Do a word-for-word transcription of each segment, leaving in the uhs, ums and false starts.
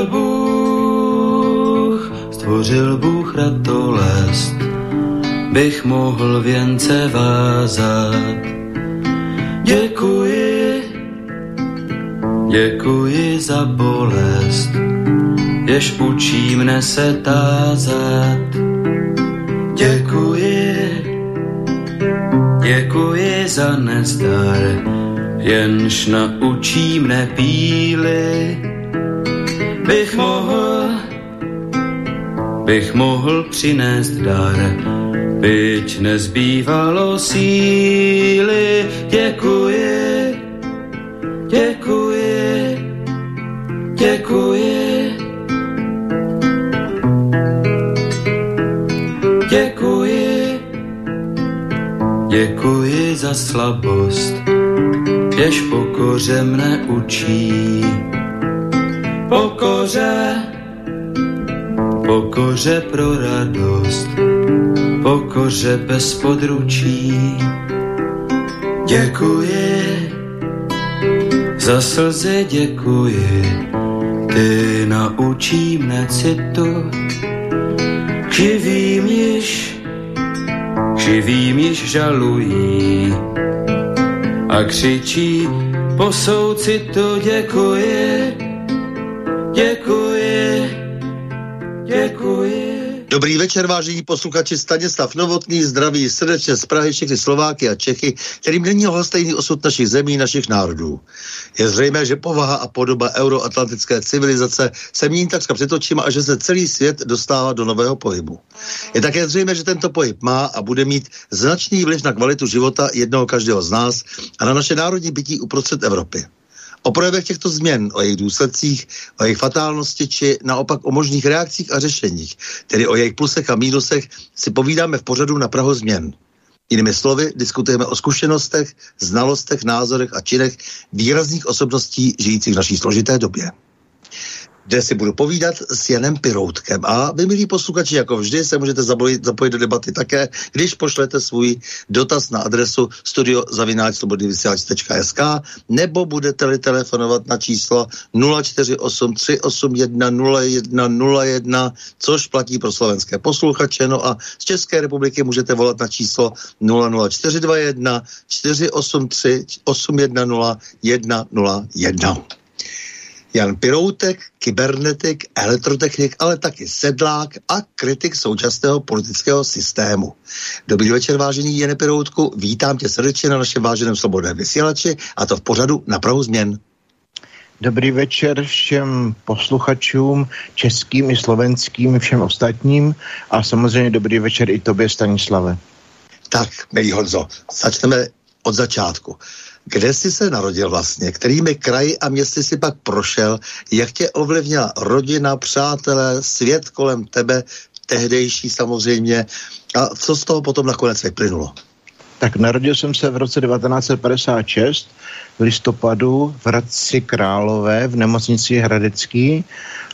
Stvořil Bůh, stvořil Bůh ratolest, bych mohl věnce vázat. Děkuji, děkuji za bolest, jež učí mne se tázat. Děkuji, děkuji za nezdar, jenž naučí mne píly. Bych mohl, bych mohl přinést dar, byť nezbývalo síly. Děkuji, děkuji, děkuji, děkuji, děkuji za slabost, jež pokoře mne učí. Pokoře, pokoře pro radost, pokoře bez područí. Děkuji, za slzy děkuji, ty naučí mne citu. K živým již, k živým již žalují a křičí po soucitu. Děkuji, děkuji, děkuji. Dobrý večer, vážení posluchači, Stanislav Novotný, zdraví srdečně z Prahy, všechny Slováky a Čechy, kterým není lhostejný osud našich zemí, našich národů. Je zřejmé, že povaha a podoba euroatlantické civilizace se mění takřka před očima a že se celý svět dostává do nového pohybu. Je také zřejmé, že tento pohyb má a bude mít značný vliv na kvalitu života jednoho každého z nás a na naše národní bytí uprostřed Evropy. O projevech těchto změn, o jejich důsledcích, o jejich fatálnosti či naopak o možných reakcích a řešeních, tedy o jejich plusech a mínusech, si povídáme v pořadu Na prahu změn. Jinými slovy, diskutujeme o zkušenostech, znalostech, názorech a činech výrazných osobností žijících v naší složité době. Kde si budu povídat s Janem Piroutkem. A vy, milí posluchači, jako vždy se můžete zapojit, zapojit do debaty také, když pošlete svůj dotaz na adresu studio zavináč slobodný vysílač tečka es ká nebo budete-li telefonovat na číslo nula čtyři osm tři osm jedna nula jedna nula jedna, což platí pro slovenské posluchače. No a z České republiky můžete volat na číslo nula nula čtyři dva jedna čtyři osm tři osm jedna nula jedna nula jedna. Jan Piroutek, kybernetik, elektrotechnik, ale taky sedlák a kritik současného politického systému. Dobrý večer, vážený Jane Piroutku, vítám tě srdečně na našem váženém slobodném vysílači, a to v pořadu Na prahu změn. Dobrý večer všem posluchačům, českým i slovenským, všem ostatním a samozřejmě dobrý večer i tobě, Stanislave. Tak, milý Honzo, začneme od začátku. Kde jsi se narodil vlastně? Kterými kraji a městy jsi pak prošel? Jak tě ovlivnila rodina, přátelé, svět kolem tebe, tehdejší samozřejmě? A co z toho potom nakonec vyplynulo? Tak narodil jsem se v roce devatenáct set padesát šest v listopadu v Hradci Králové v nemocnici Hradecký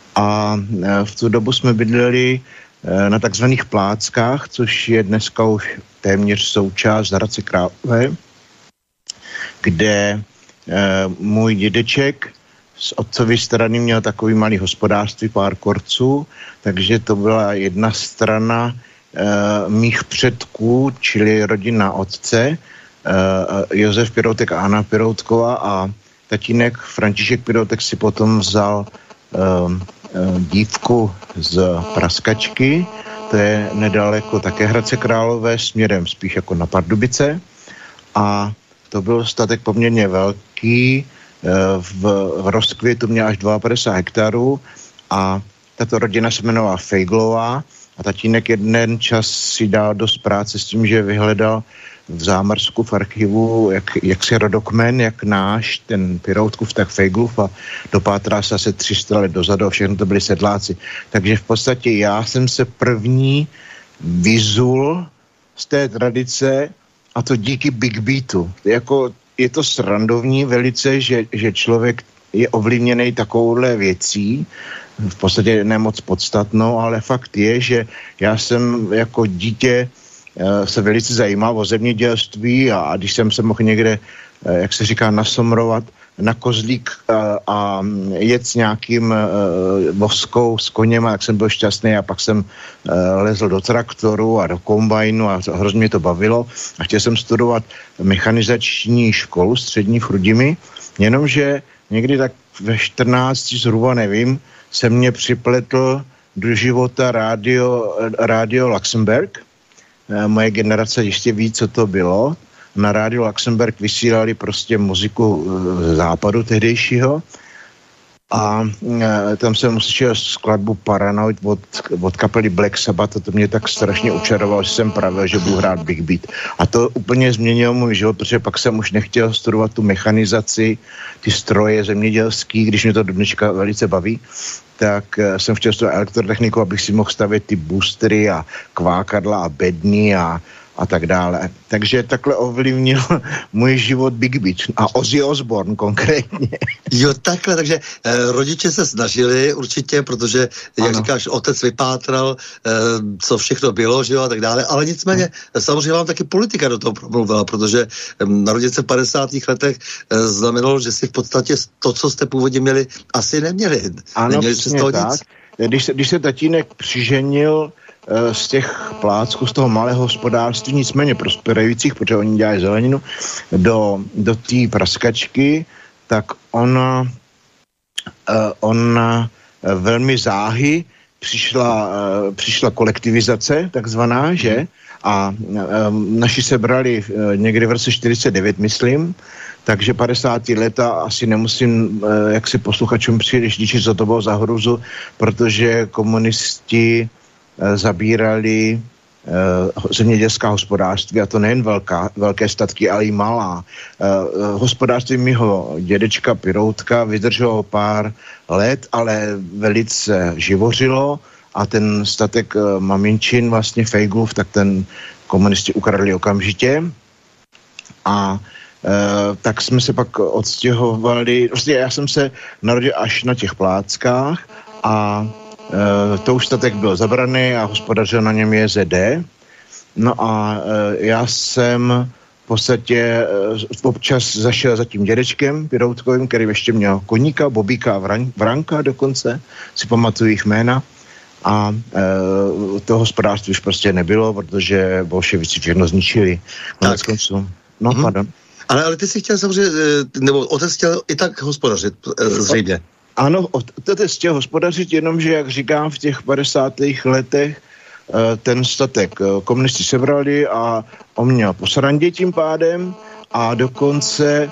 a v tu dobu jsme bydleli na takzvaných Pláckách, což je dneska už téměř součást Hradce Králové, kde e, můj dědeček z otcovy strany měl takový malý hospodářství, pár korců, takže to byla jedna strana e, mých předků, čili rodina otce, e, Josef Piroutek a Anna Piroutková, a tatínek František Piroutek si potom vzal e, e, dívku z Praskačky, to je nedaleko také Hradce Králové, směrem spíš jako na Pardubice, a to byl statek poměrně velký, v, v rozkvětu měl až padesát dva hektarů a tato rodina se jmenovala Fejglová a tatínek jeden čas si dal dost práce s tím, že vyhledal v zámrsku v archivu, jak, jak si rodokmen, jak náš, ten Piroutkův, tak Fejglův, a dopátrá se asi tři sta let dozadu a všechno to byli sedláci. Takže v podstatě já jsem se první vyzul z té tradice, a to díky Big Beatu. Jako je to srandovní velice, že, že člověk je ovlivněný takovouhle věcí, v podstatě nemoc podstatnou, ale fakt je, že já jsem jako dítě uh, se velice zajímal o zemědělství a, a když jsem se mohl někde, uh, jak se říká, nasomrovat na kozlík a, a jet s nějakým uh, voskou s koněm, a tak jsem byl šťastný a pak jsem uh, lezl do traktoru a do kombajnu a hrozně mě to bavilo a chtěl jsem studovat mechanizační školu střední v Chrudimi, jenomže někdy tak ve čtrnácti zhruba, nevím, se mě připletl do života rádio, rádio Luxemburg. Moje generace ještě ví, co to bylo. Na rádiu Luxemburg vysílali prostě muziku z západu tehdejšího a tam jsem uslyšel skladbu Paranoid od, od kapely Black Sabbath a to mě tak strašně učarovalo, že jsem pravil, že budu hrát Big Beat. A to úplně změnilo můj život, protože pak jsem už nechtěl studovat tu mechanizaci, ty stroje zemědělský, když mě to do dneška velice baví, tak jsem chtěl studovat elektrotechniku, abych si mohl stavět ty boostery a kvákadla a bedny a a tak dále. Takže takhle ovlivnil můj život Big Beat a Ozzy Osbourne konkrétně. Jo, takhle, takže eh, rodiče se snažili určitě, protože, jak ano. říkáš, otec vypátral, eh, co všechno bylo, že jo, a tak dále, ale nicméně hmm. samozřejmě vám taky politika do toho promluvila, protože eh, narodit se v padesátých letech eh, znamenalo, že si v podstatě to, co jste původně měli, asi neměli. Ano, neměli z toho tak. Nic. Když se, když se tatínek přiženil z těch plácků, z toho malého hospodářství, nicméně prosperujících, protože oni dělají zeleninu, do, do té praskačky, tak ona, ona velmi záhy přišla, přišla kolektivizace, takzvaná, že? A naši se brali někdy v roce čtyřicet devět, myslím, takže padesátá léta asi nemusím jak si posluchačům příliš díčit, co to bylo za hruzu, protože komunisti zabírali uh, zemědělská hospodářství, a to nejen velká, velké statky, ale i malá. Uh, hospodářství mýho dědečka Piroutka vydrželo pár let, ale velice živořilo a ten statek uh, maminčin, vlastně Fejglův, tak ten komunisti ukradli okamžitě a Uh, tak jsme se pak odstěhovali, vlastně já jsem se narodil až na těch pláckách a Uh, to už statek byl zabraný a hospodařil na něm J Z D. No a uh, já jsem v podstatě uh, občas zašel za tím dědečkem Piroutkovým, který ještě měl koníka, Bobíka a Vran- Vranka dokonce, si pamatuju jich jména. A uh, to hospodářství už prostě nebylo, protože bolševici všechno zničili. Tak. Konců. No, mm-hmm. pardon. Ale, ale ty si chtěl samozřejmě, nebo otec chtěl i tak hospodařit, zřejmě. Ano, to chtěl hospodařit, jenomže, jak říkám, v těch padesátých letech ten statek komunisti sebrali a on měl po srandě tím pádem a dokonce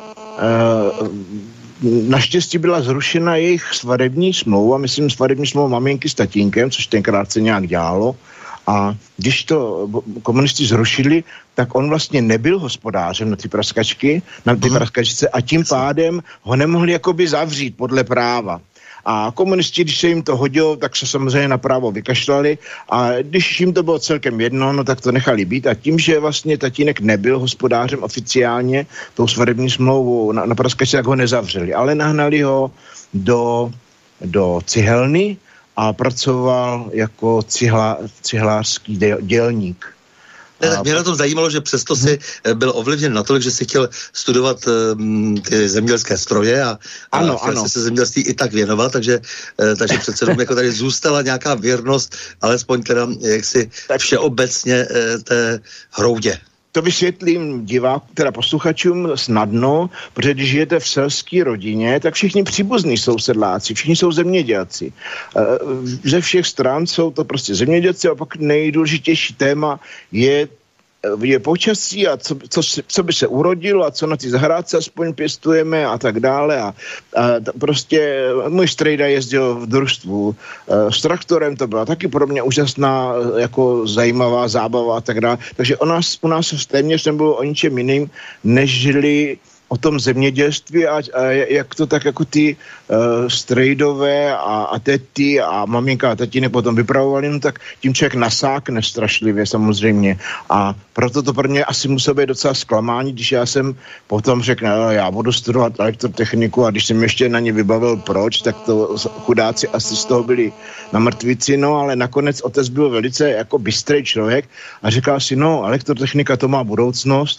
naštěstí byla zrušena jejich svadební smlouva, myslím svadební smlouva maminky s tatínkem, což tenkrát se nějak dělalo. A když to komunisti zrušili, tak on vlastně nebyl hospodářem na ty praskačky, na ty praskačce a tím pádem ho nemohli jakoby zavřít podle práva. A komunisti, když se jim to hodilo, tak se samozřejmě na právo vykašlali a když jim to bylo celkem jedno, no tak to nechali být a tím, že vlastně tatínek nebyl hospodářem oficiálně tou svadební smlouvou na, na praskačce, tak ho nezavřeli, ale nahnali ho do, do cihelny a pracoval jako cihla, cihlářský děl, dělník. Ne, tak mě na tom zajímalo, že přesto si byl ovlivněn natolik, že si chtěl studovat um, ty zemědělské stroje a, ano, a chtěl ano. si se zemědělství i tak věnovat, takže, uh, takže přece jenom jako tady zůstala nějaká věrnost, alespoň teda jaksi všeobecně uh, té hroudě. To vysvětlím divákům, teda posluchačům snadno, protože když žijete v selské rodině, tak všichni příbuzní jsou sedláci, všichni jsou zemědělci. Ze všech stran jsou to prostě zemědělci a pak nejdůležitější téma je, je počasí a co, co, co by se urodilo a co na ty zahrádce aspoň pěstujeme a tak dále. A, a prostě můj strejda jezdil v družstvu s traktorem, to byla taky pro mě úžasná, jako zajímavá zábava a tak dále. Takže u nás, u nás téměř nebylo o ničem jiným, než žili o tom zemědělství a, a jak to tak jako ty uh, strejdové a, a tety a maminka a tatínek potom vypravovali, no tak tím člověk nasákne strašlivě samozřejmě. A proto to pro mě asi muselo být docela zklamání, když já jsem potom řekl, no, já budu studovat elektrotechniku a když jsem ještě na ně vybavil proč, tak to chudáci asi z toho byli na mrtvici, no ale nakonec otec byl velice jako bystrý člověk a říkal si, no elektrotechnika to má budoucnost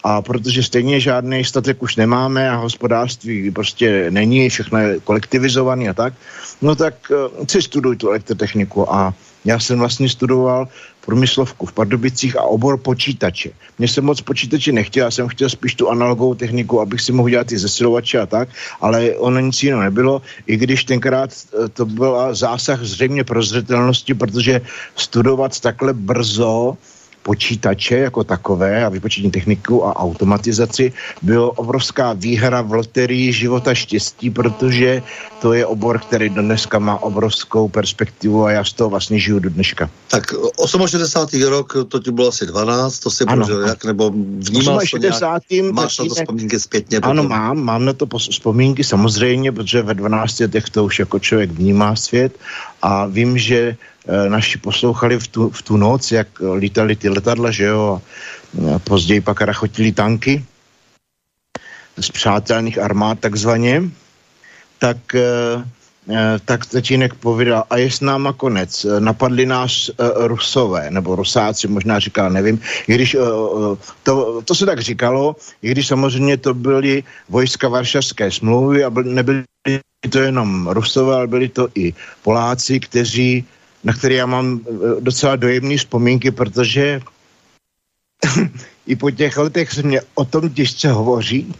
a protože stejně žádný statek už nemáme a hospodářství prostě není, všechno je kolektivizovaný a tak, no tak uh, si studuj tu elektrotechniku a já jsem vlastně studoval průmyslovku v Pardubicích a obor počítače. Mně se moc počítače nechtěl, já jsem chtěl spíš tu analogovou techniku, abych si mohl dělat ty zesilovače a tak, ale ono nic jiného nebylo, i když tenkrát to byl zásah zřejmě prozřetelnosti, protože studovat takhle brzo počítače jako takové a vypočetní techniku a automatizaci bylo obrovská výhra v loterii života štěstí, protože to je obor, který do dneska má obrovskou perspektivu a já z toho vlastně žiju do dneška. Tak šedesátý osmý rok, to ti bylo asi dvanáct, to si prožil jak, nebo vnímal jsi to nějak, máš na to vzpomínky zpětně? Ano, potom? mám, mám na to vzpomínky samozřejmě, protože ve dvanácti letech to už jako člověk vnímá svět a vím, že naši poslouchali v tu, v tu noc, jak lítali ty letadla, že jo, a později pak rachotili tanky z přátelných armád takzvaně, tak, tak tatínek povídal, a je s náma konec, napadli nás Rusové, nebo Rusáci, možná říkal, nevím, i když to, to se tak říkalo, i když samozřejmě to byly vojska Varšavské smlouvy a nebyli to jenom Rusové, ale byli to i Poláci, kteří na který já mám docela dojemné vzpomínky, protože i po těch letech se mě o tom těžce hovoří,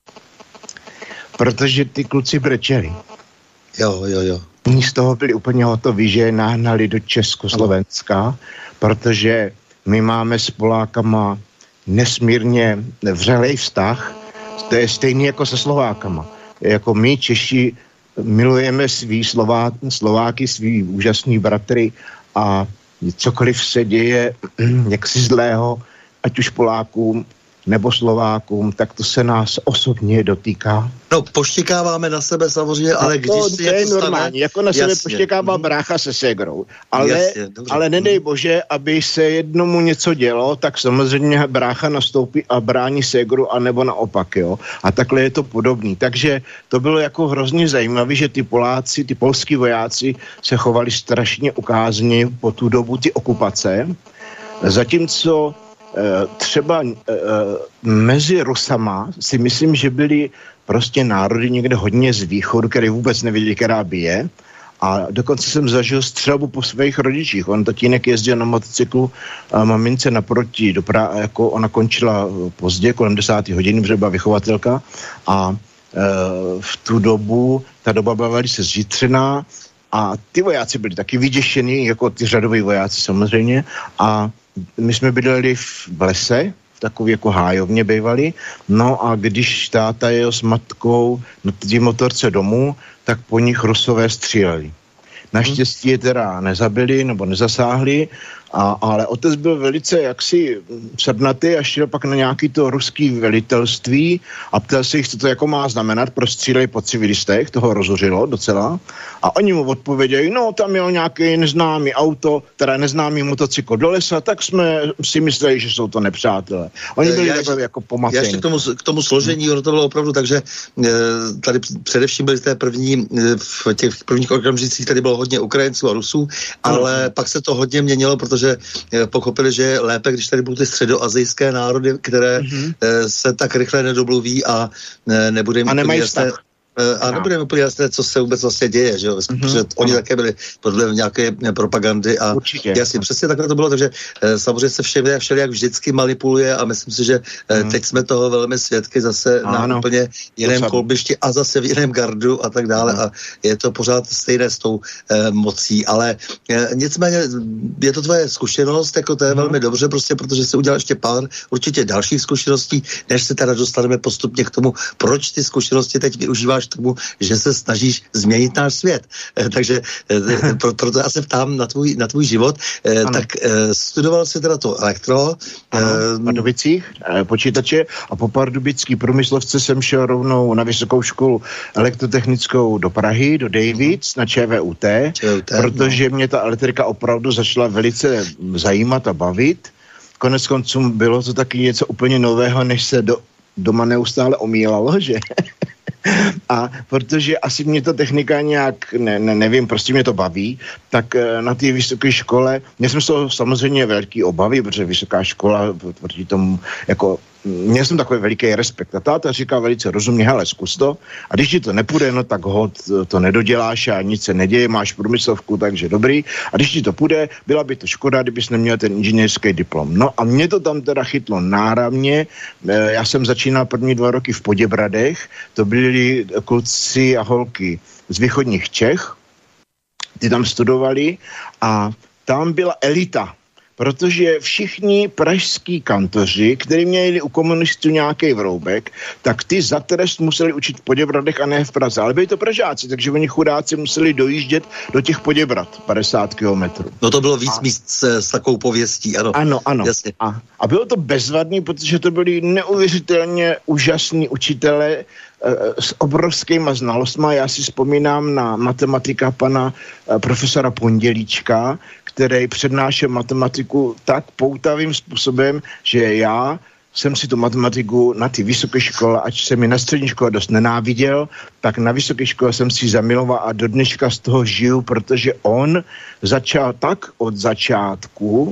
protože ty kluci brečeli. Jo, jo, jo. Oni z toho byli úplně hotoví, že je nahnali do Československa, protože my máme s Polákama nesmírně vřelej vztah, to je stejný jako se Slovákama. Jako my Češi milujeme svý Slová, Slováky, svý úžasný bratry a cokoliv se děje jaksi zlého, ať už Polákům nebo Slovákům, tak to se nás osobně dotýká. No, poštěkáváme na sebe samozřejmě, ale to, když to si je něco normální, stane, jako na sebe jasně. poštěkává brácha se ségrou. Ale, jasně, ale nedej bože, aby se jednomu něco dělo, tak samozřejmě brácha nastoupí a brání ségru, anebo naopak, jo. A takhle je to podobný. Takže to bylo jako hrozně zajímavé, že ty Poláci, ty polský vojáci se chovali strašně ukázně po tu dobu ty okupace, zatímco třeba mezi Rusama si myslím, že byli prostě národy někde hodně z východu, který vůbec nevěděli, která bije. A dokonce jsem zažil střelbu po svých rodičích. On tatínek jezdil na motocyklu a mamince naproti, do pra- jako ona končila pozdě, kolem desáté hodiny, protože byla vychovatelka. A e, v tu dobu, ta doba byla velice zjitřená a ty vojáci byli taky vyděšení, jako ty řadoví vojáci samozřejmě. A my jsme bydleli v lese, v takový jako hájovně bývali, no a když táta jel s matkou na té motorce domů, tak po nich Rusové stříleli. Naštěstí je teda nezabili nebo nezasáhli, a, ale otec byl velice jaksi srdnatý a šel pak na nějaký to ruský velitelství a ptal se jich, co to jako má znamenat, proč střílejí po civilistech, toho rozuřilo docela. A oni mu odpověděli, no tam je nějaký neznámý auto, teda neznámý motocykl do lesa, tak jsme si mysleli, že jsou to nepřátelé. Oni byli takové jako pomatení. Ještě k tomu, k tomu složení, hmm. ono to bylo opravdu tak, že tady především byli v té první, v těch prvních okamžicích tady bylo hodně Ukrajinců a Rusů, ale hmm. pak se to hodně měnilo, protože pochopili, že je lépe, když tady budou ty středoazijské národy, které mm-hmm. se tak rychle nedobluví a nebude jim úplně jasné, a nebude jim úplně jasné, co se vůbec vlastně děje, že jo? Mm-hmm. Protože oni také byli podle nějaké propagandy a určitě. Jasně, přesně takhle to bylo, takže samozřejmě se vše, všelijak vždycky manipuluje a myslím si, že mm. teď jsme toho velmi svědky zase ano. na úplně jiném kolbišti a zase v jiném gardu a tak dále mm. a je to pořád stejné s tou eh, mocí, ale eh, nicméně je to tvoje zkušenost, jako to je mm. velmi dobře, prostě protože jsi udělal ještě pár určitě dalších zkušeností, než se teda dostaneme postupně k tomu, proč ty zkušenosti teď využíváš tomu, že se snažíš změnit náš svět. Eh, takže eh, pro, proto já se ptám na tvůj, na tvůj život. Eh, tak eh, studoval jsi teda to elektro. Ano, v Pardubicích eh, počítače a po pardubický průmyslovce jsem šel rovnou na vysokou školu elektrotechnickou do Prahy, do Davids, na ČVUT, ČVUT protože no. mě ta elektrika opravdu začala velice zajímat a bavit. Konec konců bylo to taky něco úplně nového, než se do, doma neustále omílalo, že? A protože asi mě ta technika nějak, ne, ne, nevím, prostě mě to baví, tak na té vysoké škole, mě jsem z toho samozřejmě velký obavy, protože vysoká škola proti tomu, jako měl jsem takový veliký respekt. A táta říká velice rozumně, hele, zkus to. A když ti to nepůjde, no tak hod, to nedoděláš a nic se neděje, máš průmyslovku, takže dobrý. A když ti to půjde, byla by to škoda, kdybys neměl ten inženýrský diplom. No a mě to tam teda chytlo náramně. Já jsem začínal první dva roky v Poděbradech. To byli kluci a holky z východních Čech. Ty tam studovali a tam byla elita. Protože všichni pražský kantoři, kteří měli u komunistů nějaký vroubek, tak ty za trest museli učit v Poděbradech a ne v Praze. Ale byli to Pražáci, takže oni chudáci museli dojíždět do těch Poděbrad, padesát kilometrů. No to bylo víc a... míst s, s takovou pověstí, ano. Ano, ano. A, a bylo to bezvadný, protože to byli neuvěřitelně úžasní učitelé e, s obrovskýma znalostma. Já si vzpomínám na matematika pana e, profesora Pondělíčka, který přednášel matematiku tak poutavým způsobem, že já jsem si tu matematiku na ty vysoké škole, ať jsem mi na střední škole dost nenáviděl, tak na vysoké škole jsem si zamiloval a do dneška z toho žiju, protože on začal tak od začátku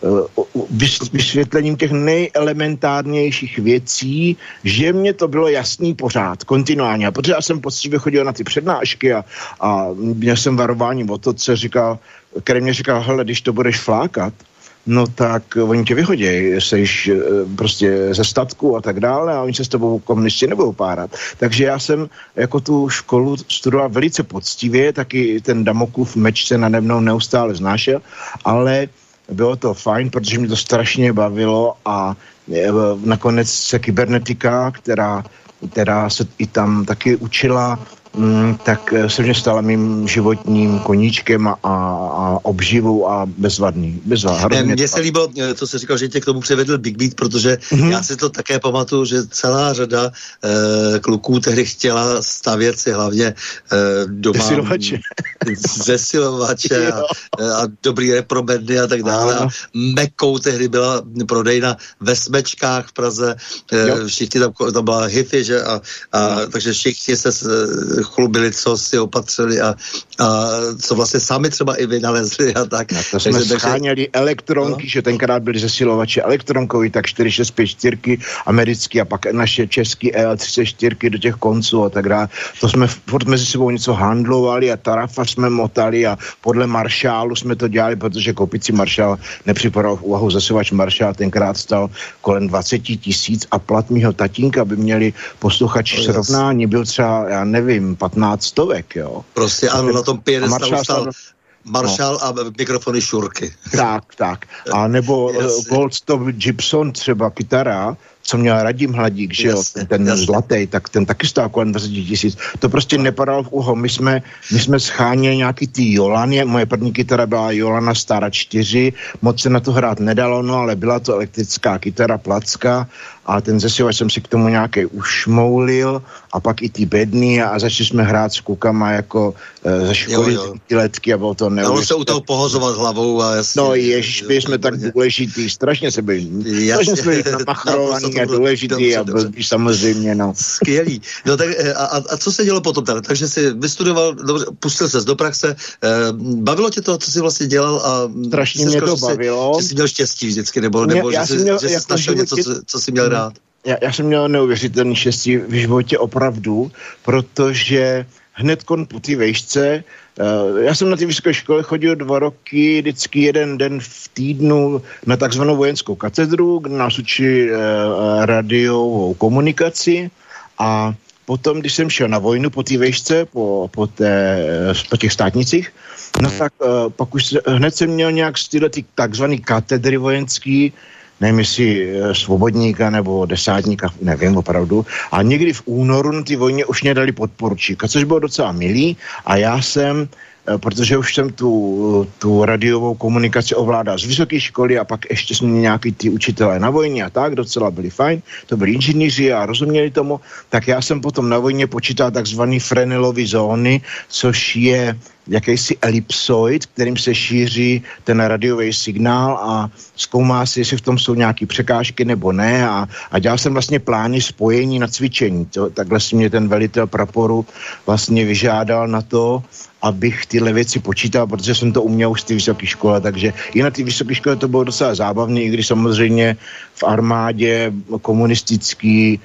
vysvětlením těch nejelementárnějších věcí, že mě to bylo jasný pořád, kontinuálně. A protože já jsem poctivě chodil na ty přednášky a, a měl jsem varování od otce, říkal, který mě říkal, hele, když to budeš flákat, no tak oni tě vyhodějí, seš prostě ze statku a tak dále a oni se s tebou komunisti nebudou párat. Takže já jsem jako tu školu studoval velice poctivě, taky ten Damoklův meč se nade mnou neustále znášel, ale bylo to fajn, protože mě to strašně bavilo a nakonec se kybernetika, která, která se i tam taky učila, tak se mě stala mým životním koníčkem a, a obživou a bezvadný. bezvadný Mně se líbilo, co jsi říkal, že tě k tomu převedl Big Beat, protože mm-hmm. já si to také pamatuju, že celá řada eh, kluků tehdy chtěla stavět si hlavně eh, doma zesilovače, zesilovače a, a dobrý reprobedny a tak dále. A Mekou tehdy byla prodejna ve Smečkách v Praze. Eh, všichni tam, tam byla Hi-Fi, že? A, a, takže všichni se chlubili, co si opatřili a, a co vlastně sami třeba i vynalezli a tak. No, to jsme scháněli elektronky, no. Že tenkrát byly zesilovače elektronkovi, tak čtyři šest pět čtyři americký a pak naše český E L třicet čtyři do těch konců a tak dále. To jsme furt mezi sebou něco handlovali a tarafa jsme motali a podle Marshallu jsme to dělali, protože koupící Marshall nepřipadal v úvahu zesilovač Marshall, tenkrát stal kolem dvacet tisíc a plat mýho tatínka by měli posluchači srovnání, byl třeba, já nevím, patnáct stovek, jo. Prostě ano, na tom piedestalu stál Marshall no. a mikrofony Šurky. Tak, tak. A nebo Goldstop Gibson třeba kytara, co měl Radim Hladík, že jo, jasně, ten jasně. Zlatý, tak ten taky stál kolem dvacet tisíc. To prostě nepadalo v úho. My jsme, my jsme scháněli nějaký ty Jolany, moje první kytara byla Jolana Stara čtyři, moc se na to hrát nedalo, no ale byla to elektrická kytara, placka a ten zesilovač jsem si k tomu nějaký ušmoulil a pak i ty bedny a začali jsme hrát s klukama jako e, ze školy ty letky a bylo to neuvěřitelné. Dalo se u toho pohozovat hlavou a jasně. No ježiš, byli jsme tak důležitý, strašně se byli, strašně jsme byli namachrovaný a důležitý a byl samozřejmě, no. Skvělý. No tak a, a co se dělo potom teda? Takže jsi vystudoval, dobře, pustil ses do praxe, eh, bavilo tě to, co jsi vlastně dělal a strašně mě to bavilo. Že jsi měl štěstí vždycky, nebo, nebo že, jsi, měl, že jsi našel něco, co, co jsi měl rád? Já, já jsem měl neuvěřitelný štěstí v životě opravdu, protože hned po té vejšce, uh, já jsem na té vysoké škole chodil dva roky, vždycky jeden den v týdnu na takzvanou vojenskou katedru, kde nás učí uh, radiovou komunikaci a potom, když jsem šel na vojnu po té vejšce, po, po, té, po těch státnicích, no tak uh, pak už se, hned jsem měl nějak styl ty takzvaný katedry vojenský, nevím, jestli svobodníka nebo desátníka, nevím opravdu. A někdy v únoru na ty vojně už mě dali podporučíka, což bylo docela milý. A já jsem, protože už jsem tu, tu radiovou komunikaci ovládal z vysoké školy a pak ještě jsme měli nějaký ty učitelé na vojně a tak, docela byli fajn, to byli inženýři a rozuměli tomu, tak já jsem potom na vojně počítal takzvaný Frenelovy zóny, což je jakýsi elipsoid, kterým se šíří ten radiový signál a zkoumá si, jestli v tom jsou nějaké překážky nebo ne a, a dělal jsem vlastně plány spojení na cvičení. To, takhle si mě ten velitel praporu vlastně vyžádal na to, abych tyhle věci počítal, protože jsem to uměl už z té vysoké školy, takže i na té vysoké škole to bylo docela zábavné, i když samozřejmě v armádě komunistický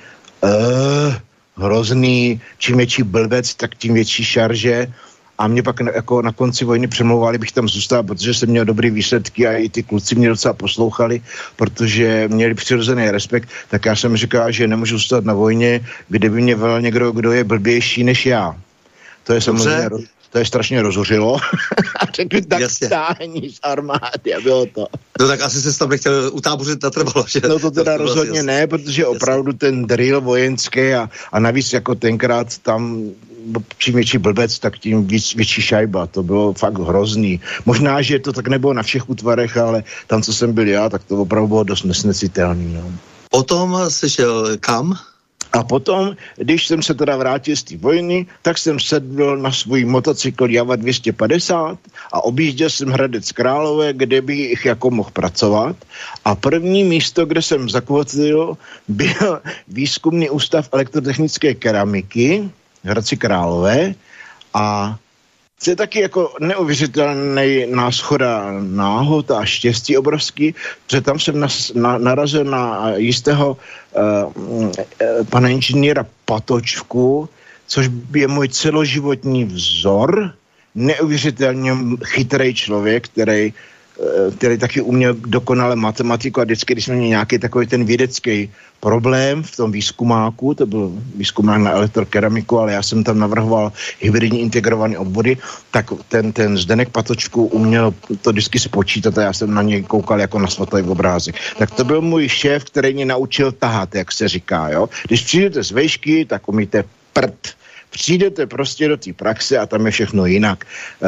uh, hrozný, čím větší blbec, tak tím větší šarže. A mě pak jako na konci vojny přemlouvali, bych tam zůstal, protože jsem měl dobrý výsledky a i ty kluci mě docela poslouchali, protože měli přirozený respekt, tak já jsem říkal, že nemůžu zůstat na vojně, kde by mě velel někdo, kdo je blbější než já. To je samozřejmě, to je strašně rozhořilo. A řekli, tak stáhni z armády a bylo to. No tak asi se tam nechtěl utábořit natrvalo, že? No to teda to rozhodně jasný. Ne, protože opravdu ten drill vojenský a, a navíc jako tenkrát tam čím větší blbec, tak tím víc, větší šajba. To bylo fakt hrozný. Možná, že to tak nebylo na všech útvarech, ale tam, co jsem byl já, tak to opravdu bylo dost nesnesitelný. No. Potom jsi šel kam? A potom, když jsem se teda vrátil z té vojny, tak jsem sedl na svůj motocykl Java dvě stě padesát a objížděl jsem Hradec Králové, kde bych jako mohl pracovat. A první místo, kde jsem zakvotil, byl Výzkumný ústav elektrotechnické keramiky v Hradci Králové a to je taky jako neuvěřitelný náschoda náhod a štěstí obrovský, protože tam jsem nas, na, narazil na jistého uh, pana inženýra Patočku, což je můj celoživotní vzor, neuvěřitelně chytrý člověk, který, uh, který taky uměl dokonale matematiku a vždycky, když jsme měli nějaký takový ten vědecký problém v tom výzkumáku, to byl výzkumák na elektrokeramiku, ale já jsem tam navrhoval hybridní integrované obvody, tak ten, ten Zdeněk Patočku uměl to vždycky spočítat a já jsem na něj koukal jako na svatý obrázek. Tak to byl můj šéf, který mě naučil tahat, jak se říká, jo. Když přijdete z vejšky, tak umíte prd. Přijdete prostě do té praxe a tam je všechno jinak.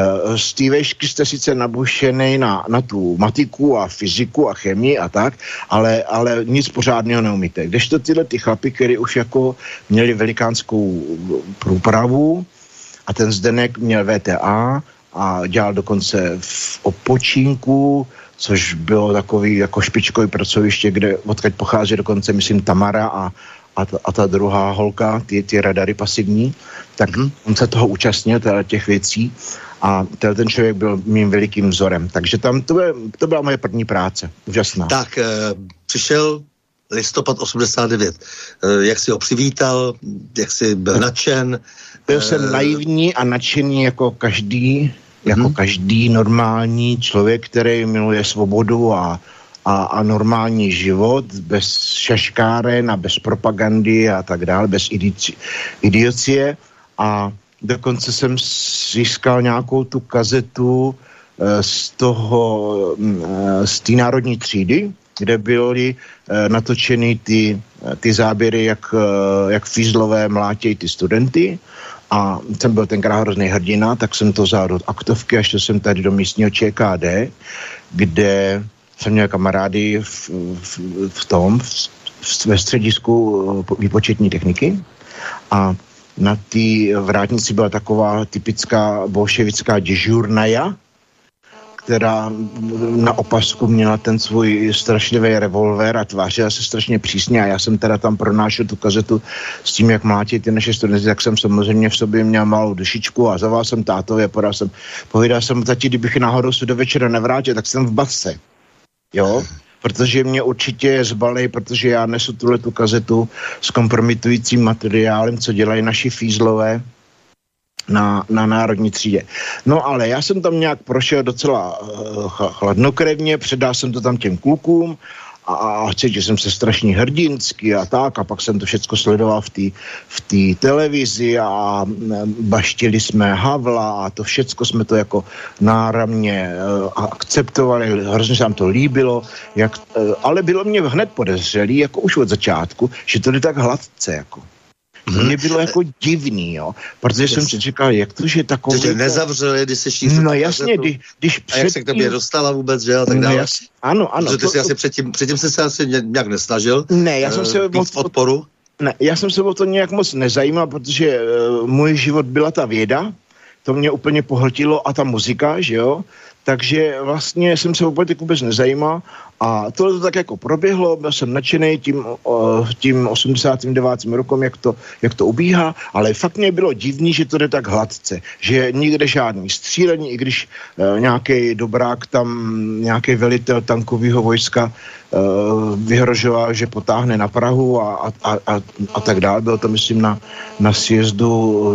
Z té vejšky jste sice nabušený na, na tu matiku a fyziku a chemii a tak, ale, ale nic pořádného neumíte. Kdežto tyhle ty chlapy, který už jako měli velikánskou průpravu a ten Zdeněk měl V T A a dělal dokonce v odpočinku, což bylo takový jako špičkový pracoviště, kde odkud pochází dokonce, myslím, Tamara a A ta, a ta druhá holka, ty, ty radary pasivní, tak mm-hmm. on se toho účastnil, těch věcí a ten člověk byl mým velikým vzorem. Takže tam to, je, to byla moje první práce. Úžasná. Tak, e, přišel listopad osmdesát devět. E, jak jsi ho přivítal, jak jsi byl nadšen? Byl jsem e... naivní a nadšený jako každý, jako mm-hmm. každý normální člověk, který miluje svobodu a A, a normální život, bez šaškáren a bez propagandy a tak dále, bez idici, idiocie. A dokonce jsem získal nějakou tu kazetu e, z toho, e, z té národní třídy, kde byly e, natočeny ty, ty záběry, jak, e, jak fízlové mlátějí ty studenty. A jsem byl tenkrát hrozný hrdina, tak jsem to vzal do aktovky a šel jsem tady do místního Č K D, kde jsem měl kamarády v, v, v tom, v, ve středisku výpočetní techniky a na té vrátnici byla taková typická bolševická dežurnaja, která na opasku měla ten svůj strašlivý revolver a tvářila se strašně přísně a já jsem teda tam pronášel tu kazetu s tím, jak mlátí ty naše studenty, tak jsem samozřejmě v sobě měl malou dušičku a zavolal jsem tátovi a podal jsem, povídal jsem tati, kdybych náhodou se do večera nevrátil, tak jsem v basce. Jo, protože mě určitě zbalej, protože já nesu tuhle tu kazetu s kompromitujícím materiálem, co dělají naši fízlové na, na národní třídě. No ale já jsem tam nějak prošel docela uh, chladnokrevně, předal jsem to tam těm klukům a, a cítil jsem se strašně hrdinsky a tak a pak jsem to všecko sledoval v té v té televizi a baštili jsme Havla a to všecko jsme to jako náramně uh, akceptovali, hrozně se nám to líbilo, jak, uh, ale bylo mě hned podezřelý, jako už od začátku, že to jde tak hladce, jako. To mě bylo jako divný, jo, protože jsem si říkal, jak to, že takový... Že tě nezavřeli, když se šířil... No jasně, když, když předtím... A jak se k tobě dostala vůbec, že a tak dále? No, jasně, ano, ano. Protože ty to, si asi předtím, předtím jsi se asi nějak nesnažil ne, já jsem se být v odporu? Ne, já jsem se o to nějak moc nezajímal, protože uh, můj život byla ta věda, to mě úplně pohltilo a ta muzika, že jo, takže vlastně jsem se o politiku vůbec nezajímal a tohle to tak jako proběhlo, byl jsem nadšený tím, tím osmdesátým devátým rokem, jak to, jak to ubíhá, ale fakt mě bylo divný, že to jde tak hladce, že nikde žádný střílení, i když uh, nějaký dobrák tam, nějaký velitel tankového vojska uh, vyhrožoval, že potáhne na Prahu a, a, a, a tak dále. Bylo to, myslím, na, na sjezdu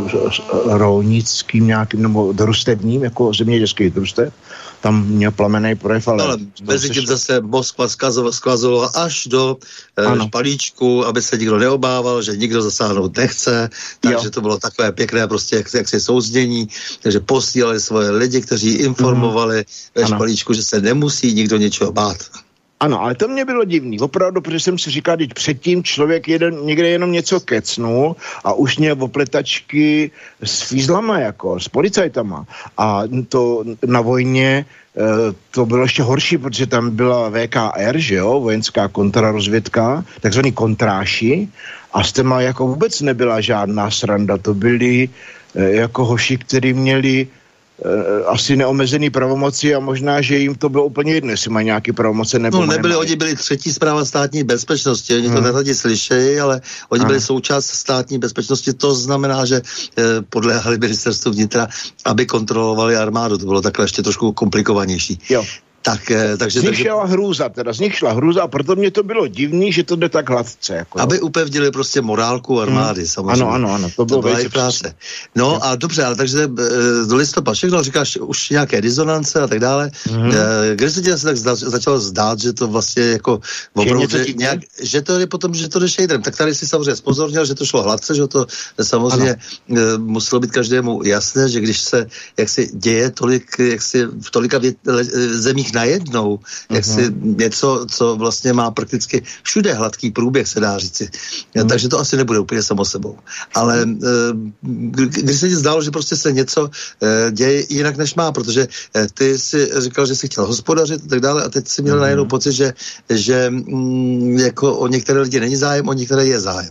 rolnickým nějakým, nebo družstevním, jako zemědělský družstev. Tam měl plamenej projev, ale... ale mezi tím zase Moskva skvazovala až do e, špalíčku, aby se nikdo neobával, že nikdo zasáhnout nechce, takže jo. To bylo takové pěkné prostě jak, jak se souznění, takže posílali svoje lidi, kteří informovali mm. ve ano. špalíčku, že se nemusí nikdo něčeho bát. Ano, ale to mě bylo divný, opravdu, protože jsem si říkal, když předtím člověk jeden, někde jenom něco kecnul a už měl opletačky s fízlama, jako, s policajtama. A to na vojně to bylo ještě horší, protože tam byla V K R, že jo, vojenská kontrarozvědka, takzvaný kontráši, a s těma jako vůbec nebyla žádná sranda, to byli jako hoši, kteří měli asi neomezený pravomoci a možná, že jim to bylo úplně jedno, jestli mají nějaké pravomoce nebo no, nebyli, nemají. Oni byli třetí správa státní bezpečnosti, oni hmm. to neradi slyšejí, ale oni hmm. byli součást státní bezpečnosti, to znamená, že eh, podléhali ministerstvu vnitra, aby kontrolovali armádu, to bylo takhle ještě trošku komplikovanější. Jo. Tak, eh, takže, z nich takže... šla hrůza, teda z nich šla hrůza a proto mě to bylo divný, že to jde tak hladce. Jako, aby upevnili prostě morálku armády, hmm. samozřejmě. Ano, ano, ano, to bylo to velice práce. No jo. A dobře, ale takže do listopad všechno, říkáš už nějaké disonance a tak dále. Hmm. E, když se ti asi tak zda, začalo zdát, že to vlastně jako opravdu, že, nějak, že to je potom, že to jde šejdrem, tak tady si samozřejmě spozornil, že to šlo hladce, že to samozřejmě ano. muselo být každému jasné, že když se, jak se děje tolik, jak si v tolika vět, zemích najednou, mm-hmm. jak si něco, co vlastně má prakticky všude hladký průběh, se dá říci. Mm-hmm. Takže to asi nebude úplně samo sebou. Ale když se ti zdálo, že prostě se něco děje jinak, než má, protože ty si říkal, že jsi chtěl hospodařit a tak dále a teď si měl mm-hmm. najednou pocit, že, že jako o některé lidi není zájem, o některé je zájem.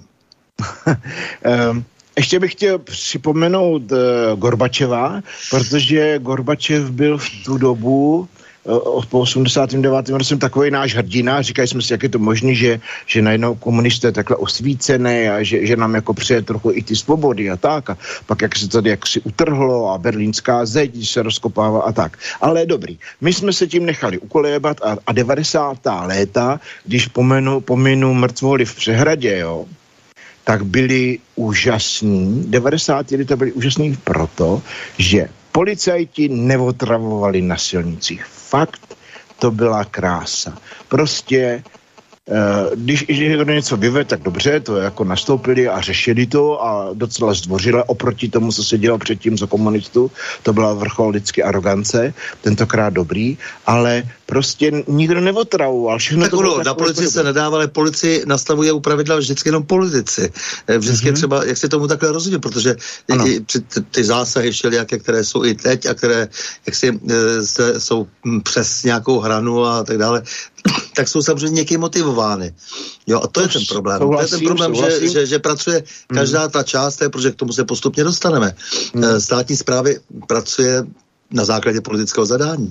um. Ještě bych chtěl připomenout uh, Gorbačeva, protože Gorbačev byl v tu dobu uh, po osmdesátém devátém roce takový náš hrdina. Říkali jsme si, jak je to možné, že, že najednou komunisté takhle osvícený a že, že nám jako přeje trochu i ty svobody a tak. A pak jak se tady jaksi utrhlo a berlínská zeď se rozkopává a tak. Ale dobrý. My jsme se tím nechali ukolébat a, a devadesátá léta, když pomenu, pominu mrtvoly v Přehradě, jo, tak byli úžasní. devadesátá léta byli úžasní proto, že policajti neotravovali na silnicích. Fakt, to byla krása. Prostě, uh, když, když někdo něco vyve, tak dobře, to jako nastoupili a řešili to a docela zdvořile oproti tomu, co se dělo předtím za komunistů. To byla vrchol lidské arogance, tentokrát dobrý, ale prostě nikdo neotravoval. Tak ono, na policii se nedávali, policii nastavuje pravidla vždycky jenom politici. Vždycky mm-hmm. třeba, jak si tomu takhle rozumím, protože i, ty, ty zásahy všelijaké, které jsou i teď a které jak si, se, jsou přes nějakou hranu a tak dále, tak jsou samozřejmě někým motivovány. Jo, a to, to je ten problém. Souhlasím, to je ten problém, že, že, že pracuje každá mm. ta část, protože k tomu se postupně dostaneme. Mm. Státní správy pracuje na základě politického zadání.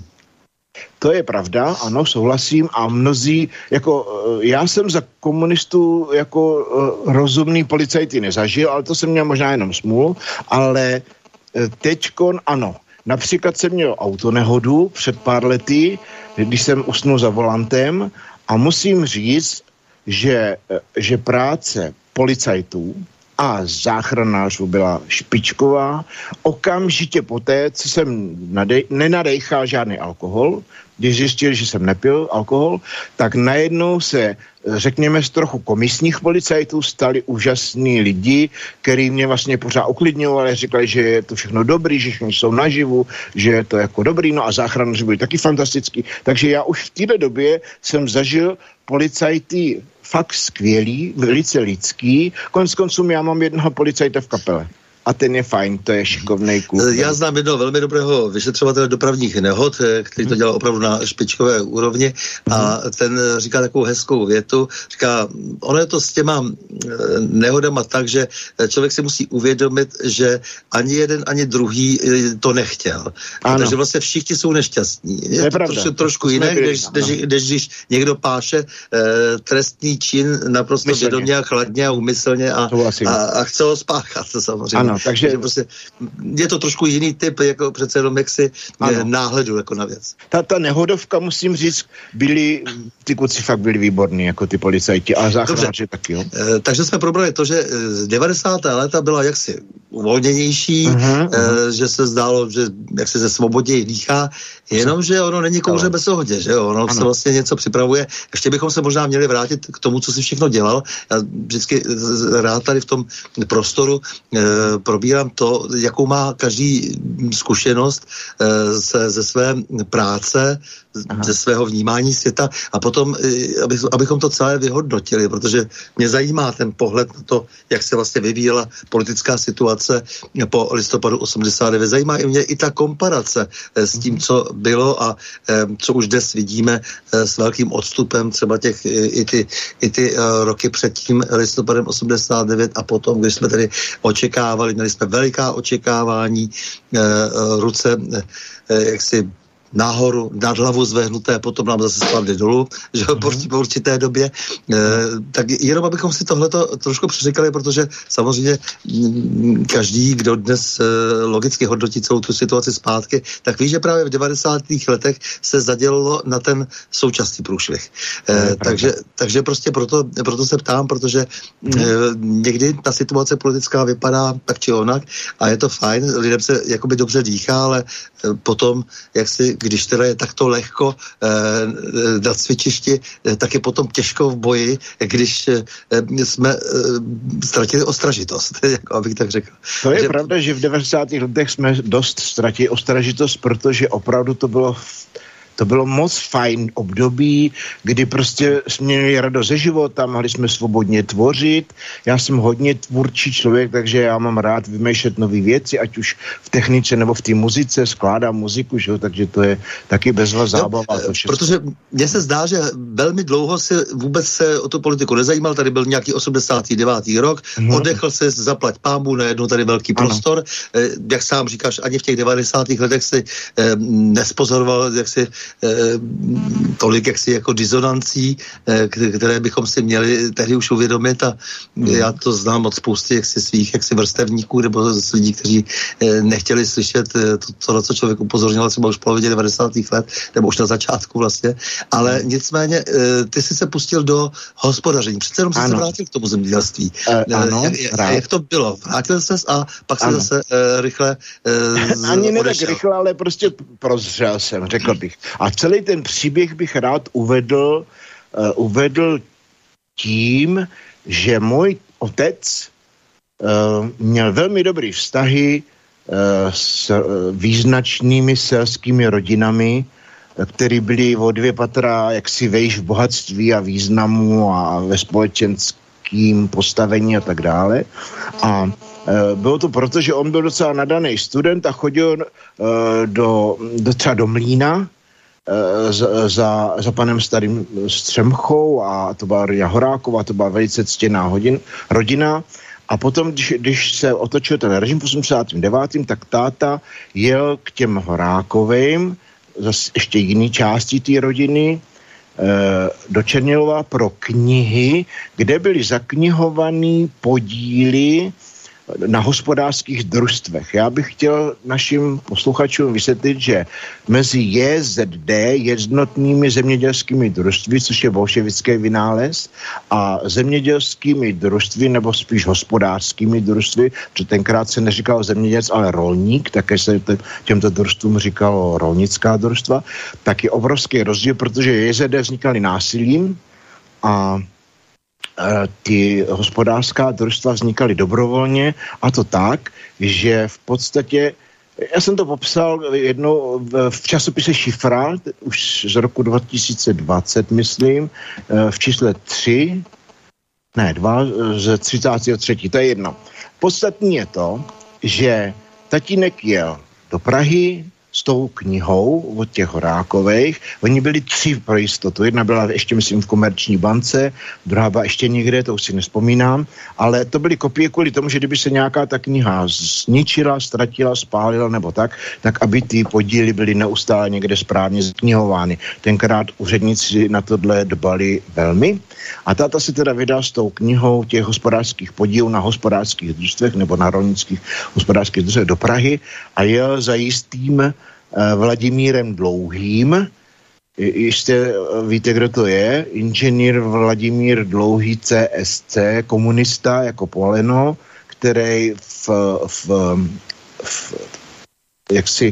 To je pravda, ano, souhlasím a mnozí, jako já jsem za komunistů jako uh, rozumný policajty nezažil, ale to jsem měl možná jenom smůlu, ale uh, teďkon ano. Například jsem měl autonehodu před pár lety, když jsem usnul za volantem a musím říct, že, že práce policajtů a záchranářů byla špičková. Okamžitě poté, co jsem nadej, nenadejchal žádný alkohol, když zjistil, že jsem nepil alkohol, tak najednou se, řekněme, z trochu komisních policajtů stali úžasní lidi, který mě vlastně pořád uklidňovali, říkali, že je to všechno dobrý, že všichni jsou naživu, že je to jako dobrý, no a záchranáři byli taky fantastický. Takže já už v této době jsem zažil policajty fakt skvělý, velice lidský. Konec konců já mám jednoho policajta v kapele. a ten je fajn, to je šikovnej kluk. Já znám jednoho velmi dobrého vyšetřovatele dopravních nehod, který to dělal opravdu na špičkové úrovni a ten říká takovou hezkou větu, říká, ono je to s těma nehodama tak, že člověk si musí uvědomit, že ani jeden, ani druhý to nechtěl. Ano. Takže vlastně všichni jsou nešťastní. Je, je to trošku, trošku jiné, když, když, když, když někdo páše eh, trestný čin naprosto vědomě a chladně a úmyslně a, a, a chce ho spáchat, to samozřejmě. Ano, takže... takže prostě je to trošku jiný typ, jako přece jenom jaksi eh, náhledu jako na věc. Ta, ta nehodovka, musím říct, byli, ty kluci fakt byli výborní, jako ty policajti, a záchranáři taky, jo. Eh, takže jsme probrali to, že z devadesátá léta byla jaksi uvolněnější, uh-huh, uh-huh. že se zdálo, že jak se ze svobodě dýchá, jenomže ono není kouře bez ohodě, že jo, ono ano. se vlastně něco připravuje. Ještě bychom se možná měli vrátit k tomu, co si všechno dělal. Já vždycky rád tady v tom prostoru e, probírám to, jakou má každý zkušenost e, se, ze své práce, Aha. ze svého vnímání světa a potom, e, aby, abychom to celé vyhodnotili, protože mě zajímá ten pohled na to, jak se vlastně vyvíjela politická situace po listopadu osmdesát devět. Zajímá i mě i ta komparace e, s tím, co bylo a e, co už dnes vidíme e, s velkým odstupem třeba těch i, i ty, i ty e, roky před tím listopadem osmdesát devět a potom, když jsme tedy očekávali, měli jsme veliká očekávání, e, e, ruce e, jaksi nahoru, nad hlavu zvehnuté, potom nám zase spadly dolů, že mm-hmm. po určité době. E, tak jenom abychom si tohleto trošku přeříkali, protože samozřejmě každý, kdo dnes e, logicky hodnotí celou tu situaci zpátky, tak ví, že právě v devadesátých letech se zadělalo na ten současný průšvih. E, takže, takže prostě proto, proto se ptám, protože mm. e, někdy ta situace politická vypadá tak či onak a je to fajn, lidem se jakoby dobře dýchá, ale e, potom, jak si když teda je takto lehko eh, na cvičišti, eh, tak je potom těžko v boji, když eh, jsme eh, ztratili ostražitost, jako abych tak řekl. To je že... pravda, že v devadesátých letech jsme dost ztratili ostražitost, protože opravdu to bylo To bylo moc fajn období, kdy prostě jsme měli radost ze života, mohli jsme svobodně tvořit. Já jsem hodně tvůrčí člověk, takže já mám rád vymýšlet nové věci, ať už v technice nebo v té muzice, skládám muziku, že? Takže to je taky bezva zábava. No, protože mně se zdá, že velmi dlouho se vůbec se o tu politiku nezajímal, tady byl nějaký osmdesátý devátý rok, no. Odechl se zaplať pámbu, najednou tady velký prostor. Ano. Jak sám říkáš, ani v těch devadesátých letech si eh, nespozoroval, jak si Eh, tolik jaksi jako disonancí, eh, které bychom si měli tehdy už uvědomit a mm. já to znám od spousty jaksi svých jaksi vrstevníků nebo z lidí, kteří eh, nechtěli slyšet eh, to, to, na co člověk upozornil třeba už v polovině devadesátých let nebo už na začátku vlastně, ale mm. nicméně eh, ty jsi se pustil do hospodaření, přece jenom jsi se vrátil k tomu zemědělství. Eh, ano, jak, jak to bylo? Vrátil ses a pak se zase eh, rychle eh, z, Ani ne tak rychle, ale prostě prozřel jsem, řekl bych. A celý ten příběh bych rád uvedl, uh, uvedl tím, že můj otec uh, měl velmi dobrý vztahy uh, s uh, význačnými selskými rodinami, které byly o dvě patra jaksi vejš v bohatství a významu a ve společenském postavení a tak dále. A uh, bylo to proto, že on byl docela nadaný student a chodil uh, do, do třeba do mlýna, Za, za, za panem starým Střemchou a to byla Rina Horáková, to byla velice ctěná hodin, rodina a potom, když, když se otočil ten režim v osmdesátém devátém tak táta jel k těm Horákovým, zase ještě jiný části té rodiny, e, do Černilova pro knihy, kde byly zaknihovaný podíly na hospodářských družstvech. Já bych chtěl našim posluchačům vysvětlit, že mezi J Z D, jednotnými zemědělskými družstvy, což je bolševický vynález, a zemědělskými družstvy, nebo spíš hospodářskými družstvy, protože tenkrát se neříkalo zemědělec, ale rolník, také se těmto družstvům říkalo rolnická družstva, tak je obrovský rozdíl, protože J Z D vznikaly násilím a ty hospodářská družstva vznikaly dobrovolně a to tak, že v podstatě, já jsem to popsal jednou v časopise Šifra, už z roku dva tisíce dvacet, myslím, v čísle tři, ne, dva, z třicátého třetího to je jedno. Podstatní je to, že tatínek jel do Prahy s tou knihou od těch Horákových. Oni byli tři pro jistotu. Jedna byla ještě, myslím, v Komerční bance, druhá byla ještě někde, to už si nespomínám, ale to byly kopie kvůli tomu, že kdyby se nějaká ta kniha zničila, ztratila, spálila nebo tak, tak aby ty podíly byly neustále někde správně zknihovány. Tenkrát úředníci na tohle dbali velmi. A táta se teda vydal s tou knihou těch hospodářských podílů na hospodářských družstvech nebo na rolnických hospodářských družstvech do Prahy a jel za jistým uh, Vladimírem Dlouhým. Ještě víte, kdo to je? Inženýr Vladimír Dlouhý C S C, komunista jako poleno, který v, v, v jak si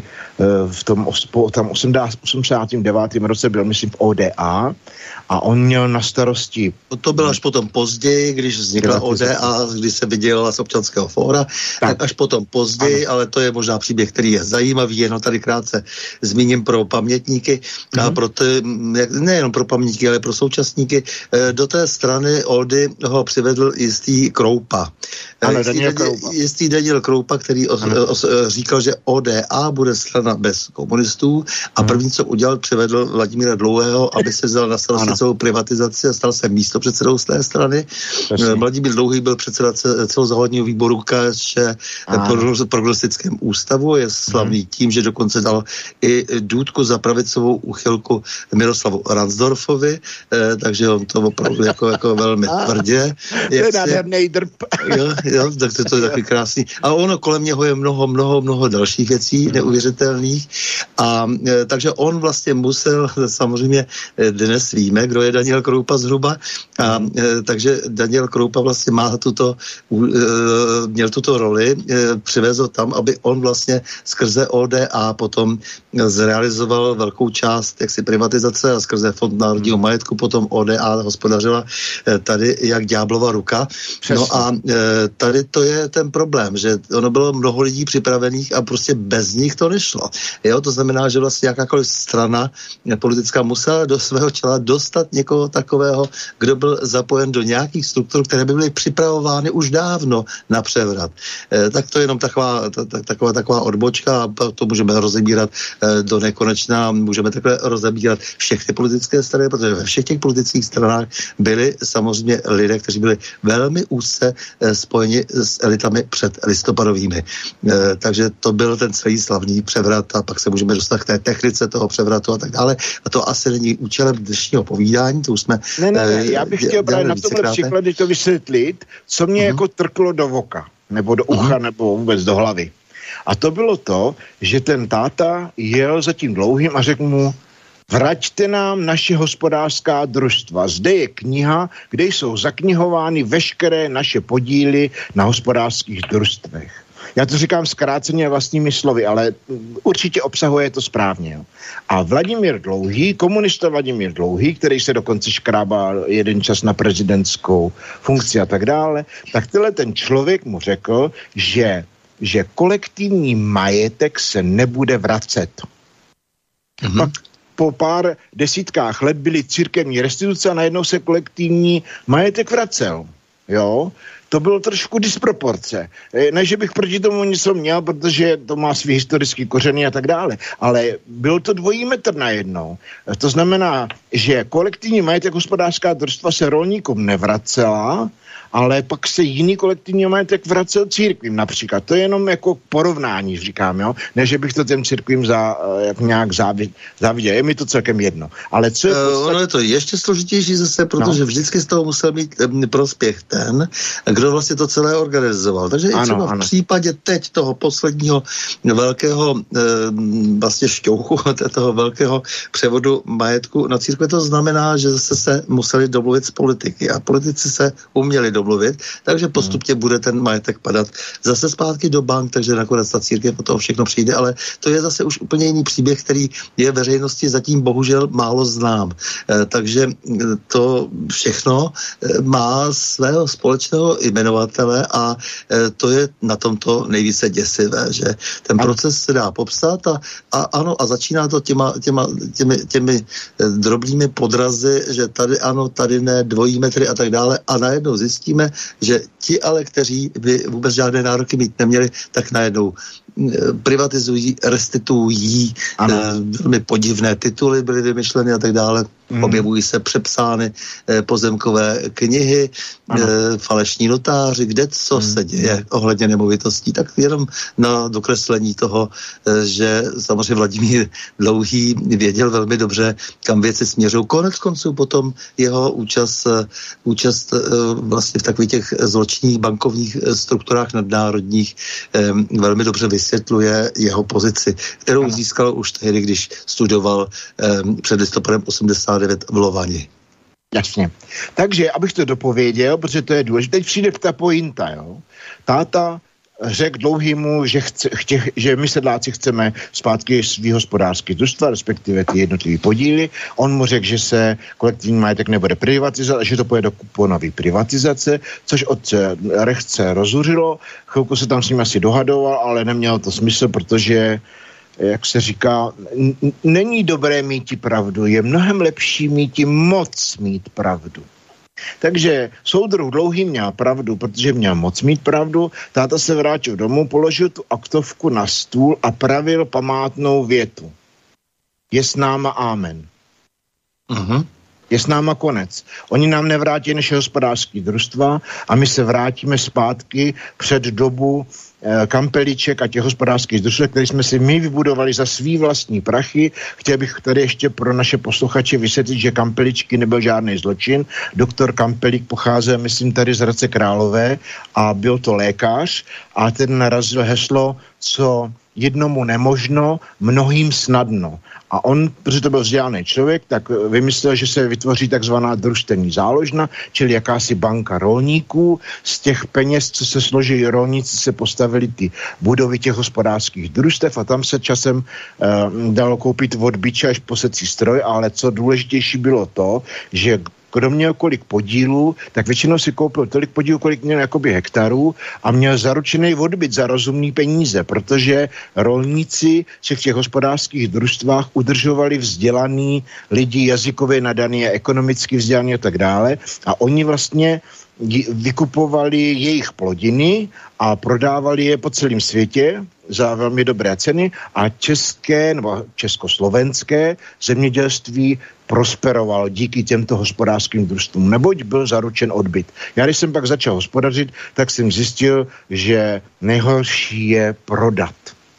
v tom, tam osmdesátém devátém roce byl, myslím, v O D A a on měl na starosti... To bylo až potom později, když vznikla O D A, když se vydělala z občanského fóra, tak, tak až potom později, ano. Ale to je možná příběh, který je zajímavý, jenom tady krátce zmíním pro pamětníky, mm-hmm. a pro ty, nejenom pro pamětníky, ale pro současníky. Do té strany Oldy ho přivedl jistý Kroupa. Ano, jistý, Daniel Kroupa. Jistý Daniel Kroupa, který os, os, říkal, že O D A bude strana bez komunistů a první, co udělal, přivedl Vladimíra Dlouhého, aby se vzal na starosti celou privatizaci a stal se místopředsedou z té strany. Přesně. Vladimír Dlouhý byl předseda celozávodního výboru K S Č pro prognostickém ústavu, je slavný hmm. tím, že dokonce dal i důdku za pravicovou úchylku Miroslavu Ransdorfovi, eh, takže on to opravdu jako, jako velmi tvrdě. To je nádherný drb. Jo, jo, tak to, to je takový krásný. A ono kolem něho je mnoho, mnoho, mnoho dalších věcí neuvěřitelných. A e, takže on vlastně musel, samozřejmě dnes víme, kdo je Daniel Kroupa zhruba, a e, takže Daniel Kroupa vlastně má tuto, e, měl tuto roli, e, přivezl tam, aby on vlastně skrze O D A potom zrealizoval velkou část jaksi privatizace a skrze Fond národního majetku potom O D A hospodařila e, tady jak ďáblova ruka. Přesně. No a e, tady to je ten problém, že ono bylo mnoho lidí připravených a prostě bez nich to nešlo. Jo, to znamená, že vlastně jakákoliv strana politická musela do svého čela dostat někoho takového, kdo byl zapojen do nějakých struktur, které by byly připravovány už dávno na převrat. E, tak to je jenom taková, ta, taková, taková odbočka a to můžeme rozebírat e, do nekonečna, můžeme takhle rozebírat všechny politické strany, protože ve všech těch politických stranách byli samozřejmě lidé, kteří byli velmi úzce e, spojeni s elitami před listopadovými. E, takže to byl ten celý slavný převrat a pak se můžeme dostat k té technice toho převratu a tak dále. A to asi není účelem dnešního povídání, to už jsme... Ne, ne, ne, já bych chtěl právě na tomhle příkladu to vysvětlit, co mě uh-huh. jako trklo do voka, nebo do ucha, uh-huh. nebo vůbec do hlavy. A to bylo to, že ten táta jel za tím Dlouhým a řekl mu, vraťte nám naše hospodářská družstva. Zde je kniha, kde jsou zaknihovány veškeré naše podíly na hospodářských družstvech. Já to říkám zkráceně vlastními slovy, ale určitě obsahuje to správně. Jo. A Vladimír Dlouhý, komunista Vladimír Dlouhý, který se dokonce škrábal jeden čas na prezidentskou funkci a tak dále, tak tenhle ten člověk mu řekl, že, že kolektivní majetek se nebude vracet. Mm-hmm. Pak po pár desítkách let byly církevní restituce a najednou se kolektivní majetek vracel. Jo? To bylo trošku disproporce. Ne, že bych proti tomu něco měl, protože to má svý historický kořeny a tak dále, ale byl to dvojí metr najednou. To znamená, že kolektivní majetek hospodářská družstva se rolníkům nevracela, ale pak se jiný kolektivní majetek vracel církvím například. To je jenom jako porovnání, říkám, jo? Ne, že bych to těm církvím za, jak nějak záviděl. Je mi to celkem jedno. Ale co je podstat... Ono je to ještě složitější zase, protože no. vždycky z toho musel mít prospěch ten, kdo vlastně to celé organizoval. Takže ano, i třeba ano. v případě teď toho posledního velkého e, vlastně šťouchu, toho velkého převodu majetku na církve, to znamená, že zase se museli domluvit z politiky a politici se uměli domluvit mluvit, takže postupně bude ten majetek padat zase zpátky do bank, takže nakonec ta církev po toho všechno přijde, ale to je zase už úplně jiný příběh, který je veřejnosti zatím bohužel málo znám. E, takže to všechno má svého společného i pojmenovatele a e, to je na tomto nejvíce děsivé, že ten proces se dá popsat a, a ano, a začíná to těma, těma, těmi, těmi drobnými podrazy, že tady ano, tady ne, dvojí metry a tak dále a najednou zjistíme, že ti ale, kteří by vůbec žádné nároky mít neměli, tak najednou privatizují, restituují, velmi podivné tituly byly vymyšleny a tak dále. Mm. Objevují se přepsány eh, pozemkové knihy, eh, falešní notáři, kde co mm. se děje ohledně nemovitostí, tak jenom na dokreslení toho, eh, že samozřejmě Vladimír Dlouhý věděl velmi dobře, kam věci směřují. Konec konců potom jeho účast, eh, účast eh, vlastně v takových těch zločinných bankovních strukturách nadnárodních eh, velmi dobře vysvětluje jeho pozici, kterou ano. získal už tehdy, když studoval eh, před listopadem osmdesát devět v Lovani. Jasně. Takže, abych to dopověděl, protože to je důležité, teď přijde ta pointa, jo. Táta řekl Dlouhýmu, že, chce, chtě, že my sedláci chceme zpátky svý hospodářský družstva, respektive ty jednotlivý podíly. On mu řekl, že se kolektivní majetek nebude privatizovat, že to půjde do kuponové privatizace, což otce lehce rozuřilo. Chvilku se tam s ním asi dohadoval, ale nemělo to smysl, protože jak se říká, n- není dobré mít pravdu, je mnohem lepší mít moc mít pravdu. Takže soudruh Dlouhý měl pravdu, protože měl moc mít pravdu, táta se vrátil domů, položil tu aktovku na stůl a pravil památnou větu. Je s náma amen. Uh-huh. Je s náma konec. Oni nám nevrátí naše hospodářské družstva a my se vrátíme zpátky před dobu kampeliček a těch hospodářských družstev, které jsme si my vybudovali za svý vlastní prachy. Chtěl bych tady ještě pro naše posluchače vysvětlit, že kampeličky nebyl žádný zločin. Doktor Kampelík pocházel, myslím, tady z Hradce Králové a byl to lékař a ten narazil heslo, co jednomu nemožno, mnohým snadno. A on, protože to byl vzdělaný člověk, tak vymyslel, že se vytvoří takzvaná družstevní záložna, čili jakási banka rolníků. Z těch peněz, co se složí rolníci, se postavili ty budovy těch hospodářských družstev a tam se časem eh, dalo koupit od biče až posecí stroj, ale co důležitější bylo to, že kdo měl kolik podílů, tak většinou si koupil tolik podílů, kolik měl jakoby hektarů a měl zaručený odbyt za rozumný peníze, protože rolníci v těch hospodářských družstvách udržovali vzdělaný lidi, jazykově nadaný a ekonomicky vzdělaný a tak dále a oni vlastně vykupovali jejich plodiny a prodávali je po celém světě za velmi dobré ceny a české nebo československé zemědělství prosperoval díky těmto hospodářským družstvům, neboť byl zaručen odbyt. Já když jsem pak začal hospodařit, tak jsem zjistil, že nejhorší je prodat.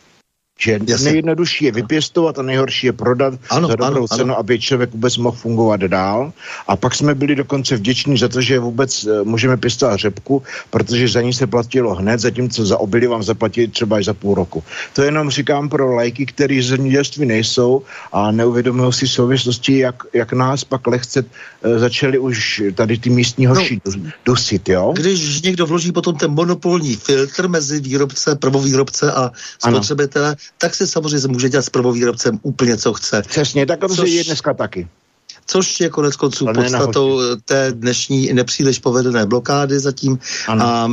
Že Jasně. nejjednodušší je vypěstovat a nejhorší je prodat ano, za dobrou ano, cenu, ano. aby člověk vůbec mohl fungovat dál. A pak jsme byli dokonce vděční za to, že vůbec můžeme pěstovat řepku, protože za ní se platilo hned, zatímco za obilí vám zaplatili třeba až za půl roku. To jenom říkám pro lajky, kteří z zemědělství nejsou a neuvědomují si souvislosti, jak, jak nás pak lehce e, začali už tady ty místní hoši no, dusit, jo? Když někdo vloží potom ten monopolní filtr mezi výrobce, prvovýrobce a spotřebitele, tak si samozřejmě může dělat s prvovýrobcem úplně, co chce. Přesně, tak to je dneska taky. Což je konec konců podstatou té dnešní nepříliš povedené blokády zatím ano. a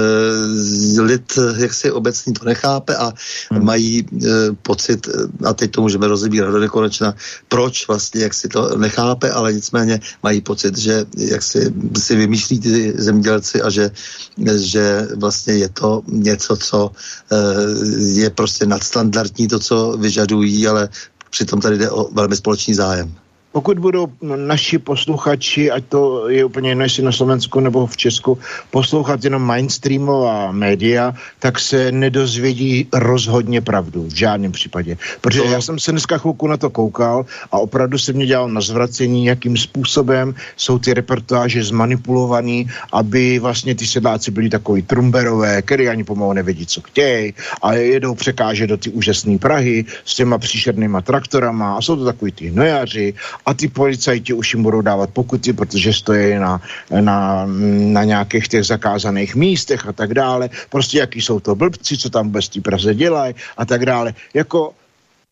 e, lid jaksi obecný to nechápe a hmm. mají e, pocit, a teď to můžeme rozebírat do nekonečna, proč vlastně jak si to nechápe, ale nicméně mají pocit, že jak si, si vymýšlí ty zemědělci a že, že vlastně je to něco, co e, je prostě nadstandardní, to, co vyžadují, ale přitom tady jde o velmi společný zájem. Pokud budou naši posluchači, ať to je úplně jedno, jestli na Slovensku nebo v Česku, poslouchat jenom mainstreamová média, tak se nedozvědí rozhodně pravdu. V žádném případě. Protože to... já jsem se dneska chvilku na to koukal a opravdu se mě dělal na zvracení, jakým způsobem jsou ty reportáže zmanipulovaný, aby vlastně ty sedláci byli takový trumberové, který ani pomalu nevědí, co chtějí a jedou překážet do ty úžasné Prahy s těma příšernýma traktorama a jsou to takový ty hnojaři a ty policajti už jim budou dávat pokuty, protože stojí na, na, na nějakých těch zakázaných místech a tak dále. Prostě jaký jsou to blbci, co tam bez té Praze dělají a tak dále. Jako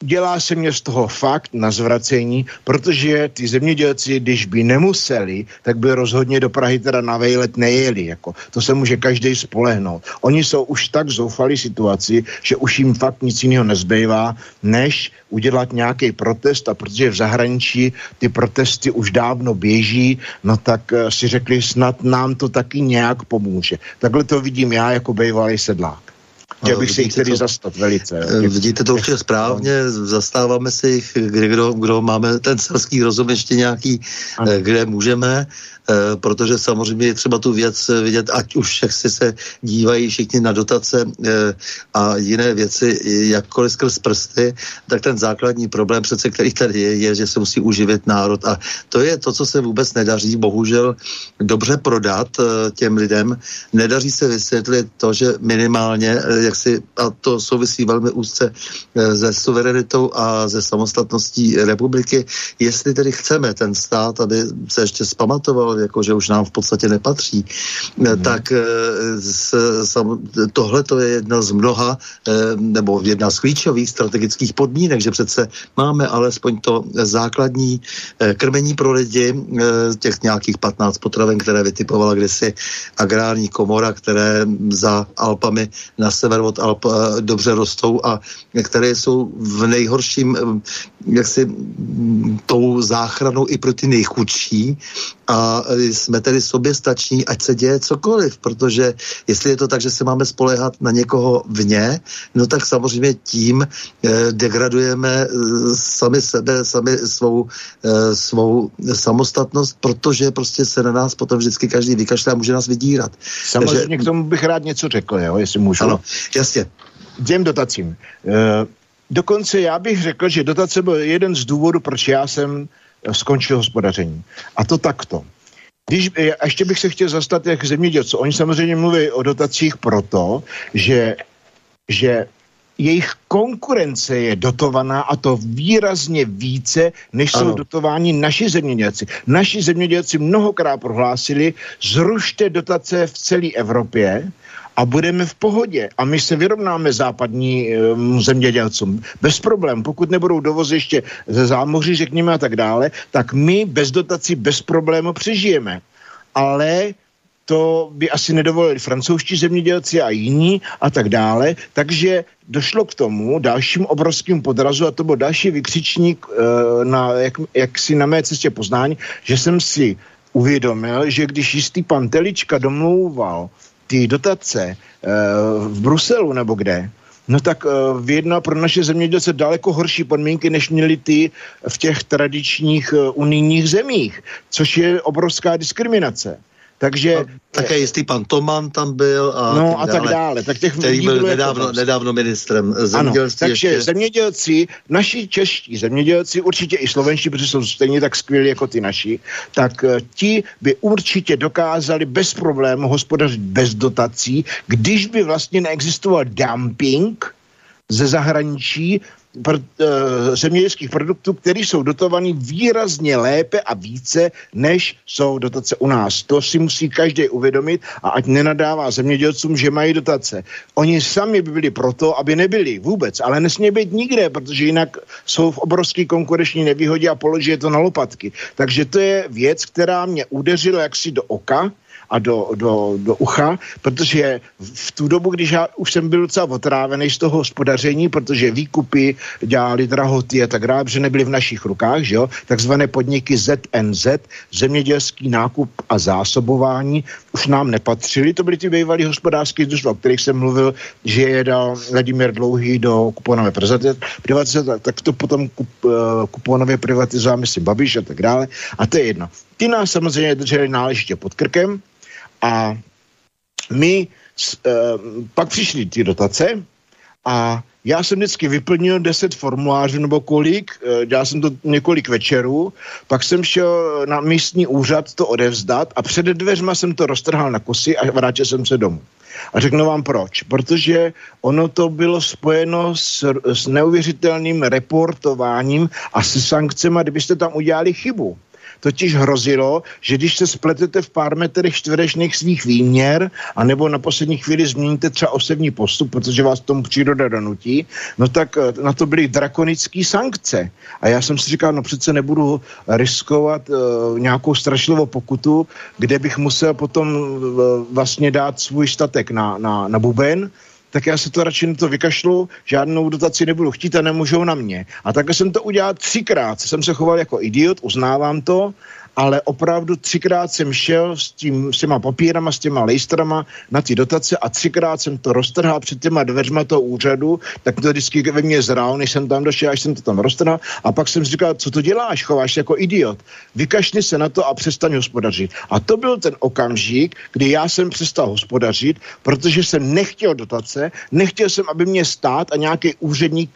dělá se mě z toho fakt na zvracení, protože ty zemědělci, když by nemuseli, tak by rozhodně do Prahy teda na vejlet nejeli. Jako. To se může každý spolehnout. Oni jsou už tak zoufalí situaci, že už jim fakt nic jiného nezbývá, než udělat nějaký protest, a protože v zahraničí ty protesty už dávno běží, no tak uh, si řekli, snad nám to taky nějak pomůže. Takhle to vidím já jako bývalý sedlák. Chtěl bych si jich tedy zastat velice. Jo. Vidíte to určitě správně, zastáváme si jich, kde kdo, kdo máme ten selský rozum ještě nějaký, ano. Kde můžeme, protože samozřejmě je třeba tu věc vidět, ať už si se dívají všichni na dotace a jiné věci, jakkoliv skrz prsty, tak ten základní problém přece, který tady je, je, že se musí uživit národ, a to je to, co se vůbec nedaří, bohužel dobře prodat těm lidem. Nedaří se vysvětlit to, že minimálně, jak si, a to souvisí velmi úzce se suverenitou a se samostatností republiky, jestli tedy chceme ten stát, aby se ještě zpamatoval, jako že už nám v podstatě nepatří, mm. tak tohle to je jedna z mnoha, nebo jedna z klíčových strategických podmínek, že přece máme alespoň to základní krmení pro lidi, těch nějakých patnáct potravin, které vytipovala kdysi agrární komora, které za Alpami na sever od Alp dobře rostou a které jsou v nejhorším jaksi tou záchranou i pro ty nejchudší, a jsme tedy soběstační, ať se děje cokoliv, protože jestli je to tak, že se máme spoléhat na někoho vně, no tak samozřejmě tím eh, degradujeme eh, sami sebe, sami svou, eh, svou samostatnost, protože prostě se na nás potom vždycky každý vykašle a může nás vydírat. Samozřejmě Takže, k tomu bych rád něco řekl, jo, jestli můžu. Ano, jasně. Těm dotacím. E, dokonce já bych řekl, že dotace byl jeden z důvodů, proč já jsem skončil hospodaření. A to takto. Když, a ještě bych se chtěl zastat jak zemědělců. Oni samozřejmě mluví o dotacích proto, že, že jejich konkurence je dotovaná, a to výrazně více, než ano. jsou dotováni naši zemědělci. Naši zemědělci mnohokrát prohlásili, zrušte dotace v celé Evropě a budeme v pohodě. A my se vyrovnáme západní um, zemědělcům. Bez problém. Pokud nebudou dovozy ještě ze zámoří, řekněme, a tak dále, tak my bez dotací, bez problému přežijeme. Ale to by asi nedovolili francouzští zemědělci a jiní a tak dále. Takže došlo k tomu dalším obrovským podrazu, a to byl další vykřičník uh, na, jak, jak si na mé cestě poznání, že jsem si uvědomil, že když jistý pan Telička domlouval ty dotace uh, v Bruselu nebo kde, no tak uh, vyjednal pro naše zemědělce daleko horší podmínky, než měli ty v těch tradičních uh, unijních zemích, což je obrovská diskriminace. Takže... A také jistý pan Toman tam byl a, no, tak, a tak dále. Tak těch který byl nedávno, nedávno ministrem zemědělství. Ano, takže ještě... zemědělci, naši čeští zemědělci, určitě i slovenští, protože jsou stejně tak skvělí jako ty naši, tak ti by určitě dokázali bez problému hospodařit bez dotací, když by vlastně neexistoval dumping ze zahraničí pr- uh, zemědělských produktů, které jsou dotovaný výrazně lépe a více, než jsou dotace u nás. To si musí každý uvědomit, a ať nenadává zemědělcům, že mají dotace. Oni sami by byli proto, aby nebyli vůbec, ale nesmí být nikde, protože jinak jsou v obrovské konkurenční nevýhodě a položí to na lopatky. Takže to je věc, která mě udeřila jaksi do oka a do, do, do ucha, protože v tu dobu, když já už jsem byl docela otrávený z toho hospodaření, protože výkupy dělali drahoty a tak dále, že nebyly v našich rukách, že jo, takzvané podniky Z N Z, zemědělský nákup a zásobování, už nám nepatřili, to byly ty bývalý hospodářské družstva, o kterých jsem mluvil, že je dal Vladimír Dlouhý do kuponové privatizace, tak to potom kup, kuponově privatizuje, myslím, Babiš a tak dále, a to je jedno. Ty nás samozřejmě drželi náležitě pod krkem, a my e, pak přišly ty dotace a já jsem vždycky vyplnil deset formulářů nebo kolik, e, dělal jsem to několik večerů, pak jsem šel na místní úřad to odevzdat a před dveřma jsem to roztrhal na kusy a vrátil jsem se domů. A řeknu vám proč. Protože ono to bylo spojeno s, s neuvěřitelným reportováním a s sankcemi, kdybyste tam udělali chybu. totiž hrozilo, že když se spletete v pár metrech čtverečných svých výměr, anebo na poslední chvíli změníte třeba osobní postup, protože vás tomu příroda donutí, no tak na to byly drakonické sankce. A já jsem si říkal, no přece nebudu riskovat uh, nějakou strašlivou pokutu, kde bych musel potom uh, vlastně dát svůj statek na, na, na buben, tak já se to radši na to vykašlu, žádnou dotaci nebudu chtít a nemůžou na mě. A takhle jsem to udělal třikrát. Jsem se choval jako idiot, uznávám to, ale opravdu třikrát jsem šel s, tím, s těma papírama, s těma lejstrama na ty dotace a třikrát jsem to roztrhal před těma dveřma toho úřadu, tak to vždycky ve mně zrál, než jsem tam došel, až jsem to tam roztrhal a pak jsem si říkal, co to děláš, chováš jako idiot, vykašli se na to a přestaň hospodařit. A to byl ten okamžik, kdy já jsem přestal hospodařit, protože jsem nechtěl dotace, nechtěl jsem, aby mě stát a nějaký úředník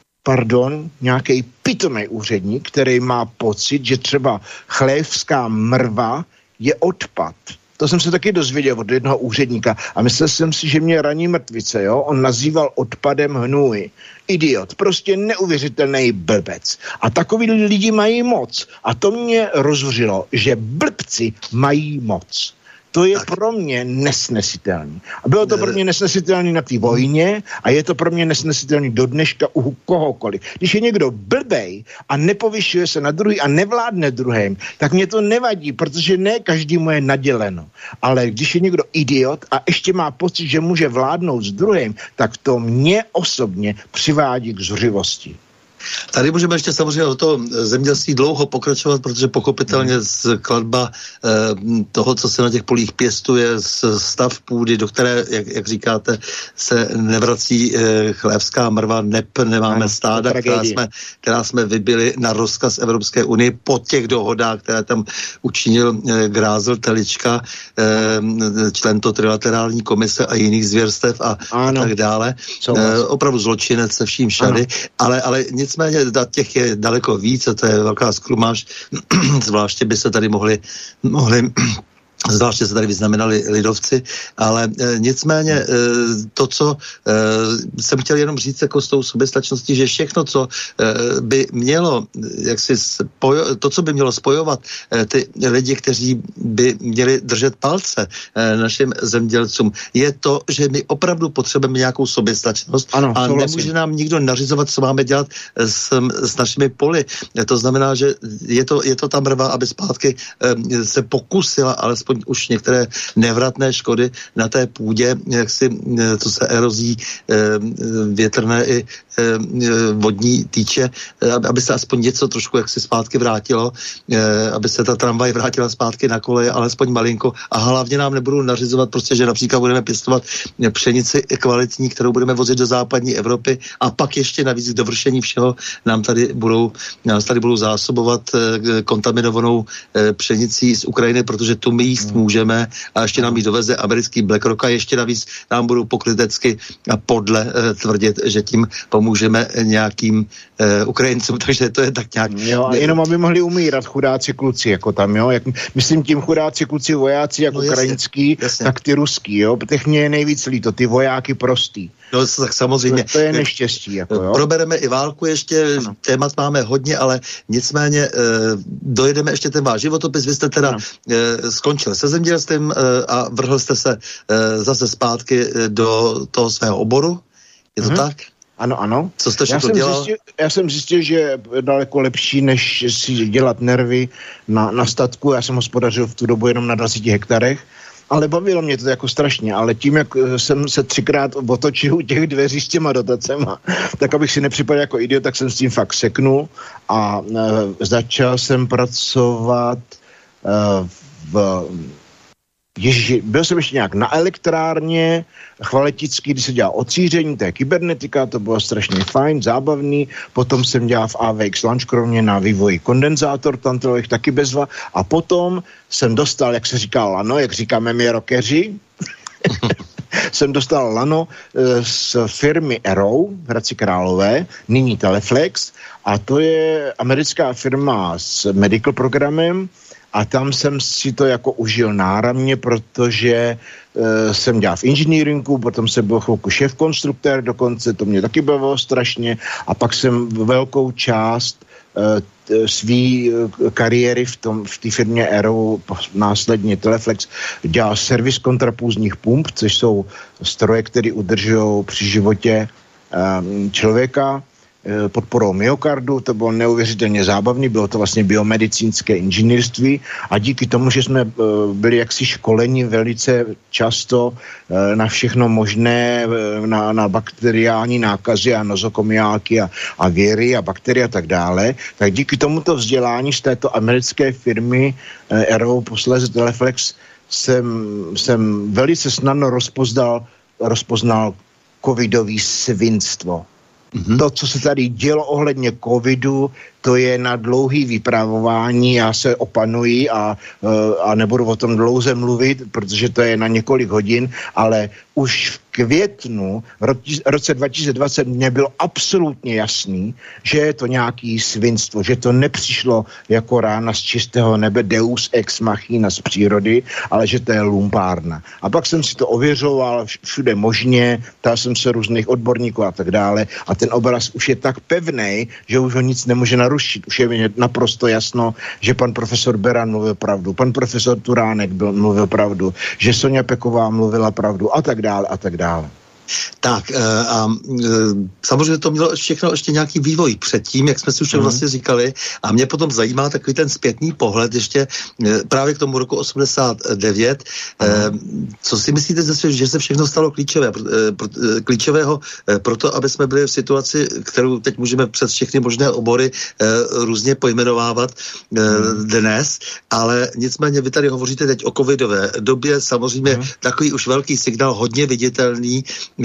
pardon, nějaký pitomej úředník, který má pocit, že třeba chlévská mrva je odpad. To jsem se taky dozvěděl od jednoho úředníka a myslel jsem si, že mě raní mrtvice, jo? On nazýval odpadem hnůj. Idiot, prostě neuvěřitelný blbec. A takový lidi mají moc. A to mě rozhořilo, že blbci mají moc. To je tak pro mě nesnesitelný. A bylo to pro mě nesnesitelný na té vojně a je to pro mě nesnesitelný do dneška u kohokoliv. Když je někdo blbej a nepovyšuje se na druhý a nevládne druhým, tak mě to nevadí, protože ne každému je naděleno. Ale když je někdo idiot a ještě má pocit, že může vládnout s druhým, tak to mě osobně přivádí k zuřivosti. Tady můžeme ještě samozřejmě o to zemědělství dlouho pokračovat, protože pochopitelně skladba eh, toho, co se na těch polích pěstuje, z stav půdy, do které, jak, jak říkáte, se nevrací eh, chlévská mrva, nep, nemáme ano, stáda, která jsme, která jsme vybili na rozkaz Evropské unie po těch dohodách, které tam učinil eh, Grázl Telička, eh, člen to trilaterální komise a jiných zvěrstev a, a tak dále. Eh, opravdu zločinec se vším všady, ale, ale nicméně těch je daleko víc a to je velká skrumáž, zvláště by se tady mohli, mohli zvláště se tady vyznamenali lidovci, ale e, nicméně e, to, co e, jsem chtěl jenom říct jako s tou soběstačností, že všechno, co e, by mělo, jak si spojo, to, co by mělo spojovat e, ty lidi, kteří by měli držet palce e, našim zemědělcům, je to, že my opravdu potřebujeme nějakou soběstačnost ano, a nemůže vlastně nám nikdo nařizovat, co máme dělat s, s našimi poli. E, to znamená, že je to, je to ta mrva, aby zpátky e, se pokusila, ale už některé nevratné škody na té půdě, jak si, co se erozí větrné i vodní týče, aby se aspoň něco trošku jaksi zpátky vrátilo, aby se ta tramvaj vrátila zpátky na koleje, alespoň malinko a hlavně nám nebudou nařizovat prostě, že například budeme pěstovat pšenici kvalitní, kterou budeme vozit do západní Evropy a pak ještě navíc k dovršení všeho nám tady budou, nás tady budou zásobovat kontaminovanou pšenicí z Ukrajiny, protože tu my jíst můžeme a ještě nám ji doveze americký BlackRock a ještě navíc nám budou pokrytecky a podle eh, tvrdit, že tím pomůžeme nějakým eh, Ukrajincům, takže to je tak nějak... Jo, a jenom aby mohli umírat chudáci kluci, jako tam, jo, jak, myslím tím chudáci kluci vojáci, jako no, ukrajinský, jasně. Tak ty ruský, jo, těch mě je nejvíc líto, ty vojáky prostý. No tak samozřejmě. To, to je neštěstí. Jako, jo? Probereme i válku ještě, ano. Témat máme hodně, ale nicméně e, dojedeme ještě ten váš životopis. Vy jste teda e, skončil se zemědělstvím e, a vrhl jste se e, zase zpátky do toho svého oboru. Je to mhm. tak? Ano, ano. Co jste já jsem, dělal? zjistil, já jsem zjistil, že je daleko lepší, než si dělat nervy na, na statku. Já jsem hospodařil v tu dobu jenom na dvaceti hektarech. Ale bavilo mě to jako strašně, ale tím, jak jsem se třikrát otočil u těch dveří s těma dotacema, tak abych si nepřipadal jako idiot, tak jsem s tím fakt seknul a e, začal jsem pracovat e, v... Ježiši, byl jsem ještě nějak na elektrárně chvaletický, když se dělal ocíření, to je kybernetika, to bylo strašně fajn, zábavný, potom jsem dělal v A V X Lanškrovně na vývoji kondenzátor tantelových, taky bezva, a potom jsem dostal, jak se říká lano, jak říkáme my rockeři, jsem dostal lano z firmy Arrow v Hradci Králové, nyní Teleflex, a to je americká firma s medical programem, a tam jsem si to jako užil náramně, protože e, jsem dělal v inženýringu, potom jsem byl chvilku šéf-konstruktér, dokonce to mě taky bavilo strašně a pak jsem velkou část svý kariéry v tom, v té firmě Aero, následně Teleflex, dělal servis kontrapůzních pump, což jsou stroje, které udržují při životě člověka podporou myokardu. To bylo neuvěřitelně zábavné, bylo to vlastně biomedicínské inženýrství a díky tomu, že jsme byli jaksi školeni velice často na všechno možné, na, na bakteriální nákazy a nozokomiálky a, a viry a bakterie a tak dále, tak díky tomuto vzdělání z této americké firmy Aero, posléze Teleflex, jsem, jsem velice snadno rozpoznal, rozpoznal covidový svinstvo. Mm-hmm. To, co se tady dělo ohledně covidu, to je na dlouhý vypravování, já se opanuji a, a nebudu o tom dlouze mluvit, protože to je na několik hodin, ale už v květnu v roce dva tisíce dvacet mě bylo absolutně jasný, že je to nějaký svinstvo, že to nepřišlo jako rána z čistého nebe, deus ex machina z přírody, ale že to je lumpárna. A pak jsem si to ověřoval všude možně, ptal jsem se různých odborníků a tak dále a ten obraz už je tak pevnej, že už ho nic nemůže narušit. Už je mi naprosto jasno, že pan profesor Beran mluvil pravdu, pan profesor Turánek byl, mluvil pravdu, že Sonja Peková mluvila pravdu a tak dále a tak dále. Tak a samozřejmě to mělo všechno ještě nějaký vývoj předtím, jak jsme si už mm. vlastně říkali, a mě potom zajímá takový ten zpětný pohled ještě právě k tomu roku osmdesát devět. Mm. Co si myslíte, že se všechno stalo klíčové, klíčového pro to, aby jsme byli v situaci, kterou teď můžeme přes všechny možné obory různě pojmenovávat mm. dnes, ale nicméně vy tady hovoříte teď o covidové době, samozřejmě mm. takový už velký signál, hodně viditelný,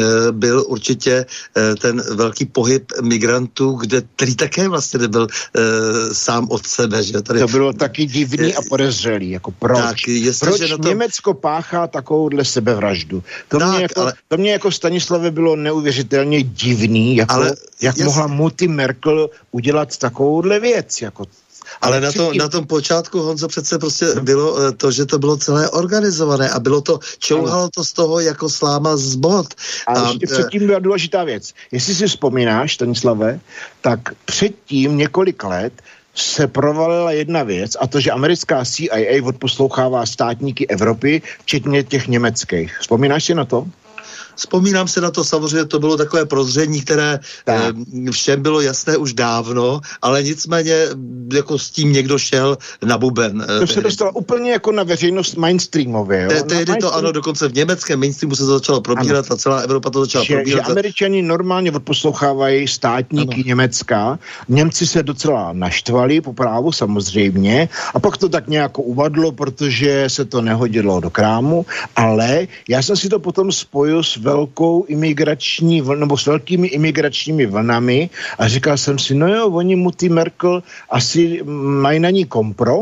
byl určitě ten velký pohyb migrantů, kde, který také vlastně nebyl e, sám od sebe. Že? Tady, to bylo taky divný a podezřelý. Jako proč? Tak, proč na to... Německo páchá takovouhle sebevraždu? To, tak, mě jako, ale... to mě jako Stanislave bylo neuvěřitelně divný, jako, ale, jak jasný. mohla Mutti Merkel udělat takovouhle věc. Jako Ale na, to, na tom počátku, Honzo, přece prostě bylo to, že to bylo celé organizované a bylo to, čouhalo to z toho jako sláma z bod. A, a ještě předtím byla důležitá věc. Jestli si vzpomínáš, Stanislave, tak předtím několik let se provalila jedna věc a to, že americká C I A odposlouchává státníky Evropy, včetně těch německých. Vzpomínáš si na to? Vzpomínám se na to, samozřejmě to bylo takové prozření, které tak. všem bylo jasné už dávno, ale nicméně jako s tím někdo šel na buben. To se dostalo úplně jako na veřejnost mainstreamově. Te, tehdy mainstream... to ano, dokonce v německém mainstreamu se to začalo probírat ano. a celá Evropa to začala že, probírat. Že Američani normálně odposlouchávají státníky ano. Německa, Němci se docela naštvali, po právu samozřejmě, a pak to tak nějak uvadlo, protože se to nehodilo do krámu, ale já jsem si to potom spojil s velkou imigrační vlnou, nebo s velkými imigračními vlnami a říkal jsem si, no jo, oni Mutti Merkel asi mají na ní kompro,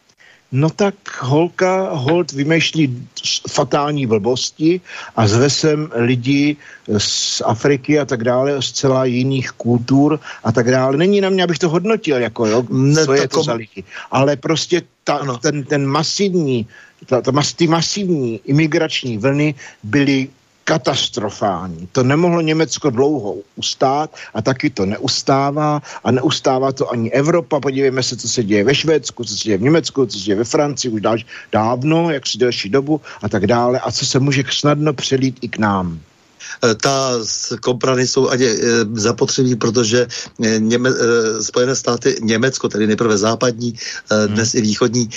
no tak holka hold vymýšlí fatální blbosti a zve sem lidi z Afriky a tak dále, z celá jiných kultur a tak dále. Není na mě, abych to hodnotil, jako jo, ne, co je to kom... za lidi. Ale prostě ta, ten, ten masivní, ta, ta, ty masivní imigrační vlny byly katastrofální. To nemohlo Německo dlouho ustát a taky to neustává a neustává to ani Evropa. Podívejme se, co se děje ve Švédsku, co se děje v Německu, co se děje ve Francii už dáž, dávno, jak si delší dobu a tak dále a co se může snadno přelít i k nám. Ta komprany jsou ani zapotřebí, protože Něme, Spojené státy, Německo, tedy nejprve západní, dnes hmm. i východní,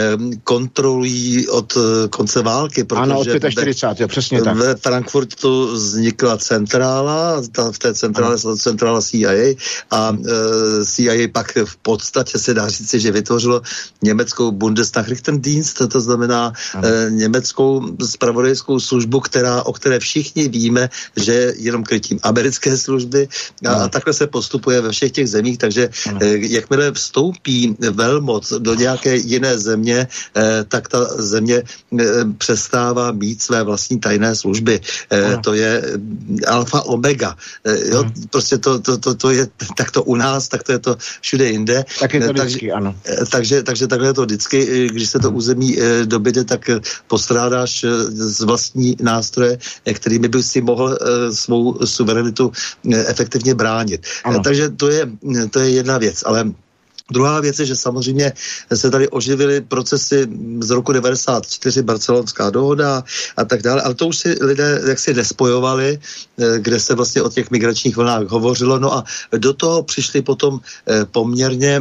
kontrolují od konce války. Protože ano, od čtyřicátého pátého přesně tak. Ve Frankfurtu vznikla centrála, ta, v té centrále ano. centrála C I A a hmm. C I A pak v podstatě se dá říct, že vytvořilo německou Bundesnachrichtendienst, to znamená ano. německou zpravodajskou službu, která, o které všichni víme, že jenom krytím americké služby a, a takhle se postupuje ve všech těch zemích, takže eh, jakmile vstoupí velmoc do nějaké jiné země, eh, tak ta země eh, přestává mít své vlastní tajné služby. Eh, to je alfa omega. Eh, jo, prostě to, to, to, to je tak to u nás, tak to je to všude jinde. Tak je to vždycky, eh, ano. Eh, takže, takže takhle je to vždycky, když se to území eh, dobyde, tak eh, postrádáš eh, z vlastní nástroje, eh, kterými by si mohl svou suverenitu efektivně bránit. Ano. Takže to je, to je jedna věc, ale Druhá věc je, že samozřejmě se tady oživily procesy z roku devadesát čtyři, barcelonská dohoda a tak dále, ale to už si lidé jaksi nespojovali, kde se vlastně o těch migračních vlnách hovořilo, no a do toho přišli potom poměrně,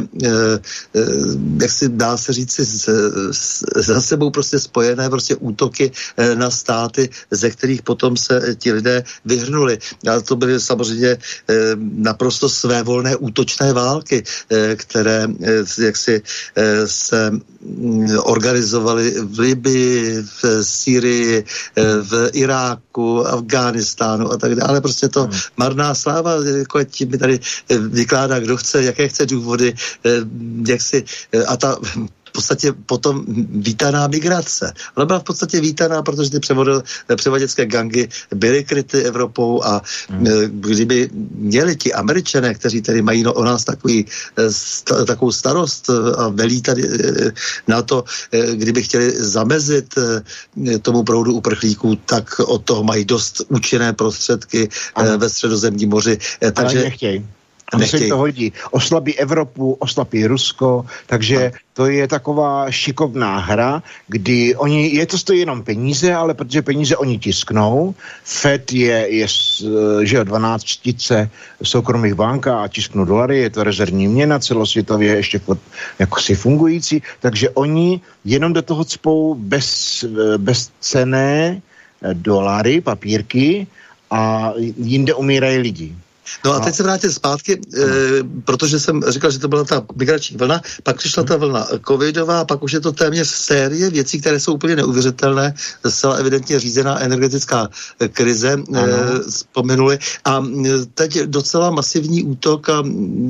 jak si dá se říci, za sebou prostě spojené prostě útoky na státy, ze kterých potom se ti lidé vyhrnuli. Ale to byly samozřejmě naprosto svévolné útočné války, které jak si se organizovali v Libii, v Sýrii, v Iráku, Afghánistánu a tak dále. Prostě to hmm. marná sláva, jako ať mi tady vykládá, kdo chce, jaké chce důvody, jak si, a ta v podstatě potom vítaná migrace. Ona byla v podstatě vítaná, protože ty převodil, převaděcké gangy byly kryty Evropou a hmm. kdyby měli ti Američané, kteří tady mají no, o nás takový, sta, takovou starost a velí tady na to, kdyby chtěli zamezit tomu proudu uprchlíků, tak od toho mají dost účinné prostředky ano. ve Středozemním moři. Takže ale nechtějí. Ono se to hodí. Oslabí Evropu, oslabí Rusko, takže to je taková šikovná hra, kdy oni, je to stojí jenom peníze, ale protože peníze oni tisknou, Fed je, je že jo, dvanáct štice soukromých bank a tisknou dolary, je to rezervní měna celosvětově ještě jako si fungující, takže oni jenom do toho cpou bez, bezcenné dolary, papírky a jinde umírají lidi. No a teď se vrátím zpátky, e, protože jsem říkal, že to byla ta migrační vlna, pak přišla ta vlna covidová, pak už je to téměř série věcí, které jsou úplně neuvěřitelné, zcela evidentně řízená energetická krize, e, vzpomenuli. A teď docela masivní útok a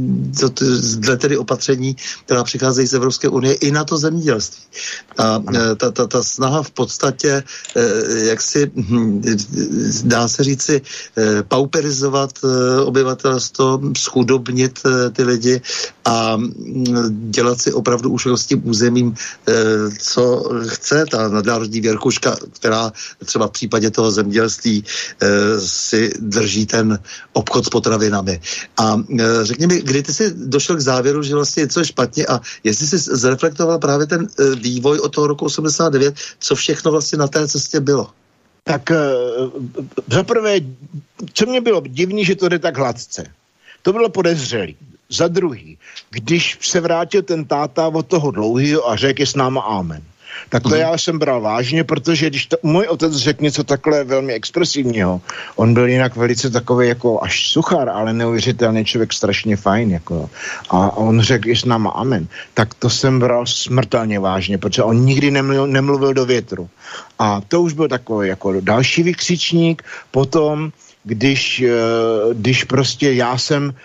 zde tedy opatření, která přicházejí z Evropské unie i na to zemědělství. A e, ta, ta, ta snaha v podstatě, e, jak si dá se říci, e, pauperizovat e, obyvatelstvo, schudobnit e, ty lidi a m, dělat si opravdu už s tím územím, e, co chce ta nadnárodní věrchuška, která třeba v případě toho zemědělství e, si drží ten obchod s potravinami. A e, řekni mi, kdy ty jsi došel k závěru, že vlastně něco je špatně a jestli jsi zreflektoval právě ten e, vývoj od toho roku osmdesát devět, co všechno vlastně na té cestě bylo? Tak zaprvé, co mě bylo divný, že to jde tak hladce. To bylo podezřelý. Za druhý, když se vrátil ten táta od toho dlouhýho a řekl, je s náma amen. Tak to mm. já jsem bral vážně, protože když to, můj otec řekl něco takhle velmi expresivního, on byl jinak velice takový jako až suchar, ale neuvěřitelný člověk, strašně fajn. Jako. A on řekl, je s náma amen. Tak to jsem bral smrtelně vážně, protože on nikdy nemluvil, nemluvil do větru. A to už byl takový jako další vykřičník. Potom, když, když prostě já jsem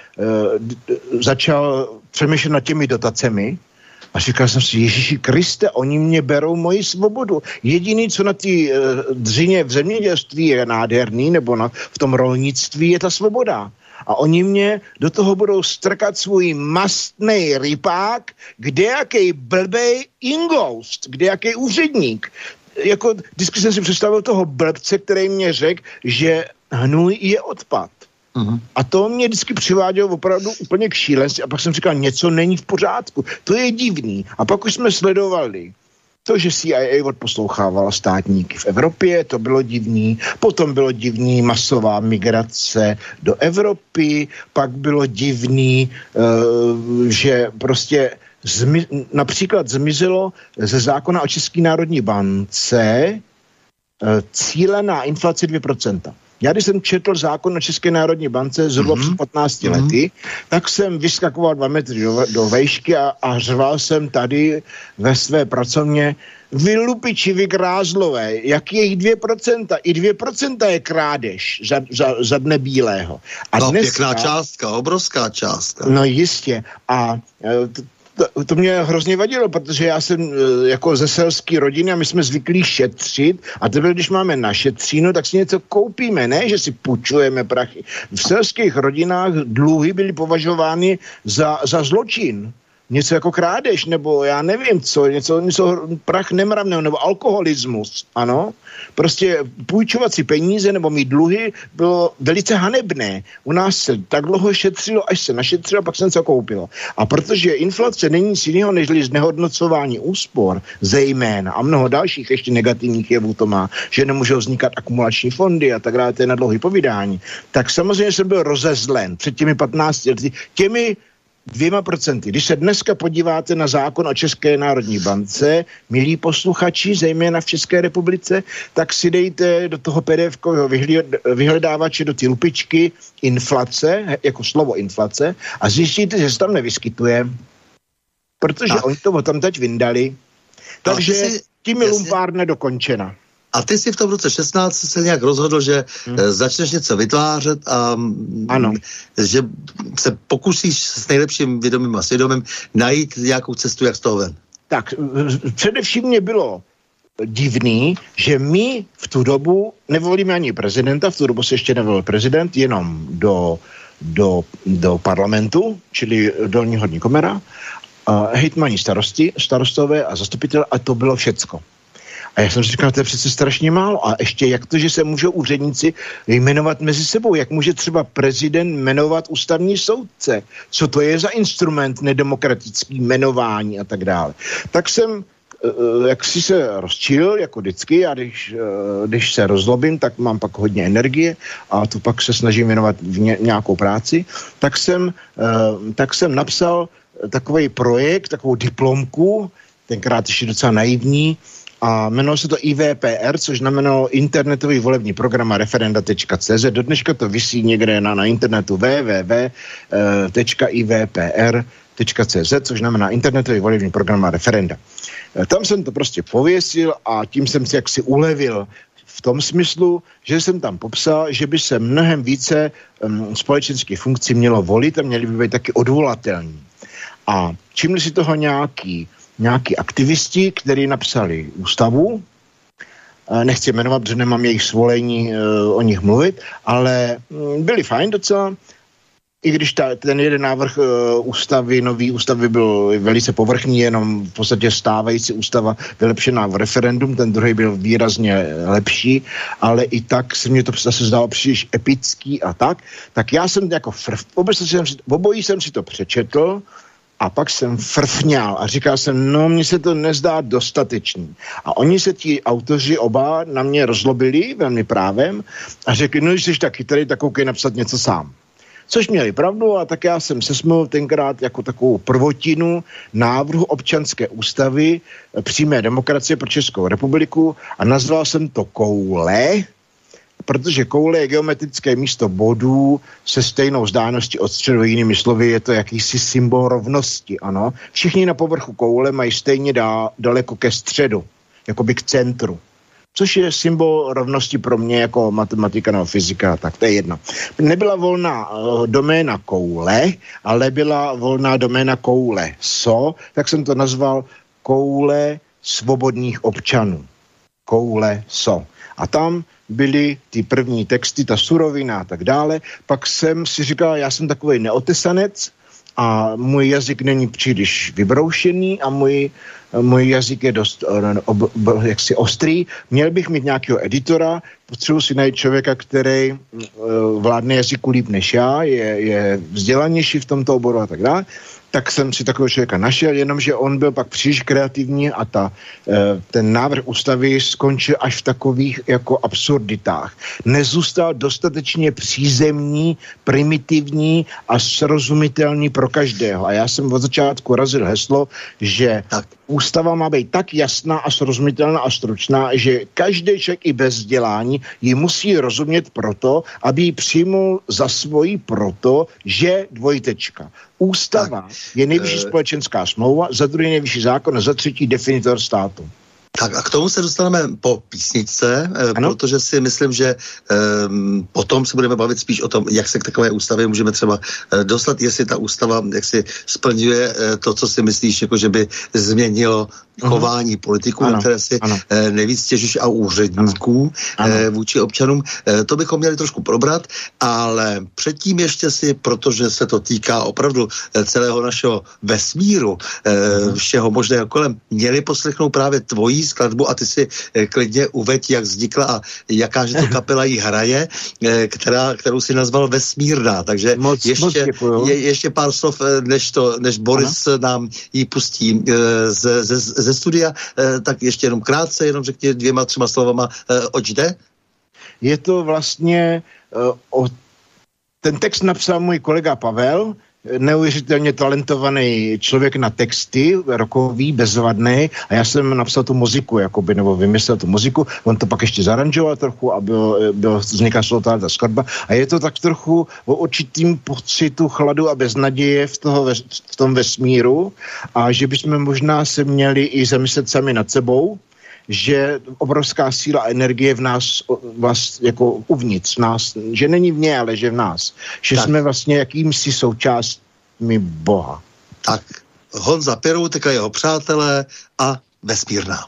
začal přemýšlet nad těmi dotacemi, a říkal jsem si, Ježíši Kriste, oni mě berou moji svobodu. Jediný, co na té e, dřině v zemědělství je nádherný, nebo na, v tom rolnictví, je ta svoboda. A oni mě do toho budou strkat svůj mastnej rypák, kdejakej blbej ingoust, kdejakej úředník. Jako, vždycky jsem si představil toho blbce, který mě řekl, že hnůj je odpad. Uhum. A to mě vždycky přivádělo opravdu úplně k šílenství a pak jsem říkal, něco není v pořádku. To je divný. A pak už jsme sledovali to, že C I A odposlouchávala státníky v Evropě, to bylo divný. Potom bylo divný masová migrace do Evropy, pak bylo divný, uh, že prostě zmi- například zmizelo ze zákona o České národní bance uh, cílená inflace dvě procenta. Já, když jsem četl zákon o České národní bance zhruba mm-hmm. před patnácti mm-hmm. lety, tak jsem vyskakoval dva metry do, do vejšky a, a řval jsem tady ve své pracovně, vy lupiči, vy grázlové, jak je jich dvě procenta? I dvě procenta je krádež za, za, za dne bílého. A no, dneska, pěkná částka, obrovská částka. No jistě. A t- To, to mě hrozně vadilo, protože já jsem jako ze selské rodiny a my jsme zvyklí šetřit a teďka, když máme našetříno, tak si něco koupíme, ne, že si půjčujeme prachy. V selských rodinách dluhy byly považovány za, za zločin. něco jako krádež, nebo já nevím co, něco, něco prach nemravného, nebo alkoholismus, ano. Prostě půjčovat si peníze nebo mít dluhy bylo velice hanebné. U nás se tak dlouho šetřilo, až se našetřilo, pak jsem se koupilo. A protože inflace není nic jiného, než znehodnocování úspor, zejména, a mnoho dalších ještě negativních jevů to má, že nemůžou vznikat akumulační fondy a tak dále, to je na dlouhý povídání, tak samozřejmě jsem byl rozezlen před těmi patnácti lety, těmi dvěma procenty. Když se dneska podíváte na zákon o České národní bance, milí posluchači, zejména v České republice, tak si dejte do toho P D F-kového vyhledávače do ty lupičky inflace, jako slovo inflace, a zjistíte, že se tam nevyskytuje, protože a. oni to tam teď vyndali. Takže si, tím je lumpárna dokončena. A ty si v tom roce šestnáct se nějak rozhodl, že hmm. začneš něco vytvářet a ano. že se pokusíš s nejlepším vědomím a svědomím najít nějakou cestu, jak z toho ven. Tak, především mě bylo divný, že my v tu dobu nevolíme ani prezidenta, v tu dobu se ještě nevolil prezident, jenom do, do, do parlamentu, čili dolní horní komora, hejtmani starosti, starostové a zastupitel, a to bylo všecko. A já jsem si říkal, to je přece strašně málo. A ještě jak to, že se můžou úředníci jmenovat mezi sebou? Jak může třeba prezident jmenovat ústavní soudce? Co to je za instrument nedemokratický jmenování a tak dále? Tak jsem, jak si se rozčil, jako vždycky, a když, když se rozlobím, tak mám pak hodně energie a tu pak se snažím věnovat v nějakou práci, tak jsem, tak jsem napsal takový projekt, takovou diplomku, tenkrát ještě docela naivní, a jmenovalo se to I V P R, což znamenalo internetový volební program a referenda tečka cé zet. Do dneška to visí někde na, na internetu w w w tečka i v p r tečka cé zet, což znamená internetový volební program a referenda. Tam jsem to prostě pověsil a tím jsem si jaksi ulevil v tom smyslu, že jsem tam popsal, že by se mnohem více um, společenských funkcí mělo volit a měly by být taky odvolatelní. A všimli si toho nějaký nějaký aktivisti, kteří napsali ústavu, nechci jmenovat, protože nemám jejich svolení o nich mluvit, ale byli fajn docela, i když ta, ten jeden návrh ústavy, nový ústavy byl velice povrchní, jenom v podstatě stávající ústava vylepšená v referendum, ten druhý byl výrazně lepší, ale i tak se mně to zase zdálo příliš epický a tak, tak já jsem jako frv, obojí jsem si to přečetl, a pak jsem frfňal a říkal jsem, no mně se to nezdá dostatečný. A oni se ti autoři oba na mě rozlobili velmi právem a řekli, no když jsi tak chytrý, tak koukej napsat něco sám. Což měli pravdu a tak já jsem sesmul tenkrát jako takovou prvotinu návrhu občanské ústavy přímé demokracie pro Českou republiku a nazval jsem to Koule, protože koule je geometrické místo bodů se stejnou vzdáleností od středu, jinými slovy je to jakýsi symbol rovnosti, ano. Všichni na povrchu koule mají stejně dá, daleko ke středu, jakoby k centru. Což je symbol rovnosti pro mě jako matematika nebo fyzika, tak to je jedno. Nebyla volná uh, doména koule, ale byla volná doména koule so, tak jsem to nazval koule svobodných občanů. Koule so. A tam byly ty první texty, ta surovina a tak dále. Pak jsem si říkal, já jsem takový neotesanec a můj jazyk není příliš vybroušený a můj, můj jazyk je dost ob, ob, jaksi ostrý. Měl bych mít nějakého editora, potřebuji si najít člověka, který uh, vládne jazyku líp než já, je, je vzdělanější v tomto oboru a tak dále. Tak jsem si takového člověka našel, jenomže on byl pak příliš kreativní a ta, ten návrh ústavy skončil až v takových jako absurditách. Nezůstal dostatečně přízemní, primitivní a srozumitelný pro každého. A já jsem od začátku razil heslo, že tak. Ústava má být tak jasná a srozumitelná a stručná, že každý člověk i bez vzdělání ji musí rozumět proto, aby ji přijmul za svoji proto, že dvojtečka. Ústava tak, je nejvyšší e... společenská smlouva, za druhý nejvyšší zákon a za třetí definitor státu. Tak a k tomu se dostaneme po písničce, ano? Protože si myslím, že um, potom se budeme bavit spíš o tom, jak se k takové ústavě můžeme třeba uh, dostat, jestli ta ústava jak si splňuje uh, to, co si myslíš, jako že by změnilo chování politiků, ano, na které si ano. nejvíc stěžíš, a úředníků ano. Ano. vůči občanům. To bychom měli trošku probrat, ale předtím ještě si, protože se to týká opravdu celého našeho vesmíru, ano. všeho možného kolem, měli poslechnout právě tvojí skladbu a ty si klidně uveď, jak vznikla a jakáže to kapela jí hraje, která, kterou si nazval Vesmírná. Takže moc, ještě, moc je, ještě pár slov, než, to, než Boris ano. nám ji pustí ze, ze, ze studia, tak ještě jenom krátce, jenom řekni dvěma, třema slovama, oč jde? Je to vlastně, o, ten text napsal můj kolega Pavel, neuvěřitelně talentovaný člověk na texty, rokový, bezvadný, a já jsem napsal tu muziku, jakoby, nebo vymyslel tu muziku, on to pak ještě zaranžoval trochu a byl, byl vzniká ta skladba a je to tak trochu o určitým pocitu chladu a beznaděje v, toho, v tom vesmíru a že bychom možná se měli i zamyslet sami nad sebou, že obrovská síla a energie v nás, vlast, jako uvnitř nás, že není v ně, ale že v nás. Že tak. jsme vlastně jakýmsi součástmi Boha. Tak, Honza Peroutek a jeho přátelé a Vesmírná.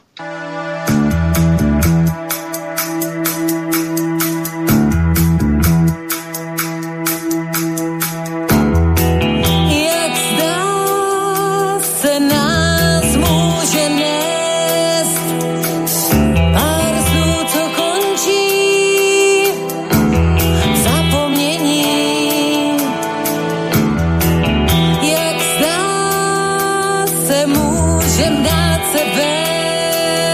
Můžem dát se ven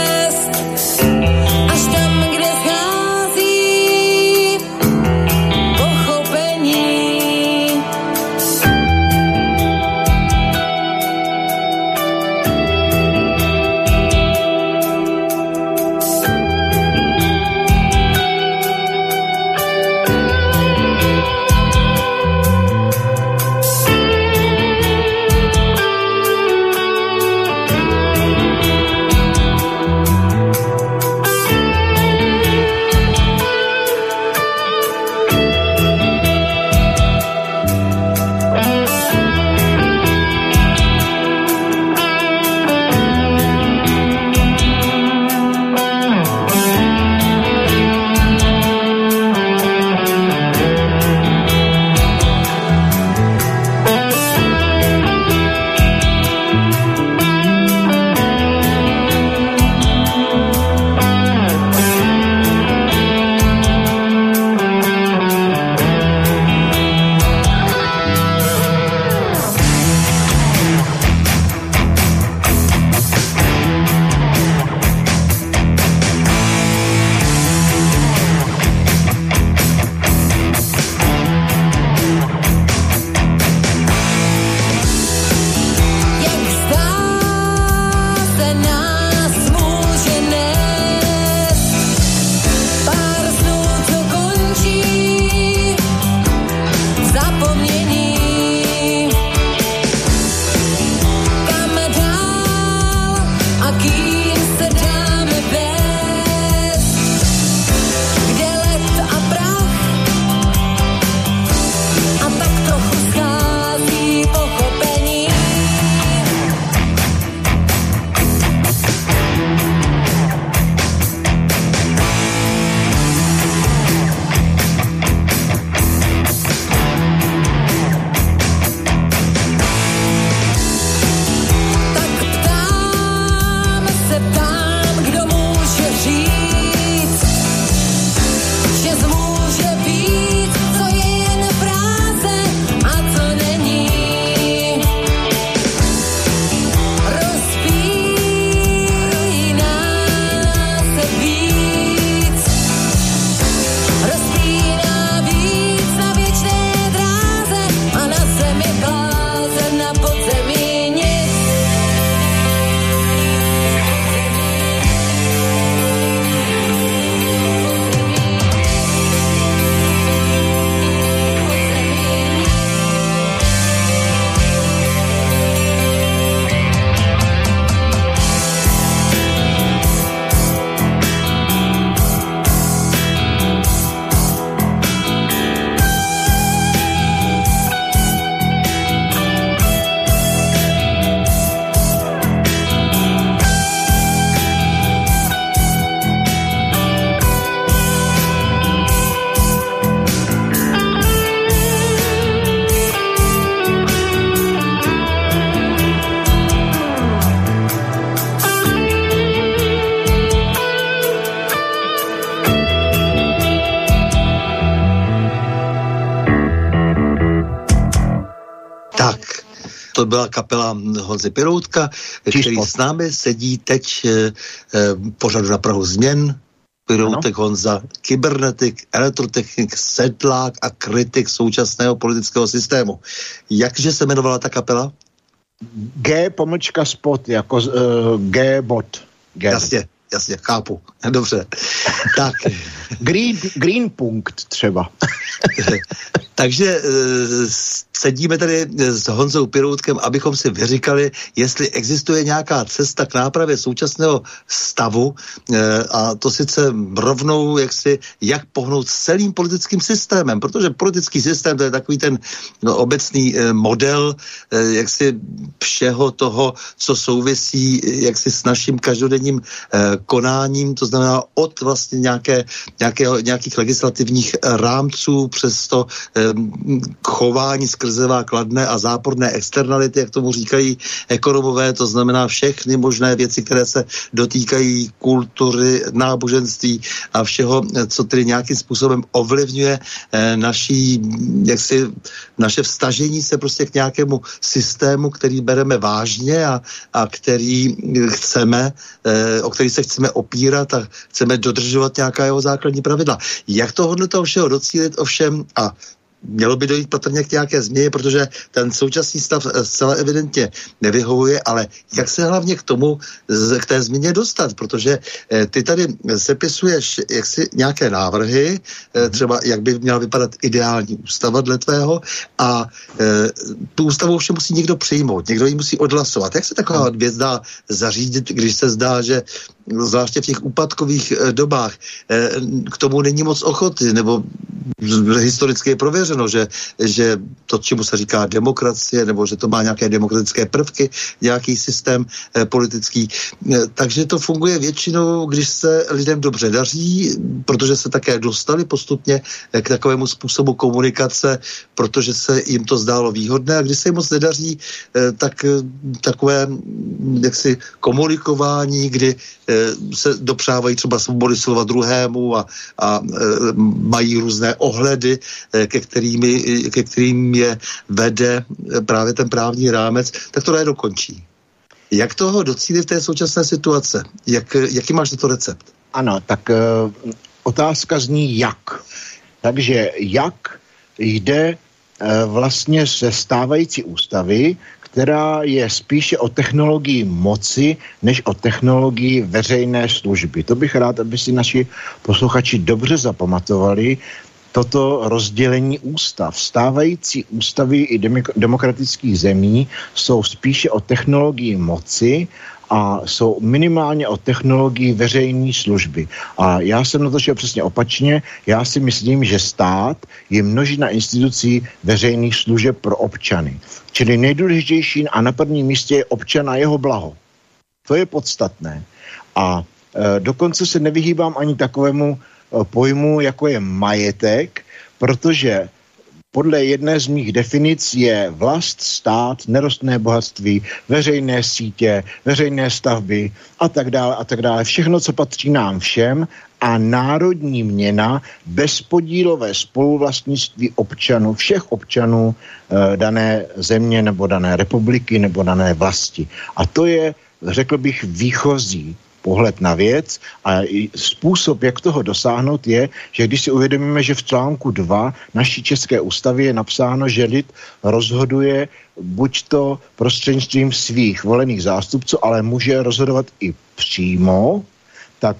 Tak, to byla kapela Honzy Piroutka, který s námi sedí teď eh, pořadu na prahu změn. Piroutek Honza, kybernetik, elektrotechnik, sedlák a kritik současného politického systému. Jakže se jmenovala ta kapela? G pomlčka spot, jako uh, G-bot. G. Jasně, jasně, chápu. Dobře. Tak. Green, green punkt třeba. Takže sedíme tady s Honzou Piroutkem, abychom si vyříkali, jestli existuje nějaká cesta k nápravě současného stavu, a to sice rovnou, jak si, jak pohnout s celým politickým systémem, protože politický systém to je takový ten no, obecný model, jak si všeho toho, co souvisí jak si s naším každodenním konáním, to znamená od vlastně nějaké, nějakého, nějakých legislativních rámců přes to chování skrzevá kladné a záporné externality, jak tomu říkají ekonomové, to znamená všechny možné věci, které se dotýkají kultury, náboženství a všeho, co tedy nějakým způsobem ovlivňuje eh, naší, jaksi, naše vztažení se prostě k nějakému systému, který bereme vážně a, a který chceme, eh, o který se chceme opírat a chceme dodržovat nějaká jeho základní pravidla. Jak tohohle toho všeho docílit ovšem a mělo by dojít patrně k nějaké změně, protože ten současný stav zcela evidentně nevyhovuje, ale jak se hlavně k tomu, k té změně dostat, protože ty tady sepisuješ jaksi nějaké návrhy, třeba jak by měla vypadat ideální ústava dle tvého a tu ústavu už musí někdo přijmout, někdo ji musí odhlasovat. Jak se taková věc dá zařídit, když se zdá, že zvláště v těch úpadkových dobách k tomu není moc ochoty, nebo historicky je prověřeno, že, že to, čemu se říká demokracie, nebo že to má nějaké demokratické prvky, nějaký systém eh, politický. Takže to funguje většinou, když se lidem dobře daří, protože se také dostali postupně eh, k takovému způsobu komunikace, protože se jim to zdálo výhodné, a když se jim moc nedaří, eh, tak eh, takové jaksi komunikování, kdy eh, se dopřávají třeba svobody slova druhému a, a eh, mají různé ohledy, ke kterým, ke kterým je vede právě ten právní rámec, tak to najednou končí. Jak toho docílit v té současné situace? Jak, jaký máš na to recept? Ano, tak uh, otázka zní jak. Takže jak jde uh, vlastně ze stávající ústavy, která je spíše o technologii moci, než o technologii veřejné služby. To bych rád, aby si naši posluchači dobře zapamatovali, toto rozdělení ústav. Stávající ústavy i demokratických zemí jsou spíše o technologii moci a jsou minimálně o technologii veřejné služby. A já jsem na to šel přesně opačně. Já si myslím, že stát je množina institucí veřejných služeb pro občany. Čili nejdůležitější a na prvním místě je občan a jeho blaho. To je podstatné. A e, dokonce se nevyhýbám ani takovému pojmu, jako je majetek, protože podle jedné z mých definic je vlast, stát, nerostné bohatství, veřejné sítě, veřejné stavby a tak dále a tak dále. Všechno, co patří nám všem, a národní měna bezpodílové spoluvlastnictví občanů, všech občanů e, dané země nebo dané republiky nebo dané vlasti. A to je, řekl bych, výchozí pohled na věc a způsob, jak toho dosáhnout, je, že když si uvědomíme, že v článku dva naší české ústavy je napsáno, že lid rozhoduje buď to prostřednictvím svých volených zástupců, ale může rozhodovat i přímo, tak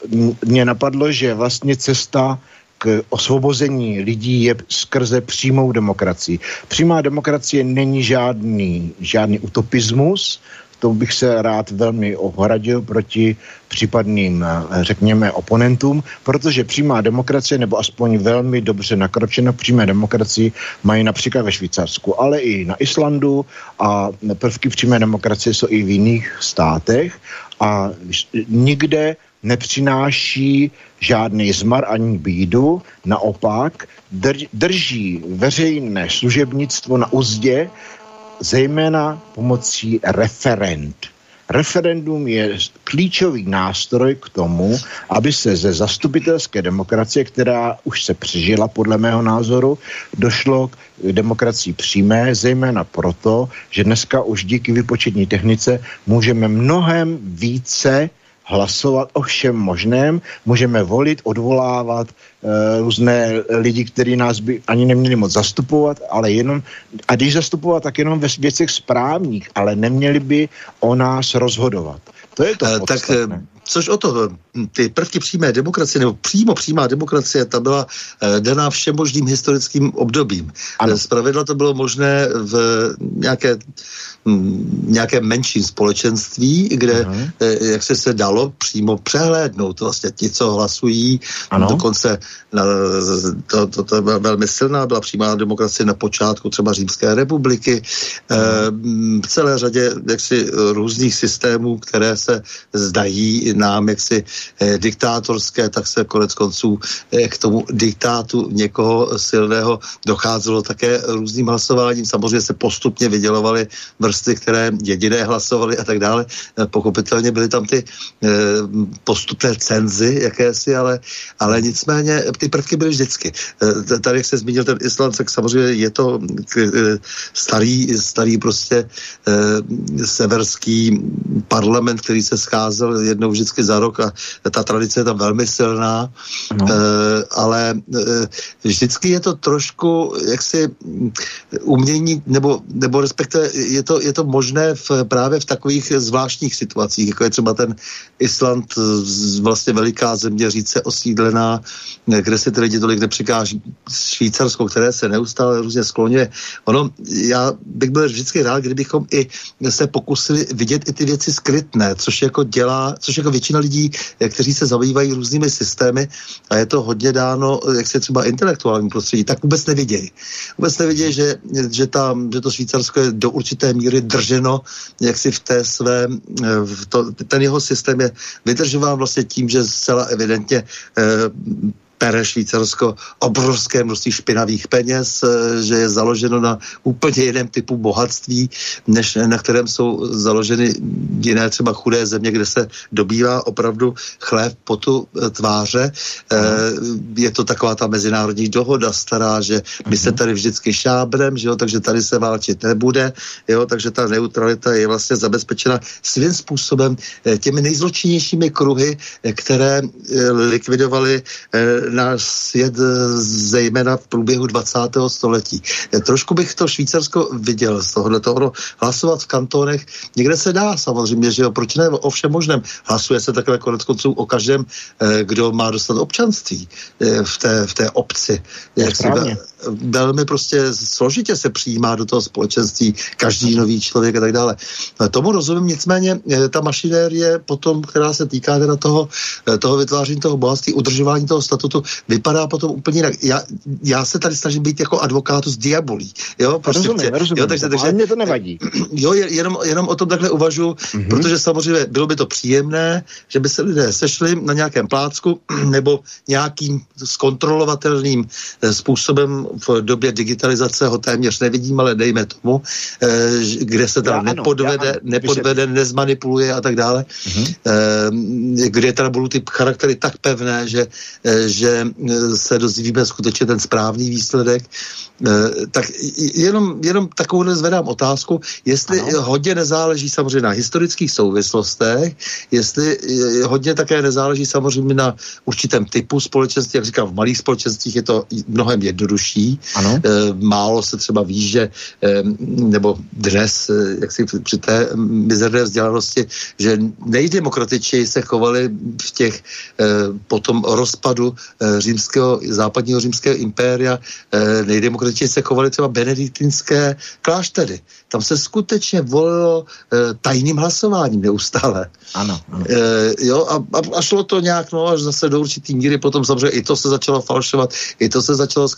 mě napadlo, že vlastně cesta k osvobození lidí je skrze přímou demokracii. Přímá demokracie není žádný, žádný utopismus, to bych se rád velmi ohradil proti případným, řekněme, oponentům, protože přímá demokracie, nebo aspoň velmi dobře nakročeno přímé demokracii mají například ve Švýcarsku, ale i na Islandu a prvky přímé demokracie jsou i v jiných státech a nikde nepřináší žádný zmar ani bídu, naopak drží veřejné služebnictvo na uzdě, zejména pomocí referend. Referendum je klíčový nástroj k tomu, aby se ze zastupitelské demokracie, která už se přežila podle mého názoru, došlo k demokracii přímé, zejména proto, že dneska už díky výpočetní technice můžeme mnohem více hlasovat o všem možném, můžeme volit, odvolávat e, různé lidi, kteří nás by ani neměli moc zastupovat, ale jenom, a když zastupovat, tak jenom ve věcech správních, ale neměli by o nás rozhodovat. To je to e, podstatné. Tak, což o to, ty prvky přímé demokracie, nebo přímo přímá demokracie, ta byla e, daná všemožným historickým obdobím. Zpravidla to bylo možné v nějaké nějaké menším společenství, kde uh-huh. jak se se dalo přímo přehlédnout. Vlastně ti, co hlasují, ano. dokonce na, to, to, to byla velmi silná, byla přímá demokracie na počátku třeba Římské republiky. Uh-huh. E, v celé řadě jaksi různých systémů, které se zdají nám jaksi e, diktátorské, tak se konec konců e, k tomu diktátu někoho silného docházelo také různým hlasováním. Samozřejmě se postupně vydělovaly vrstvy, které jediné hlasovali a tak dále. Pochopitelně byly tam ty e, postupné cenzy jakési, ale, ale nicméně ty prvky byly vždycky. E, tady, jak se zmínil ten Island, tak samozřejmě je to e, starý, starý prostě e, severský parlament, který se scházel jednou vždycky za rok a ta tradice je tam velmi silná, no. e, ale e, vždycky je to trošku jaksi umění, nebo, nebo respektive je to, je to možné v, právě v takových zvláštních situacích, jako je třeba ten Island, vlastně veliká země, říce osídlená, kde se ty lidi tolik nepřikáží, Švýcarsko, které se neustále různě skloňuje. Ono, já bych byl vždycky rád, kdybychom i se pokusili vidět i ty věci skrytné, což jako dělá, což jako většina lidí, kteří se zabývají různými systémy, a je to hodně dáno, jak se třeba intelektuální prostředí, tak vůbec nevidějí. Vůbec nevidějí, že, že, ta, že to Švýcarsko je do určité míry drženo, jak si v té své, v to, ten jeho systém je vydržován vlastně tím, že zcela evidentně eh, pere Švýcarsko obrovské množství špinavých peněz, že je založeno na úplně jiném typu bohatství, než na kterém jsou založeny jiné třeba chudé země, kde se dobývá opravdu chléb potu tváře. Mm. Je to taková ta mezinárodní dohoda stará, že my se tady vždycky šábrem, že jo, takže tady se válčit nebude, jo, takže ta neutralita je vlastně zabezpečena svým způsobem těmi nejzločinnějšími kruhy, které likvidovaly náš svět zejména v průběhu dvacátého století. Trošku bych to Švýcarsko viděl z tohohle toho. Hlasovat v kantonech, někde se dá samozřejmě, že jo, proč ne, o všem možném. Hlasuje se takhle konec konců o každém, kdo má dostat občanství v té, v té obci. Jak si velmi prostě složitě se přijímá do toho společenství každý nový člověk a tak dále. Tomu rozumím, nicméně ta mašinérie potom, která se týká teda toho, toho vytváření toho bohatství, udržování toho statutu, vypadá potom úplně jinak. Já, já se tady snažím být jako advokátus diabolí. Jo, prostě rozumím, rozumím. Jo, takže, takže, ale mě to nevadí. Jo, jenom, jenom o tom takhle uvažuji, mm-hmm. protože samozřejmě bylo by to příjemné, že by se lidé sešli na nějakém plácku nebo nějakým zkontrolovatelným způsobem v době digitalizace, ho téměř nevidím, ale dejme tomu, kde se tam nepodvede, ano, nepodvede, nezmanipuluje a tak dále, mm-hmm. kde teda budou ty charaktery tak pevné, že, že se dozvíme skutečně ten správný výsledek. Tak jenom, jenom takovouhle zvedám otázku, jestli ano. hodně nezáleží samozřejmě na historických souvislostech, jestli hodně také nezáleží samozřejmě na určitém typu společenství, jak říkám, v malých společenstvích je to mnohem jednodušší. Ano. Málo se třeba ví, že nebo dnes, jak si při té mizerné vzdělanosti, že nejdemokratičtěji se chovali v těch potom rozpadu římského, západního římského impéria, nejdemokratičtěji se chovaly třeba benediktinské kláštery. Tam se skutečně volilo e, tajným hlasováním neustále. Ano. ano. E, jo, a, a šlo to nějak, no, až zase do určitý míry, potom samozřejmě i to se začalo falšovat, i to se začalo zkreslovat,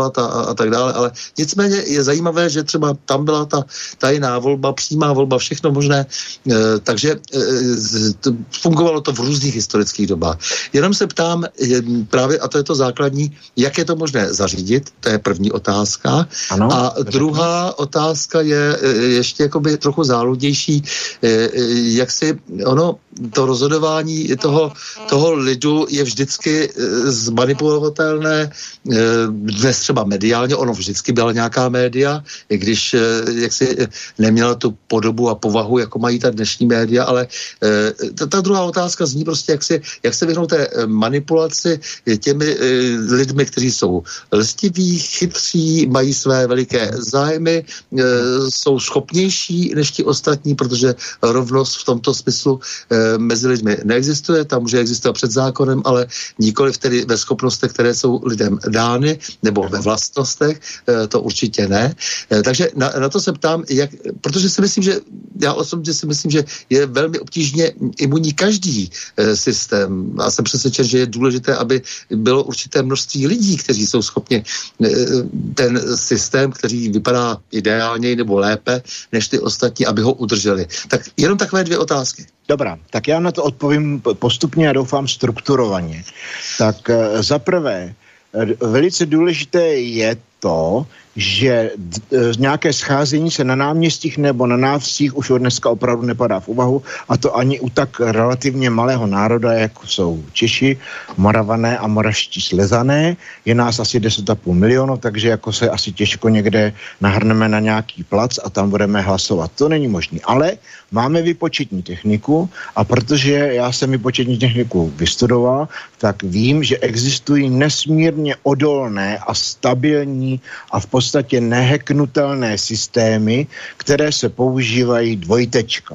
hlasovat a, a, a tak dále, ale nicméně je zajímavé, že třeba tam byla ta tajná volba, přímá volba, všechno možné, e, takže e, to, fungovalo to v různých historických dobách. Jenom se ptám je, právě, a to je to základní, jak je to možné zařídit, to je první otázka. Ano, a druhá otázka je e, ještě jakoby trochu záludnější, e, e, jak si ono, to rozhodování toho, toho lidu je vždycky e, zmanipulovatelné, e, dnes třeba mediálně, ono vždycky byla nějaká média, i když e, jak si neměla tu podobu a povahu, jako mají ta dnešní média, ale e, ta, ta druhá otázka zní prostě, jak, si, jak se vyhnout té manipulaci těmi e, lidmi, kteří jsou lstiví, chytří, mají své veliké zájmy, e, jsou schopnější než ti ostatní, protože rovnost v tomto smyslu e, mezi lidmi neexistuje, tam může existovat před zákonem, ale nikoliv tedy ve schopnostech, které jsou lidem dány, nebo ve vlastnostech, e, to určitě ne. E, takže na, na to se ptám, jak, protože si myslím, že já osobně si myslím, že je velmi obtížně imunní každý e, systém a jsem přesvědčen, že je důležité, aby bylo určité množství lidí, kteří jsou schopni e, ten systém, který vypadá ideálněji nebo lépe než ty ostatní, aby ho udrželi. Tak jenom takové dvě otázky. Dobrá, tak já na to odpovím postupně a doufám strukturovaně. Tak e, za prvé, e, velice důležité je to, že nějaké scházení se na náměstích nebo na návsích už od dneska opravdu nepadá v úvahu, a to ani u tak relativně malého národa, jako jsou Češi, Moravané a moravští Slezané. Je nás asi deset a půl milionu, takže jako se asi těžko někde nahrneme na nějaký plac a tam budeme hlasovat. To není možné. Ale máme výpočetní techniku a protože já jsem výpočetní techniku vystudoval, tak vím, že existují nesmírně odolné a stabilní a v podstatě neheknutelné systémy, které se používají dvojtečka.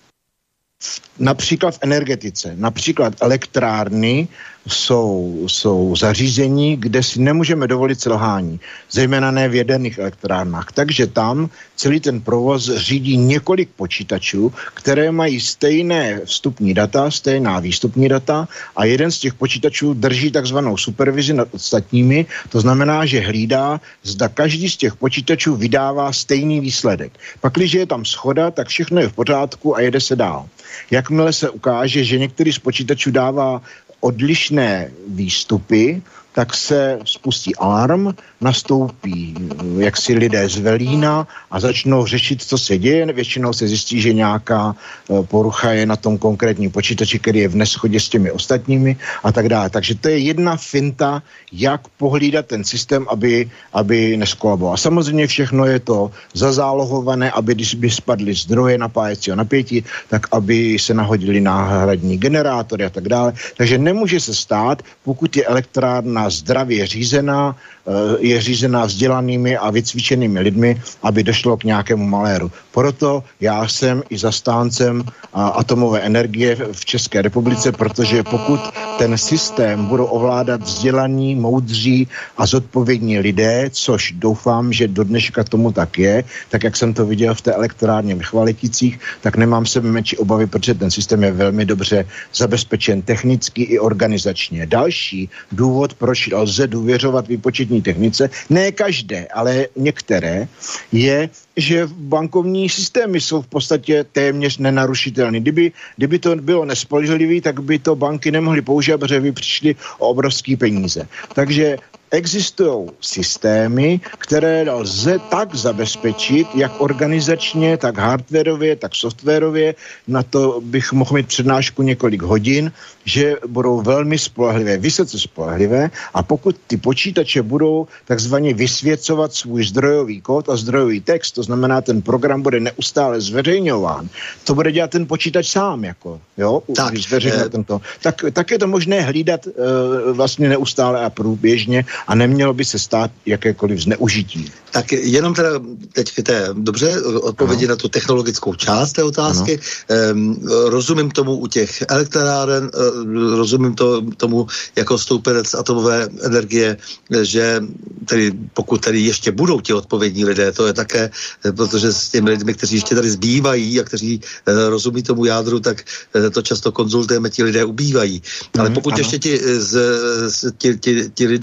Například v energetice, například elektrárny jsou, jsou zařízení, kde si nemůžeme dovolit selhání, zejména ne v jaderných elektrárnách. Takže tam celý ten provoz řídí několik počítačů, které mají stejné vstupní data, stejná výstupní data a jeden z těch počítačů drží takzvanou supervizi nad ostatními, to znamená, že hlídá, zda každý z těch počítačů vydává stejný výsledek. Pakliže je tam shoda, tak všechno je v pořádku a jede se dál. Jakmile se ukáže, že některý z počítačů dává odlišné výstupy, tak se spustí alarm, nastoupí jaksi lidé z velína a začnou řešit, co se děje. Většinou se zjistí, že nějaká porucha je na tom konkrétním počítači, který je v neshodě s těmi ostatními a tak dále. Takže to je jedna finta, jak pohlídat ten systém, aby, aby neskolaboval. A samozřejmě všechno je to zazálohované, aby když by spadly zdroje napájecího napětí, tak aby se nahodili náhradní generátory a tak dále. Takže nemůže se stát, pokud je elektrárna zdravě řízená, je řízená vzdělanými a vycvičenými lidmi, aby došlo k nějakému maléru. Proto já jsem i zastáncem atomové energie v České republice, protože pokud ten systém budou ovládat vzdělaní, moudří a zodpovědní lidé, což doufám, že do dneška tomu tak je, tak jak jsem to viděl v té elektrárně v Chvaleticích, tak nemám sebe menší obavy, protože ten systém je velmi dobře zabezpečen technicky i organizačně. Další důvod, proč lze důvěřovat výpočetní technice, ne každé, ale některé, je, že bankovní systémy jsou v podstatě téměř nenarušitelné. Kdyby, kdyby to bylo nespolehlivé, tak by to banky nemohly používat, protože by přišly o obrovské peníze. Takže existují systémy, které lze tak zabezpečit, jak organizačně, tak hardwarově, tak softwarově. Na to bych mohl mít přednášku několik hodin, že budou velmi spolehlivé, vysoce spolehlivé, a pokud ty počítače budou takzvaně vysvěcovat svůj zdrojový kód a zdrojový text, to znamená, ten program bude neustále zveřejňován, to bude dělat ten počítač sám, jako, jo, tak, je... tento. Tak, tak je to možné hlídat e, vlastně neustále a průběžně a nemělo by se stát jakékoliv zneužití. Tak jenom teda teď té dobře odpovědi ano. na tu technologickou část té otázky. Um, rozumím tomu u těch elektráren, uh, rozumím to, tomu jako stoupenec atomové energie, že tedy, pokud tady ještě budou ti odpovědní lidé, to je také, protože s těmi lidmi, kteří ještě tady zbývají a kteří uh, rozumí tomu jádru, tak uh, to často konzultujeme, ti lidé ubývají. Ale pokud ano. ještě ti, z, z, ti, ti, ti lidé prostě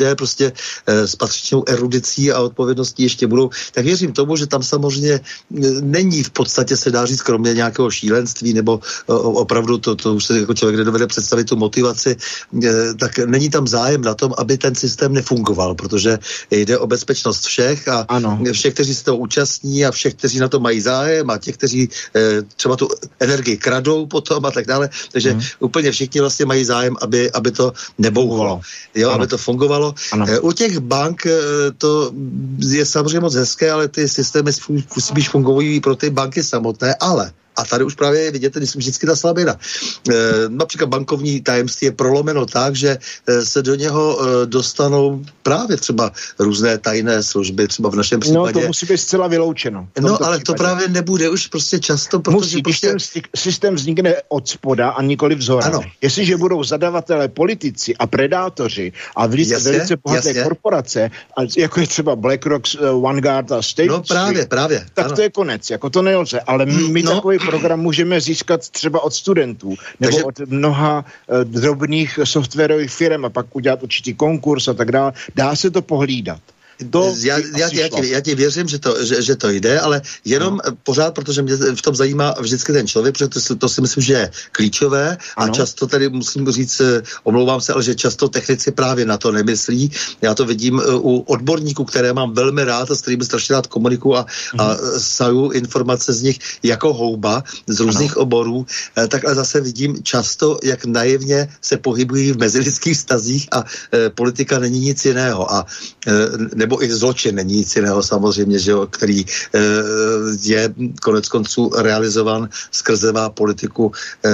prostě e, s patřičnou erudicí a odpovědností ještě budou, tak věřím tomu, že tam samozřejmě není v podstatě, se dá říct, kromě nějakého šílenství nebo o, opravdu to, to už se jako člověk nedovede představit tu motivaci, e, tak není tam zájem na tom, aby ten systém nefungoval, protože jde o bezpečnost všech a ano. všech, kteří se toho účastní a všech, kteří na to mají zájem a těch, kteří e, třeba tu energii kradou potom a tak dále. Takže hmm. úplně všichni vlastně mají zájem, aby, aby to nebouchalo. Jo, ano. aby to fungovalo. E, u těch bank e, to je samozřejmě moc hezké, ale ty systémy spíš fungují pro ty banky samotné, ale a tady už právě je vidět, že vždycky ta slabina. E, například bankovní tajemství je prolomeno tak, že e, se do něho e, dostanou právě třeba různé tajné služby, třeba v našem případě. No, to musí být zcela vyloučeno. No, ale případě. To právě nebude už prostě často, protože musí, prostě... když ten systém vznikne od spoda a nikoli vzhora. Ano. Jestliže budou zadavatelé politici a predátoři a velice, jasně, velice bohaté jasně. korporace, jako je třeba BlackRock, Vanguard a State no, právě, Street, právě, tak ano. to je konec. Jako to nelze. Ale my, my no. takový program můžeme získat třeba od studentů nebo Takže... od mnoha uh, drobných softwarových firm a pak udělat určitý konkurs a tak dále. Dá se to pohlídat. To já, já, já, ti, já ti věřím, že to, že, že to jde, ale jenom no. pořád, protože mě v tom zajímá vždycky ten člověk, protože to, to si myslím, že je klíčové a ano. často tady musím říct, omlouvám se, ale že často technici právě na to nemyslí. Já to vidím u odborníků, které mám velmi rád a s kterými strašně rád komunikuju a, mhm. a saju informace z nich jako houba z různých ano. oborů, tak ale zase vidím často, jak naivně se pohybují v mezilidských vztazích a e, politika není nic jiného a e, nebo i zločin není nic jiného samozřejmě, že jo, který e, je konec konců realizovan skrzevá politiku e,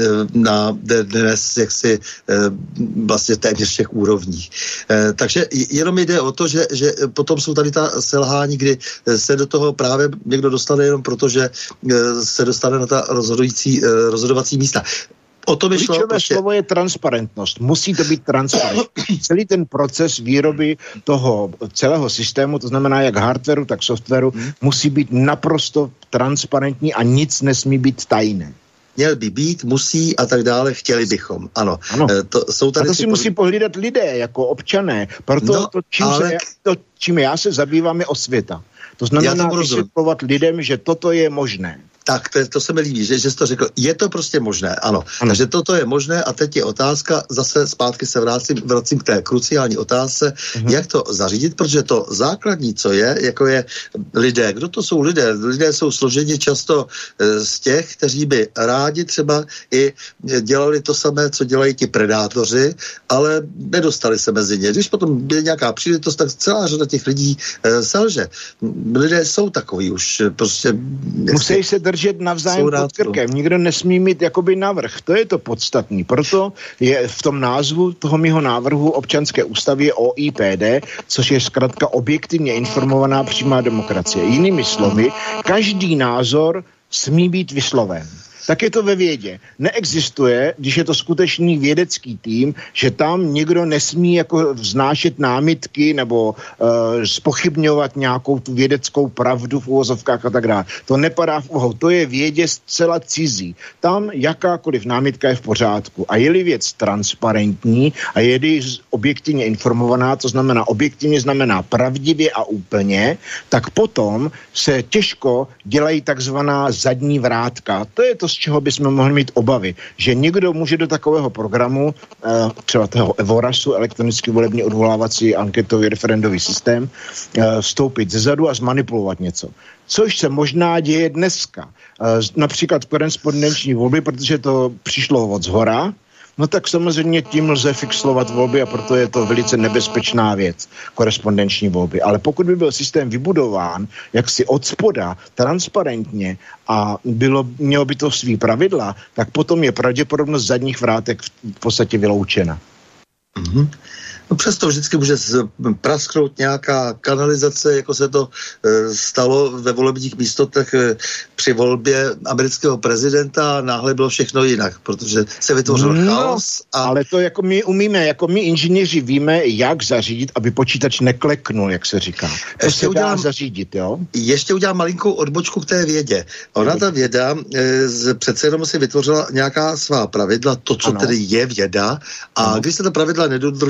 na dnes jaksi e, vlastně téměř všech úrovních. E, takže jenom jde o to, že, že potom jsou tady ta selhání, kdy se do toho právě někdo dostane jenom proto, že e, se dostane na ta rozhodující, e, rozhodovací místa. O to Klíčové šlo, prostě... slovo je transparentnost. Musí to být transparentní. Celý ten proces výroby toho celého systému, to znamená jak hardwareu, tak softwaru, hmm. musí být naprosto transparentní a nic nesmí být tajné. Měl by být, musí a tak dále, chtěli bychom. Ano. ano. E, to, jsou tady a to si, si musí po... pohlídat lidé, jako občané. Proto no, to, čím, ale... se, to, čím já se zabývám, je osvěta. To znamená vysvětlovat lidem, že toto je možné. Tak, to, to se mi líbí, že, že jsi to řekl. Je to prostě možné, ano. ano. Takže toto je možné a teď je otázka, zase zpátky se vracím, vracím k té kruciální otázce, uh-huh. jak to zařídit, protože to základní, co je, jako je lidé. Kdo to jsou lidé? Lidé jsou složeni často e, z těch, kteří by rádi třeba i dělali to samé, co dělají ti predátoři, ale nedostali se mezi ně. Když potom je nějaká příležitost, tak celá řada těch lidí e, selže. Lidé jsou takový už prostě... Musí se držet navzájem pod krkem. Nikdo nesmí mít jakoby navrch. To je to podstatný. Proto je v tom názvu toho mýho návrhu občanské ústavy O I P D, což je zkrátka objektivně informovaná přímá demokracie. Jinými slovy, každý názor smí být vysloven. Tak je to ve vědě. Neexistuje, když je to skutečný vědecký tým, že tam někdo nesmí jako vznášet námitky nebo uh, zpochybňovat nějakou tu vědeckou pravdu v uvozovkách a tak dále. To nepadá v úhou. To je vědě zcela cizí. Tam jakákoliv námitka je v pořádku. A je-li věc transparentní a je-li objektivně informovaná, to znamená objektivně znamená pravdivě a úplně, tak potom se těžko dělají takzvaná zadní vrátka. To je to, z čeho bychom mohli mít obavy, že někdo může do takového programu, třeba toho EVORASu, elektronický volební odvolávací anketový referendový systém, vstoupit zezadu a zmanipulovat něco. Což se možná děje dneska. Například korespondenční volby, protože to přišlo od zhora, no tak samozřejmě tím lze fixlovat volby a proto je to velice nebezpečná věc, korespondenční volby. Ale pokud by byl systém vybudován jaksi od spoda, transparentně a bylo, mělo by to svý pravidla, tak potom je pravděpodobnost zadních vrátek v podstatě vyloučena. Mm-hmm. No přesto vždycky může prasknout nějaká kanalizace, jako se to e, stalo ve volebních místotech e, při volbě amerického prezidenta a náhle bylo všechno jinak, protože se vytvořil no, chaos. A... Ale to jako my umíme, jako my inženýři víme, jak zařídit, aby počítač nekleknul, jak se říká. To ještě se udělám, dá zařídit, jo? Ještě udělám malinkou odbočku k té vědě. Ona, ta věda, e, přece jenom si vytvořila nějaká svá pravidla, to, co ano. tedy je věda, a ano. když se ta pravidla nedodržují, tak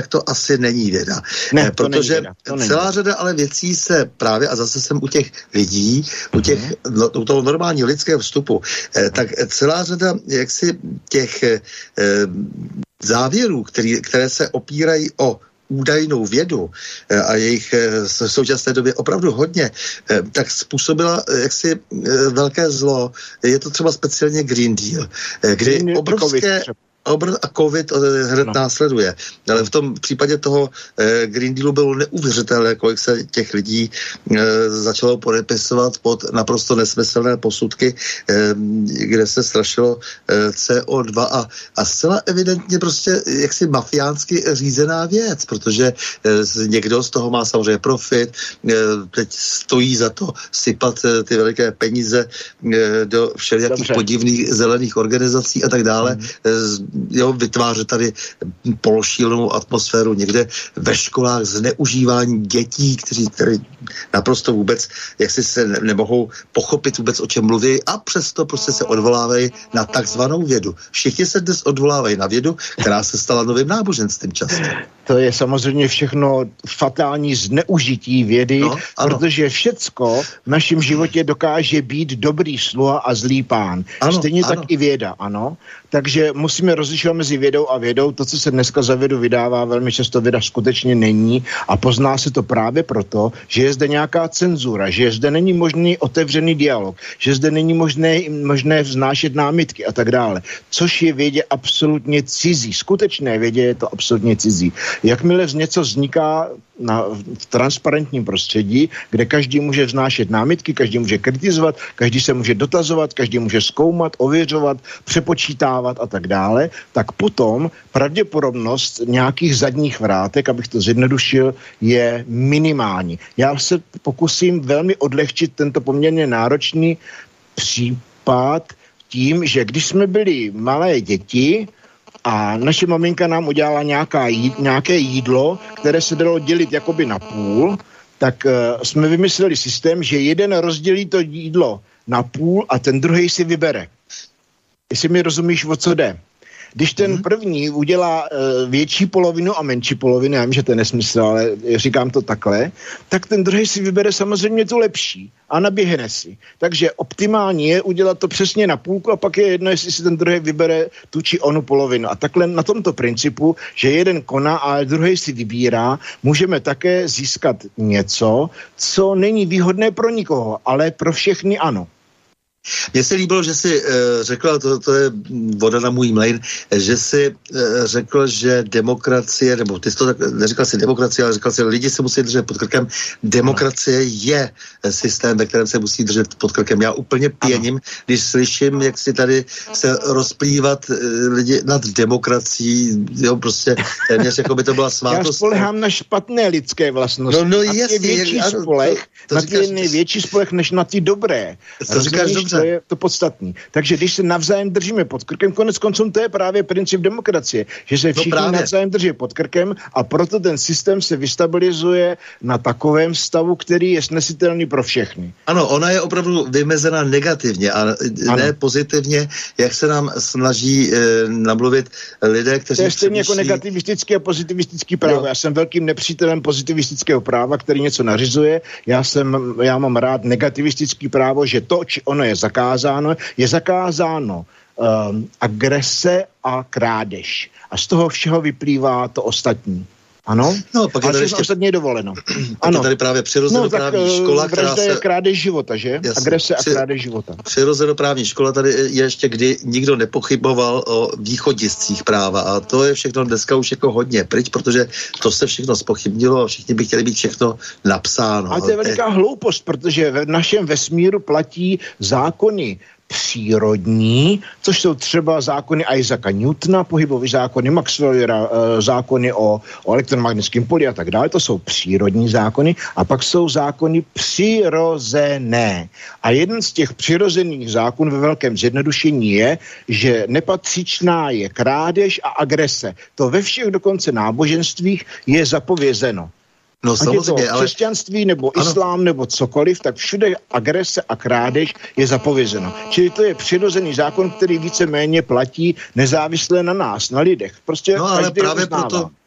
tak to asi není věda. Ne, protože to není celá řada ale věcí se právě, a zase jsem u těch lidí, u těch, no, u toho normálního lidského vstupu, tak celá řada jaksi těch eh, závěrů, který, které se opírají o údajnou vědu a jejich v současné době opravdu hodně, tak způsobila jaksi velké zlo. Je to třeba speciálně Green Deal, kdy obrovské... a covid hned no. následuje. Ale v tom případě toho eh, Green Dealu bylo neuvěřitelné, kolik se těch lidí eh, začalo podepisovat pod naprosto nesmyslné posudky, eh, kde se strašilo eh, C O dva a, a zcela evidentně prostě jaksi mafiánsky řízená věc, protože eh, někdo z toho má samozřejmě profit, eh, teď stojí za to sypat eh, ty veliké peníze eh, do všelijakých Dobře. podivných zelených organizací a tak dále. Hmm. Eh, Jo, vytvářet tady pološílenou atmosféru někde ve školách, zneužívání dětí, kteří tady naprosto vůbec, jak si se ne- nemohou pochopit vůbec, o čem mluví, a přesto prostě se odvolávají na takzvanou vědu. Všichni se dnes odvolávají na vědu, která se stala novým náboženstvím často. To je samozřejmě všechno fatální zneužití vědy, no, protože všecko v našem životě dokáže být dobrý sluha a zlý pán. Ano, Stejně ano. tak i věda, ano. Takže musíme rozlišovat mezi vědou a vědou. To, co se dneska za vědu vydává, velmi často věda skutečně není a pozná se to právě proto, že je zde nějaká cenzura, že zde není možný otevřený dialog, že zde není možné, možné vznášet námitky a tak dále. Což je vědě absolutně cizí. Skutečné vědě je to absolutně cizí. Jakmile něco vzniká na, v transparentním prostředí, kde každý může vznášet námitky, každý může kritizovat, každý se může dotazovat, každý může zkoumat, ověřovat, přepočítávat a tak dále, tak potom pravděpodobnost nějakých zadních vrátek, abych to zjednodušil, je minimální. Já se pokusím velmi odlehčit tento poměrně náročný případ tím, že když jsme byli malé děti, a naše maminka nám udělala nějaká jíd, nějaké jídlo, které se dalo dělit jakoby na půl, tak uh, jsme vymysleli systém, že jeden rozdělí to jídlo na půl a ten druhý si vybere. Jestli mi rozumíš, o co jde. Když ten první udělá uh, větší polovinu a menší polovinu, já vím, že to je nesmysl, ale říkám to takhle, tak ten druhý si vybere samozřejmě tu lepší a naběhne si. Takže optimální je udělat to přesně na půlku a pak je jedno, jestli si ten druhý vybere tu či onu polovinu. A takhle na tomto principu, že jeden koná a druhý si vybírá, můžeme také získat něco, co není výhodné pro nikoho, ale pro všechny ano. Mně se líbilo, že jsi uh, řekla, to, to je voda na můj mlejn, že jsi uh, řekl, že demokracie, nebo ty jsi to tak, neříkal si demokracie, ale říkal si, lidi se musí držet pod krkem. Demokracie ano. je systém, ve kterém se musí držet pod krkem. Já úplně pěním, ano. když slyším, jak si tady se rozplývat uh, lidi nad demokracií, jo, prostě téměř jako by to byla svátost. Já spolehám na špatné lidské vlastnosti. No, no na jasně. větší Jak, spolech, to, to na říkáš, ty největší spolech, než na ty dobré. To říkáš dobře. To je to podstatný. Takže když se navzájem držíme pod krkem, konec konců to je právě princip demokracie, že se všichni no navzájem drží pod krkem a proto ten systém se vystabilizuje na takovém stavu, který je snesitelný pro všechny. Ano, ona je opravdu vymezená negativně a ano. ne pozitivně, jak se nám snaží e, namluvit lidé, kteří... To je stejně jako negativistický a pozitivistický právo. Jo. Já jsem velkým nepřítelem pozitivistického práva, který něco nařizuje. Já, jsem, já mám rád negativistický právo, že to, či ono je zakázáno, je zakázáno um, agrese a krádež. A z toho všeho vyplývá to ostatní. Ano? No, pak je ale ještě... ostatně je dovoleno. Ano. Je tady právě přirozenoprávní no, škola, která se... je krádež života, že? Jasně. Agrese a Při... krádež života. Přirozenoprávní škola tady je ještě, kdy nikdo nepochyboval o východiscích práva a to je všechno dneska už jako hodně pryč, protože to se všechno zpochybnilo a všichni by chtěli být všechno napsáno. Ale to je veliká hloupost, protože v našem vesmíru platí zákony přírodní, což jsou třeba zákony Isaaca Newtona, pohybové zákony, Maxwellera, zákony o, o elektromagnetickém poli a tak dále. To jsou přírodní zákony a pak jsou zákony přirozené. A jeden z těch přirozených zákonů ve velkém zjednodušení je, že nepatřičná je krádež a agrese. To ve všech dokonce náboženstvích je zapovězeno. No, ať je to křesťanství, nebo ano. islám, nebo cokoliv, tak všude agrese a krádež je zapovězeno. Čili to je přirozený zákon, který víceméně platí nezávisle na nás, na lidech. Prostě no, ale právě proto,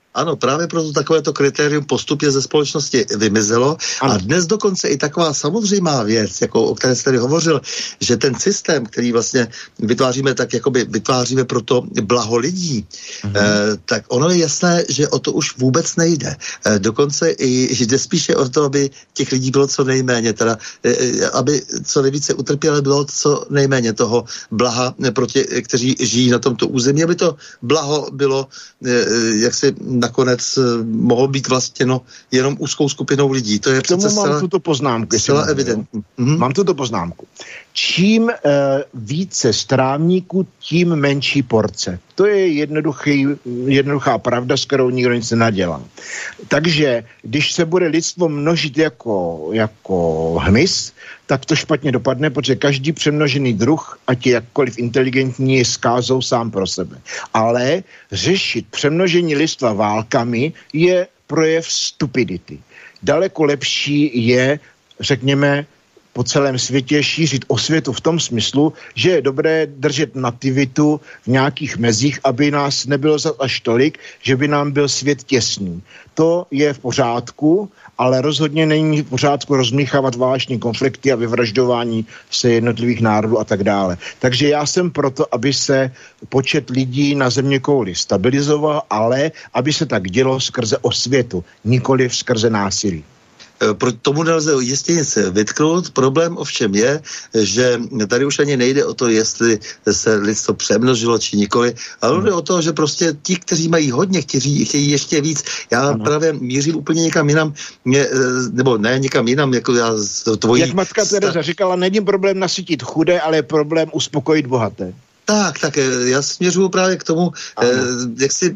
Ano, právě proto takovéto kritérium postupně ze společnosti vymizelo. Ano. A dnes dokonce i taková samozřejmá věc, jako o které jste tady hovořil, že ten systém, který vlastně vytváříme, tak jakoby vytváříme pro to blaho lidí, mhm. eh, tak ono je jasné, že o to už vůbec nejde. Eh, dokonce i jde spíše o to, aby těch lidí bylo co nejméně, teda eh, aby co nejvíce utrpěli, bylo co nejméně toho blaha pro tě, kteří žijí na tomto území, aby to blaho bylo eh, jaksi nakonec mohlo být vlastněno jenom úzkou skupinou lidí. To je K tomu přece mám zcela, tuto poznámku. zcela evidentní. Mhm. Mám tuto poznámku. Čím uh, více strávníků, tím menší porce. To je jednoduchý, jednoduchá pravda, s kterou nikdo nic nenadělá. Takže když se bude lidstvo množit jako, jako hmyz, tak to špatně dopadne, protože každý přemnožený druh, ať je jakkoliv inteligentní, je zkázou sám pro sebe. Ale řešit přemnožení lidstva válkami je projev stupidity. Daleko lepší je, řekněme, po celém světě šířit osvětu v tom smyslu, že je dobré držet nativitu v nějakých mezích, aby nás nebylo až tolik, že by nám byl svět těsný. To je v pořádku, ale rozhodně není v pořádku rozmíchávat vážné konflikty a vyvražďování se jednotlivých národů a tak dále. Takže já jsem proto, aby se počet lidí na zeměkouli stabilizoval, ale aby se tak dělo skrze osvětu, nikoli skrze násilí. Pro tomu nelze jistě nic vytknout. Problém ovšem je, že tady už ani nejde o to, jestli se lidstvo přemnožilo či nikoli, ale jde o to, že prostě ti, kteří mají hodně, kteří chtějí ještě víc. Já ano. právě mířím úplně někam jinam, mě, nebo ne někam jinam, jako já tvojí... Jak matka Tereza říkala, není problém nasytit chudé, ale je problém uspokojit bohaté. Tak, tak já směřuju právě k tomu, eh, jak si,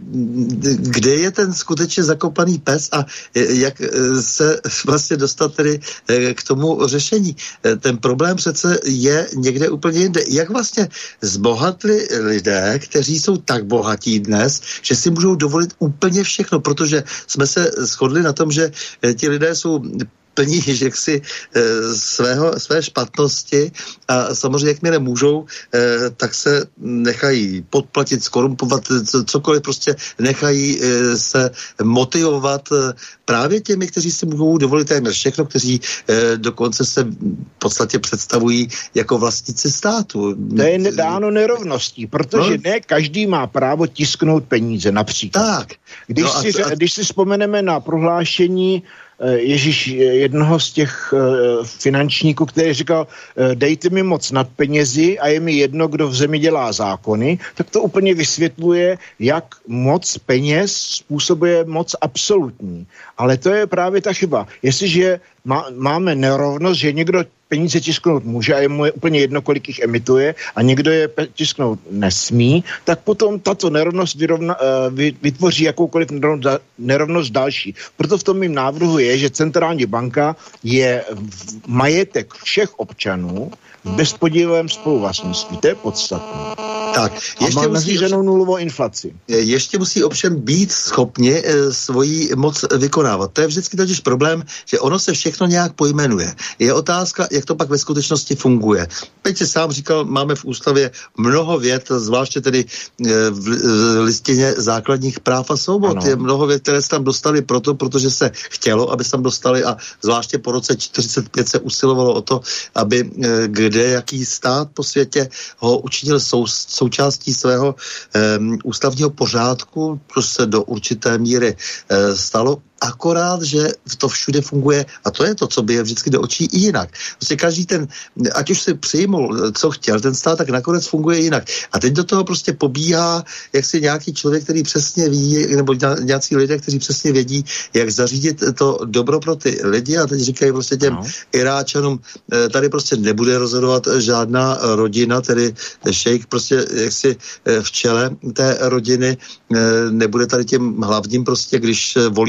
kde je ten skutečně zakopaný pes a jak se vlastně dostat tedy eh, k tomu řešení. Eh, ten problém přece je někde úplně jinde. Jak vlastně zbohatli lidé, kteří jsou tak bohatí dnes, že si můžou dovolit úplně všechno, protože jsme se shodli na tom, že eh, ti lidé jsou plní jaksi e, svého, své špatnosti a samozřejmě, jakmile můžou, e, tak se nechají podplatit, skorumpovat, cokoliv, prostě nechají e, se motivovat e, právě těmi, kteří si můžou dovolit téměř všechno, kteří e, dokonce se v podstatě představují jako vlastníci státu. To je dáno nerovností, protože no. ne každý má právo tisknout peníze, například. Tak. Když, no si, a, a... když si vzpomeneme na prohlášení Ježíš, jednoho z těch uh, finančníků, který říkal, uh, dejte mi moc nad penězi a je mi jedno, kdo v zemi dělá zákony, tak to úplně vysvětluje, jak moc peněz způsobuje moc absolutní. Ale to je právě ta chyba. Jestliže má, máme nerovnost, že někdo peníze tisknout může a je mu je úplně jedno, kolik jich emituje a někdo je tisknout nesmí, tak potom tato nerovnost vyrovna, uh, vytvoří jakoukoliv nerovnost další. Proto v tom mým návrhu je, že centrální banka je majetek všech občanů v bezpodílovém spoluvlastnictví. To je podstatné. Tak, ještě a má nařízenou nulovou inflaci. Ještě musí ovšem být schopni e, svoji moc vykonávat. To je vždycky totiž problém, že ono se všechno nějak pojmenuje. Je otázka, jak to pak ve skutečnosti funguje. Teď si sám říkal, máme v ústavě mnoho vět, zvláště tedy e, v, v listině základních práv a svobod. Ano. Je mnoho vět, které se tam dostali proto, protože se chtělo, aby se tam dostali a zvláště po roce čtyřicet pět se usilovalo o to, aby e, kde jaký stát po světě ho učinil sou, součástí svého um, ústavního pořádku, to se do určité míry uh, stalo. Akorát, že to všude funguje a to je to, co by je vždycky do očí i jinak. Prostě každý ten, ať už si přijmul, co chtěl ten stát, tak nakonec funguje jinak. A teď do toho prostě pobíhá jaksi nějaký člověk, který přesně ví, nebo nějací lidé, kteří přesně vědí, jak zařídit to dobro pro ty lidi a teď říkají prostě těm no. Iráčanům, tady prostě nebude rozhodovat žádná rodina, tedy šejk prostě jaksi v čele té rodiny, nebude tady těm hlavním prostě, když volíte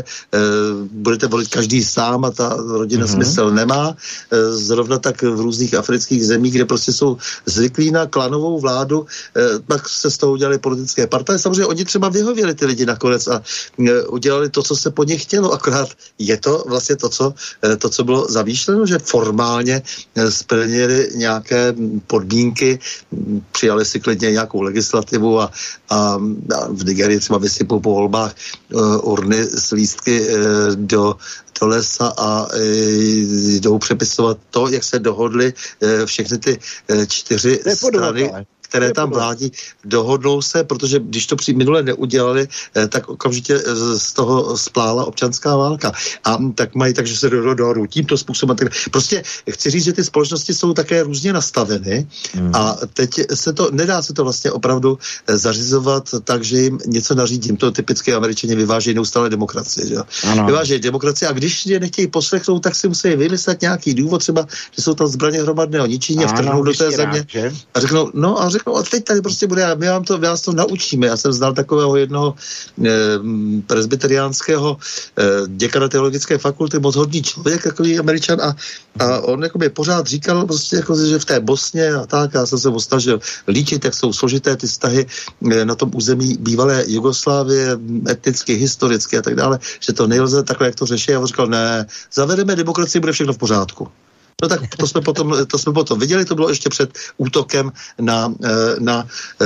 e, budete volit každý sám a ta rodina mm-hmm. smysl nemá. E, zrovna tak v různých afrických zemích, kde prostě jsou zvyklí na klanovou vládu, e, tak se z toho udělali politické partaje. Samozřejmě oni třeba vyhověli ty lidi nakonec a e, udělali to, co se po nich chtělo, akorát je to vlastně to, co, e, to, co bylo zamýšleno, že formálně e, splnili nějaké podmínky, přijali si klidně nějakou legislativu a, a, a v Nigerii třeba vysypou po volbách uh, urny s lístky uh, do, do lesa a uh, jdou přepisovat to, jak se dohodly uh, všechny ty uh, čtyři strany, které tam vládí, dohodnou se, protože když to při minule neudělali, tak okamžitě z toho splála občanská válka. A tak mají, takže se dohodnou tímto způsobem. Prostě chci říct, že ty společnosti jsou také různě nastaveny hmm. a teď se to, nedá se to vlastně opravdu zařizovat tak, že jim něco nařídím. To typicky Američané vyvážejí neustále demokracii. Že? Vyvážejí demokracii a když je nechtějí poslechnout, tak si musí vymyslet nějaký důvod, třeba, že jsou tam zbraně hromadného ničení a vtrhnou do té země rád, a řeknou, no a řeknou, a teď tady prostě bude, my vám to, my vás to naučíme. Já jsem znal takového jednoho eh, presbyteriánského eh, děkana teologické fakulty, moc hodný člověk, takový Američan a, a on jakoby pořád říkal prostě, jako, že v té Bosně a tak, já jsem se mu snažil líčit, jak jsou složité ty vztahy eh, na tom území bývalé Jugoslávie, etnicky, historicky a tak dále, že to nelze takhle, jak to řeší. Já říkal, ne, zavedeme demokracii, bude všechno v pořádku. No tak to jsme potom, to jsme potom viděli, to bylo ještě před útokem na, na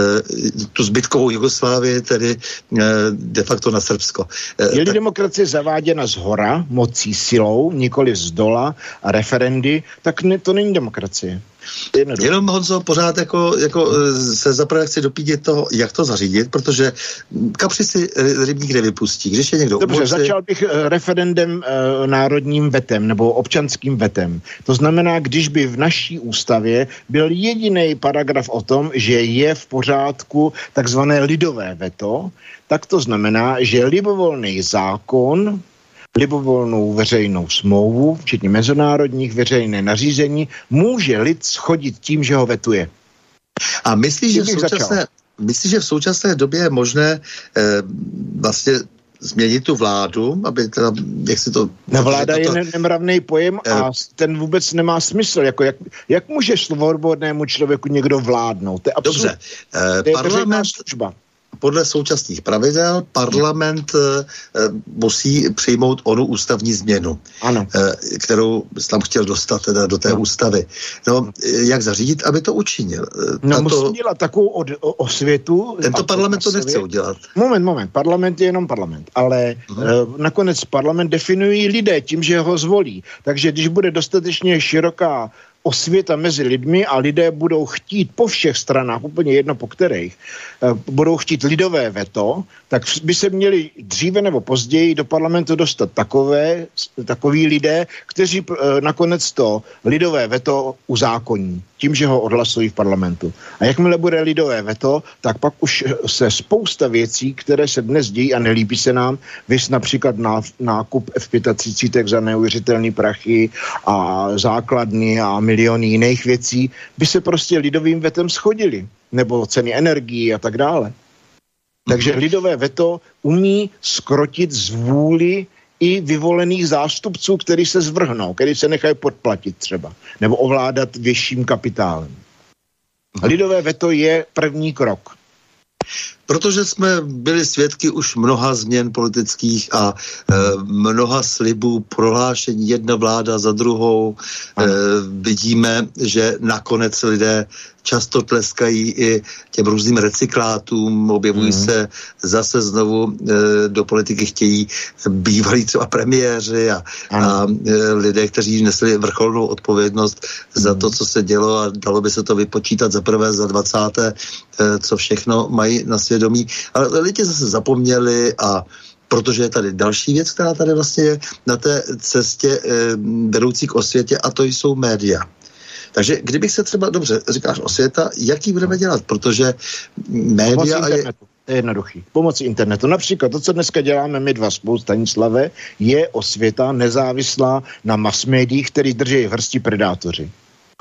tu zbytkovou Jugoslávii, tedy de facto na Srbsko. Je-li tak... demokracie zaváděna zhora, mocí silou, nikoli z dola a referendy, tak ne, to není demokracie. Jenom, Honzo, pořád jako, jako se zaprvé chci dopídit toho, jak to zařídit, protože kapři si rybník nevypustí. Když je někdo Dobře, umoci... začal bych referendem e, národním vetem nebo občanským vetem. To znamená, když by v naší ústavě byl jediný paragraf o tom, že je v pořádku takzvané lidové veto, tak to znamená, že libovolný zákon, libovolnou veřejnou smlouvu, včetně mezinárodních veřejné nařízení, může lid schodit tím, že ho vetuje. A myslíš, že v současné, myslíš, že v současné době je možné eh, vlastně změnit tu vládu, aby teda, jak si to... No, vláda to, je nemravný pojem a eh, ten vůbec nemá smysl. Jako jak, jak může svobodnému člověku někdo vládnout? To je absurd. Dobře. Eh, to je parlament... služba. Podle současných pravidel parlament e, musí přijmout onu ústavní změnu, ano. E, kterou tam chtěl dostat teda do té no. ústavy. No, jak zařídit, aby to učinil? No, Tato, musí dělat takovou od, o, osvětu. Tento parlament to nechce udělat. Moment, moment. Parlament je jenom parlament, ale hmm. e, nakonec parlament definují lidé tím, že ho zvolí. Takže když bude dostatečně široká osvěta mezi lidmi a lidé budou chtít po všech stranách, úplně jedno po kterých, budou chtít lidové veto, tak by se měli dříve nebo později do parlamentu dostat takové, takoví lidé, kteří nakonec to lidové veto uzákoní, tím, že ho odhlasují v parlamentu. A jakmile bude lidové veto, tak pak už se spousta věcí, které se dnes dějí a nelíbí se nám, vys například nákup F třicet pět za neuvěřitelný prachy a základny a miliony jiných věcí, by se prostě lidovým vetem schodili. Nebo ceny energií a tak dále. Takže lidové veto umí skrotit z vůli i vyvolených zástupců, kteří se zvrhnou, kteří se nechají podplatit třeba, nebo ovládat vyšším kapitálem. Lidové veto je první krok. Protože jsme byli svědky už mnoha změn politických a e, mnoha slibů, prohlášení, jedna vláda za druhou. E, vidíme, že nakonec lidé často tleskají i těm různým recyklátům, objevují mm. se zase znovu e, do politiky chtějí bývalí třeba premiéři a, a e, lidé, kteří nesli vrcholnou odpovědnost mm. za to, co se dělo a dalo by se to vypočítat za prvé, za dvacáté, e, co všechno mají na svědomí. Ale lidi zase zapomněli a protože je tady další věc, která tady vlastně je na té cestě e, vedoucí k osvětě a to jsou média. Takže kdybych se třeba, dobře, říkáš osvěta, jaký budeme dělat, protože média... Je... To je jednoduchý. Pomocí internetu. Například to, co dneska děláme my dva spolu, Stanislave, je osvěta nezávislá na mass médiích, který drží v hrsti predátoři.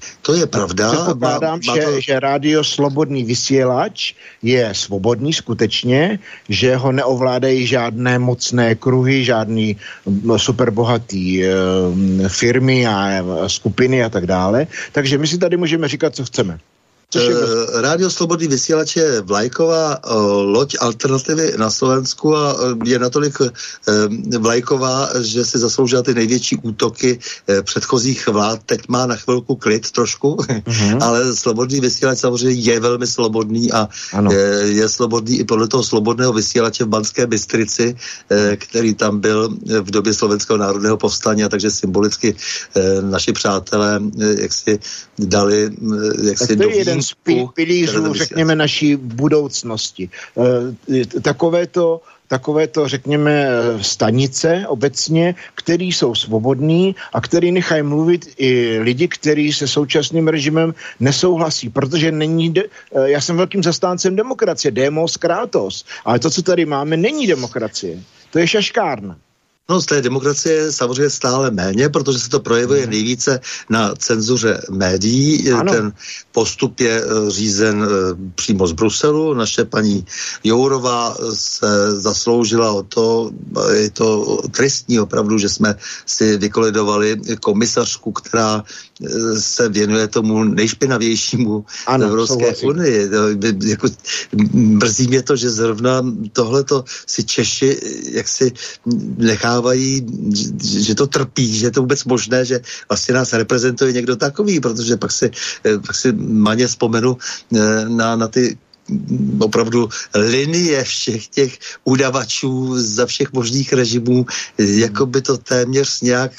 To je pravda. Předpokládám, má, má to... že, že rádio Slobodný vysílač je svobodný skutečně, že ho neovládají žádné mocné kruhy, žádný superbohatý e, firmy a skupiny a tak dále. Takže my si tady můžeme říkat, co chceme. Uh, Rádio Slobodný vysílač je vlajková uh, loď alternativy na Slovensku a uh, je natolik uh, vlajková, že si zasloužila ty největší útoky uh, předchozích vlád. Teď má na chvilku klid trošku, uh-huh. ale Slobodný vysílač samozřejmě je velmi slobodný a uh, je slobodný i podle toho slobodného vysílače v Banské Bystrici, uh, který tam byl v době Slovenského národného povstání, a takže symbolicky uh, naši přátelé uh, jak si dali uh, jak si do z pilířů, řekněme, naší budoucnosti. Takovéto, takovéto, řekněme, stanice obecně, který jsou svobodní a který nechají mluvit i lidi, kteří se současným režimem nesouhlasí, protože není, de- já jsem velkým zastáncem demokracie, demos kratos, ale to, co tady máme, není demokracie. To je šaškárna. No, z té demokracie samozřejmě stále méně, protože se to projevuje nejvíce na cenzuře médií. Ano. Ten postup je řízen přímo z Bruselu. Naše paní Jourová se zasloužila o to, je to tristní opravdu, že jsme si vykolidovali komisařku, která se věnuje tomu nejšpinavějšímu ano, Evropské unii. Jako, mrzí mě to, že zrovna tohleto si Češi jaksi nechávají, že to trpí, že je to vůbec možné, že vlastně nás reprezentuje někdo takový, protože pak si, pak si maně vzpomenu na, na ty opravdu linie všech těch udavačů za všech možných režimů, jako by to téměř nějak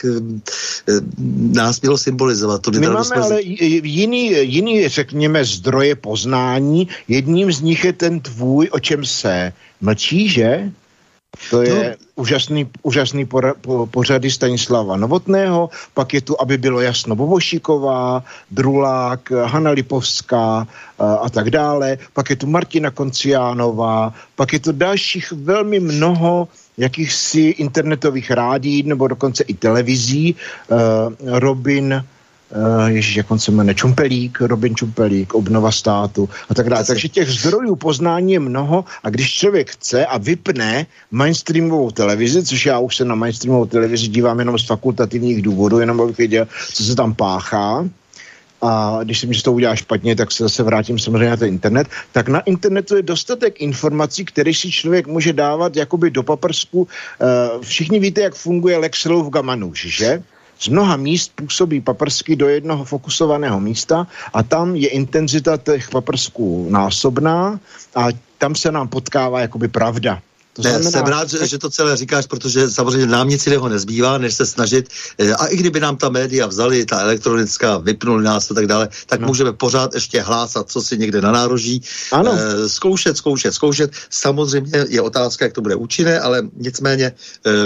nás mělo symbolizovat. To My máme jsme... ale jiný, jiný, řekněme, zdroje poznání. Jedním z nich je ten tvůj, o čem se mlčí, že? To je no. úžasný, úžasný pora, po, pořady Stanislava Novotného, pak je tu, aby bylo jasno, Bobošíková, Drulák, Hana Lipovská a, a tak dále, pak je tu Martina Konciánová, pak je tu dalších velmi mnoho jakýchsi internetových rádií, nebo dokonce i televizí, uh, Robin Uh, ježiš, jak on se jmenuje, Čumpelík, Robin Čumpelík, Obnova státu a tak dále. Takže těch zdrojů poznání je mnoho a když člověk chce a vypne mainstreamovou televizi, což já už se na mainstreamovou televizi dívám jenom z fakultativních důvodů, jenom abych věděl, co se tam páchá, a když si myslím, že to udělá špatně, tak se zase vrátím samozřejmě na ten internet, tak na internetu je dostatek informací, které si člověk může dávat jakoby do paprsku. Uh, všichni víte, jak funguje Lexelův Gamanůž, že? Z mnoha míst působí paprsky do jednoho fokusovaného místa a tam je intenzita těch paprsků násobná a tam se nám potkává jakoby pravda. To znamená, jsem rád, že, že to celé říkáš, protože samozřejmě nám nic jiného nezbývá, než se snažit, a i kdyby nám ta média vzali, ta elektronická, vypnuli nás a tak dále, tak no. můžeme pořád ještě hlásat, co si někde na nároží, ano. E, zkoušet, zkoušet, zkoušet. Samozřejmě je otázka, jak to bude účinné, ale nicméně e,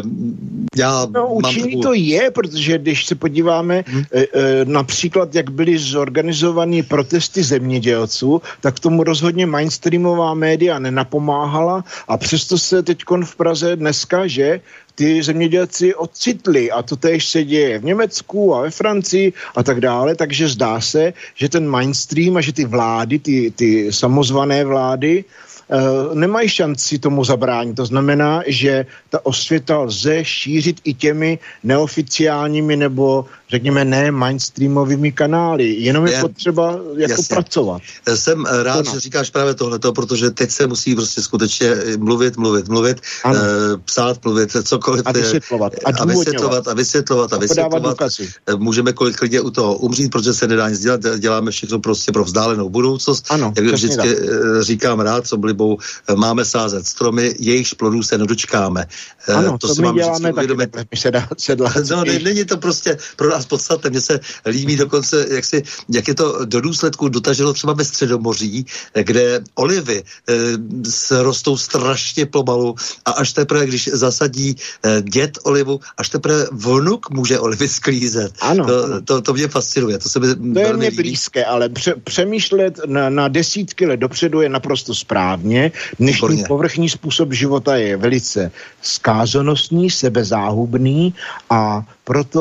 já no, mám účinný takovou... to je, protože když se podíváme hmm. e, e, například, jak byly zorganizované protesty zemědělců, tak tomu rozhodně mainstreamová média nenapomáhala a přesto se teďkon v Praze dneska, že ty zemědělci ocitli a to též se děje v Německu a ve Francii a tak dále, takže zdá se, že ten mainstream a že ty vlády, ty, ty samozvané vlády Uh, nemají šanci tomu zabránit. To znamená, že ta osvěta lze šířit i těmi neoficiálními nebo řekněme ne mainstreamovými kanály. Jenom je, je potřeba jako jasně. pracovat. Jsem rád, to že říkáš právě tohleto, protože teď se musí prostě skutečně mluvit, mluvit, mluvit, uh, psát, mluvit, cokoliv. A vysvětlovat. A, a vysvětlovat, a vysvětlovat, a vysvětlovat. Můžeme kolik klidně u toho umřít, protože se nedá nic dělat. Děláme všechno prostě pro vzdálenou budoucnost. Ano, jak vždycky tak. říkám rád, co blibou, máme sázet stromy, jejichž plodů se nedočkáme. Ano, to, to my děláme taky, my se dá sedla. No, není to prostě pro nás podstatné. Mně se líbí dokonce, jak, si, jak je to do důsledku dotaženo třeba ve Středomoří, kde olivy e, rostou strašně pomalu a až teprve, když zasadí e, děd olivu, až teprve vnuk může olivy sklízet. Ano, to, ano. To, to mě fascinuje. To, se mi to je mě blízké, ale pře- přemýšlet na, na desítky let dopředu je naprosto správně. Dnešní povrchní způsob života je velice zkázonostní, sebezáhubný a proto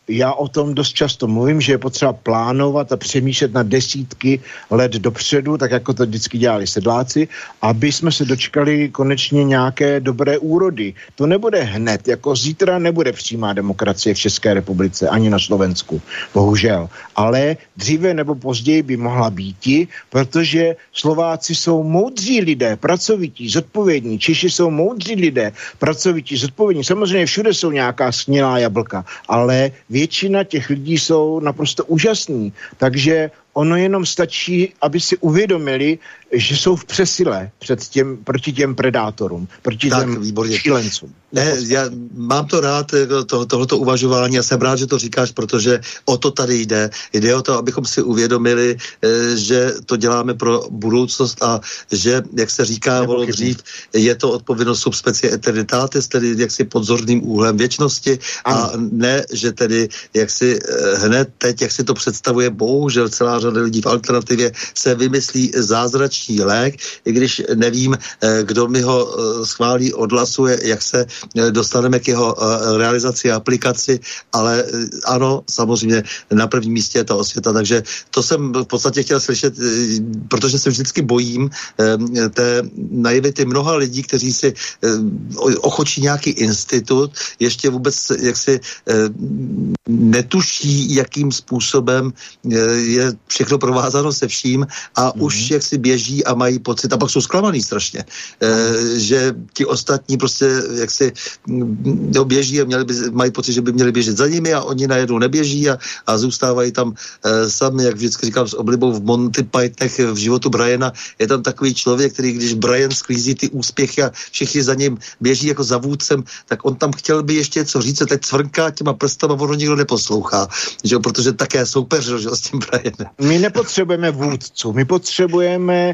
já o tom dost často mluvím, že je potřeba plánovat a přemýšlet na desítky let dopředu, tak jako to vždycky dělali sedláci, aby jsme se dočkali konečně nějaké dobré úrody. To nebude hned, jako zítra nebude přímá demokracie v České republice, ani na Slovensku, bohužel. Ale dříve nebo později by mohla býti, protože Slováci jsou moudří lidé, pracovití, zodpovědní. Češi jsou moudří lidé, pracovití, zodpovědní. Samozřejmě všude jsou nějaká snělá jablka, ale většina těch lidí jsou naprosto úžasní. Takže ono jenom stačí, aby si uvědomili, že jsou v přesile před těm, proti těm predátorům, proti tak, těm výborně. šílencům. Ne, já mám to rád, to, tohleto uvažování a jsem rád, že to říkáš, protože o to tady jde. Jde o to, abychom si uvědomili, že to děláme pro budoucnost a že, jak se říká volo dřív, je to odpovědnost subspecie eternitatis, tedy jaksi pod zorným úhlem věčnosti a ne, že tedy jaksi hned teď, jak si to představuje, bohužel celá řada lidí v alternativě se vymyslí zázračný lék, i když nevím, kdo mi ho schválí, odhlasuje, jak se dostaneme k jeho realizaci a aplikaci, ale ano, samozřejmě na prvním místě je ta osvěta, takže to jsem v podstatě chtěl slyšet, protože se vždycky bojím té naivity mnoha lidí, kteří si ochočí nějaký institut, ještě vůbec jaksi netuší, jakým způsobem je všechno provázáno se vším a mm. už jak si běží a mají pocit, a pak jsou zklamaný strašně, mm. že ti ostatní prostě jak si no, běží a měli by, mají pocit, že by měli běžet za nimi a oni najednou neběží a, a zůstávají tam e, sami, jak vždycky říkám s oblibou v Monty Pythonech v životu Briana, je tam takový člověk, který když Brian sklízí ty úspěchy a všichni za ním běží jako za vůdcem, tak on tam chtěl by ještě něco říct, teď cvrnká těma prstama, ono nikdo neposlouchá, že, protože také soupeřil, že, s tím Brianem. My nepotřebujeme vůdců, my potřebujeme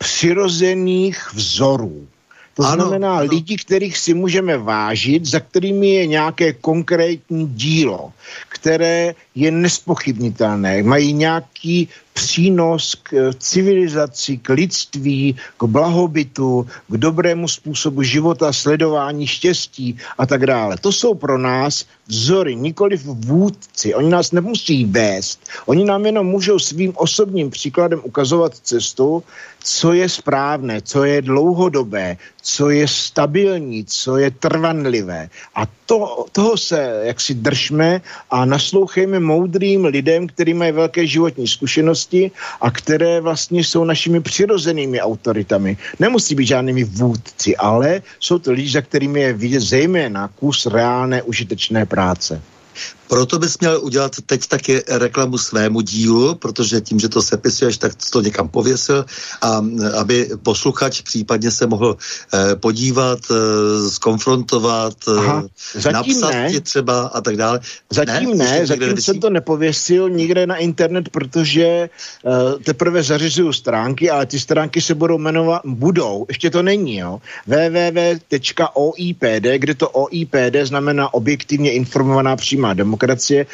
přirozených vzorů. To ano, znamená ano. Lidi, kterých si můžeme vážit, za kterými je nějaké konkrétní dílo, které je nespochybnitelné, mají nějaký přínos k civilizaci, k lidství, k blahobytu, k dobrému způsobu života, sledování štěstí a tak dále. To jsou pro nás vzory, nikoliv vůdci. Oni nás nemusí vést. Oni nám jenom můžou svým osobním příkladem ukazovat cestu, co je správné, co je dlouhodobé, co je stabilní, co je trvanlivé. A to, toho se jaksi držme a naslouchejme moudrým lidem, kteří mají velké životní zkušenosti a které vlastně jsou našimi přirozenými autoritami. Nemusí být žádnými vůdci, ale jsou to lidi, za kterými je vidět zejména kus reálné užitečné práce. Proto bys měl udělat teď taky reklamu svému dílu, protože tím, že to sepisuješ, tak to někam pověsil a aby posluchač případně se mohl eh, podívat, eh, zkonfrontovat, Aha, napsat ne. ti třeba a tak dále. Zatím ne, ne zatím jsem to nepověsil nikde na internet, protože eh, teprve zařizuju stránky, ale ty stránky se budou jmenovat, budou, ještě to není, jo, w w w tečka o i p d, kde to O I P D znamená objektivně informovaná přímá demokracie,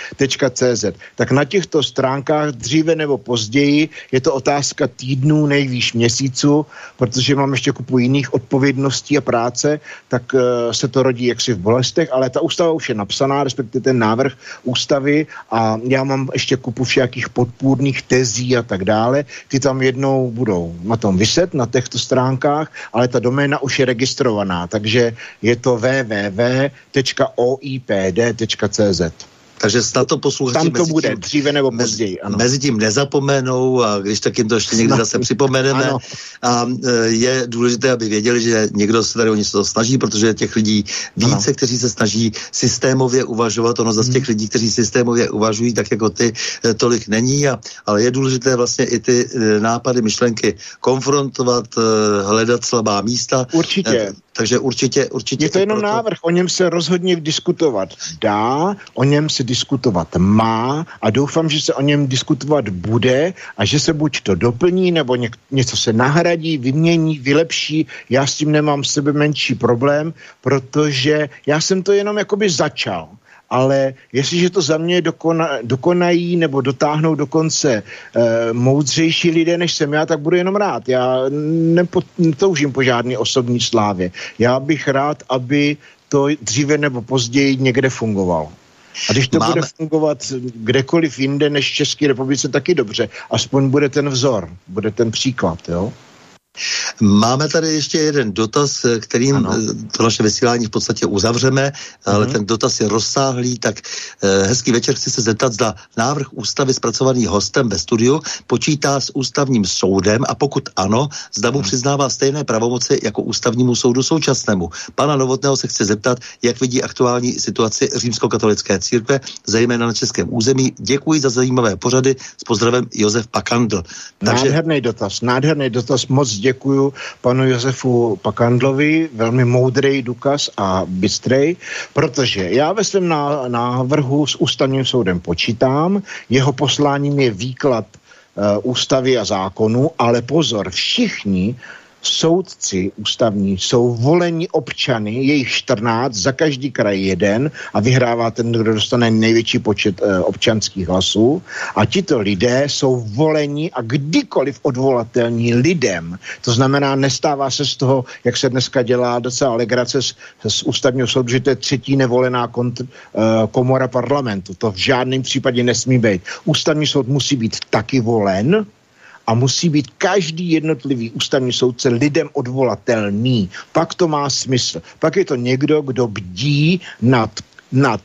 .cz. Tak na těchto stránkách dříve nebo později je to otázka týdnů, nejvýš měsíců, protože mám ještě kupu jiných odpovědností a práce, tak uh, se to rodí jaksi v bolestech, ale ta ústava už je napsaná, respektive ten návrh ústavy a já mám ještě kupu všakých podpůrných tezí a tak dále. Ty tam jednou budou na tom viset, na těchto stránkách, ale ta doména už je registrovaná, takže je to w w w tečka o i p d tečka c z. Takže snad to posluchači tam to bude, tím, dříve nebo později, ano. Mezi tím nezapomenou a když tak jim to ještě někdy zase připomeneme. Ano. A je důležité, aby věděli, že někdo se tady o něco snaží, protože těch lidí více, ano. kteří se snaží systémově uvažovat, ono zase těch lidí, kteří systémově uvažují, tak jako ty, tolik není, a, ale je důležité vlastně i ty nápady, myšlenky konfrontovat, hledat slabá místa. Určitě. Takže určitě, určitě... Je to jenom proto... návrh, o něm se rozhodně diskutovat dá, o něm se diskutovat má a doufám, že se o něm diskutovat bude a že se buď to doplní, nebo něk- něco se nahradí, vymění, vylepší. Já s tím nemám sebe menší problém, protože já jsem to jenom jakoby začal. Ale jestliže to za mě dokona, dokonají nebo dotáhnou dokonce e, moudřejší lidé, než jsem já, tak budu jenom rád. Já netoužím po žádné osobní slávě. Já bych rád, aby to dříve nebo později někde fungovalo. A když to Máme... bude fungovat kdekoliv jinde než v České republice, taky dobře. Aspoň bude ten vzor, bude ten příklad, jo? Máme tady ještě jeden dotaz, kterým ano. to naše vysílání v podstatě uzavřeme, ale mm. ten dotaz je rozsáhlý, tak eh, hezký večer, chci se zeptat, zda návrh ústavy zpracovaný hostem ve studiu počítá s ústavním soudem a pokud ano, zda mu přiznává stejné pravomoci jako ústavnímu soudu současnému. Pana Novotného se chce zeptat, jak vidí aktuální situaci římskokatolické církve, zejména na českém území. Děkuji za zajímavé pořady, s pozdravem Josef Pakandl. Takže... Nádherný dotaz, nádherný dotaz, moc děkuju panu Josefu Pakandlovi, velmi moudrý důkaz a bystrej, protože já ve svém návrhu s ústavním soudem počítám, jeho posláním je výklad uh, ústavy a zákonu, ale pozor, všichni soudci ústavní jsou volení občany, je jich čtrnáct, za každý kraj jeden a vyhrává ten, kdo dostane největší počet e, občanských hlasů a tito lidé jsou voleni a kdykoliv odvolatelní lidem. To znamená, nestává se z toho, jak se dneska dělá docela legrace z, z ústavního soudu, že to je třetí nevolená kontr, e, komora parlamentu. To v žádném případě nesmí být. Ústavní soud musí být taky volen a musí být každý jednotlivý ústavní soudce lidem odvolatelný. Pak to má smysl. Pak je to někdo, kdo bdí nad, nad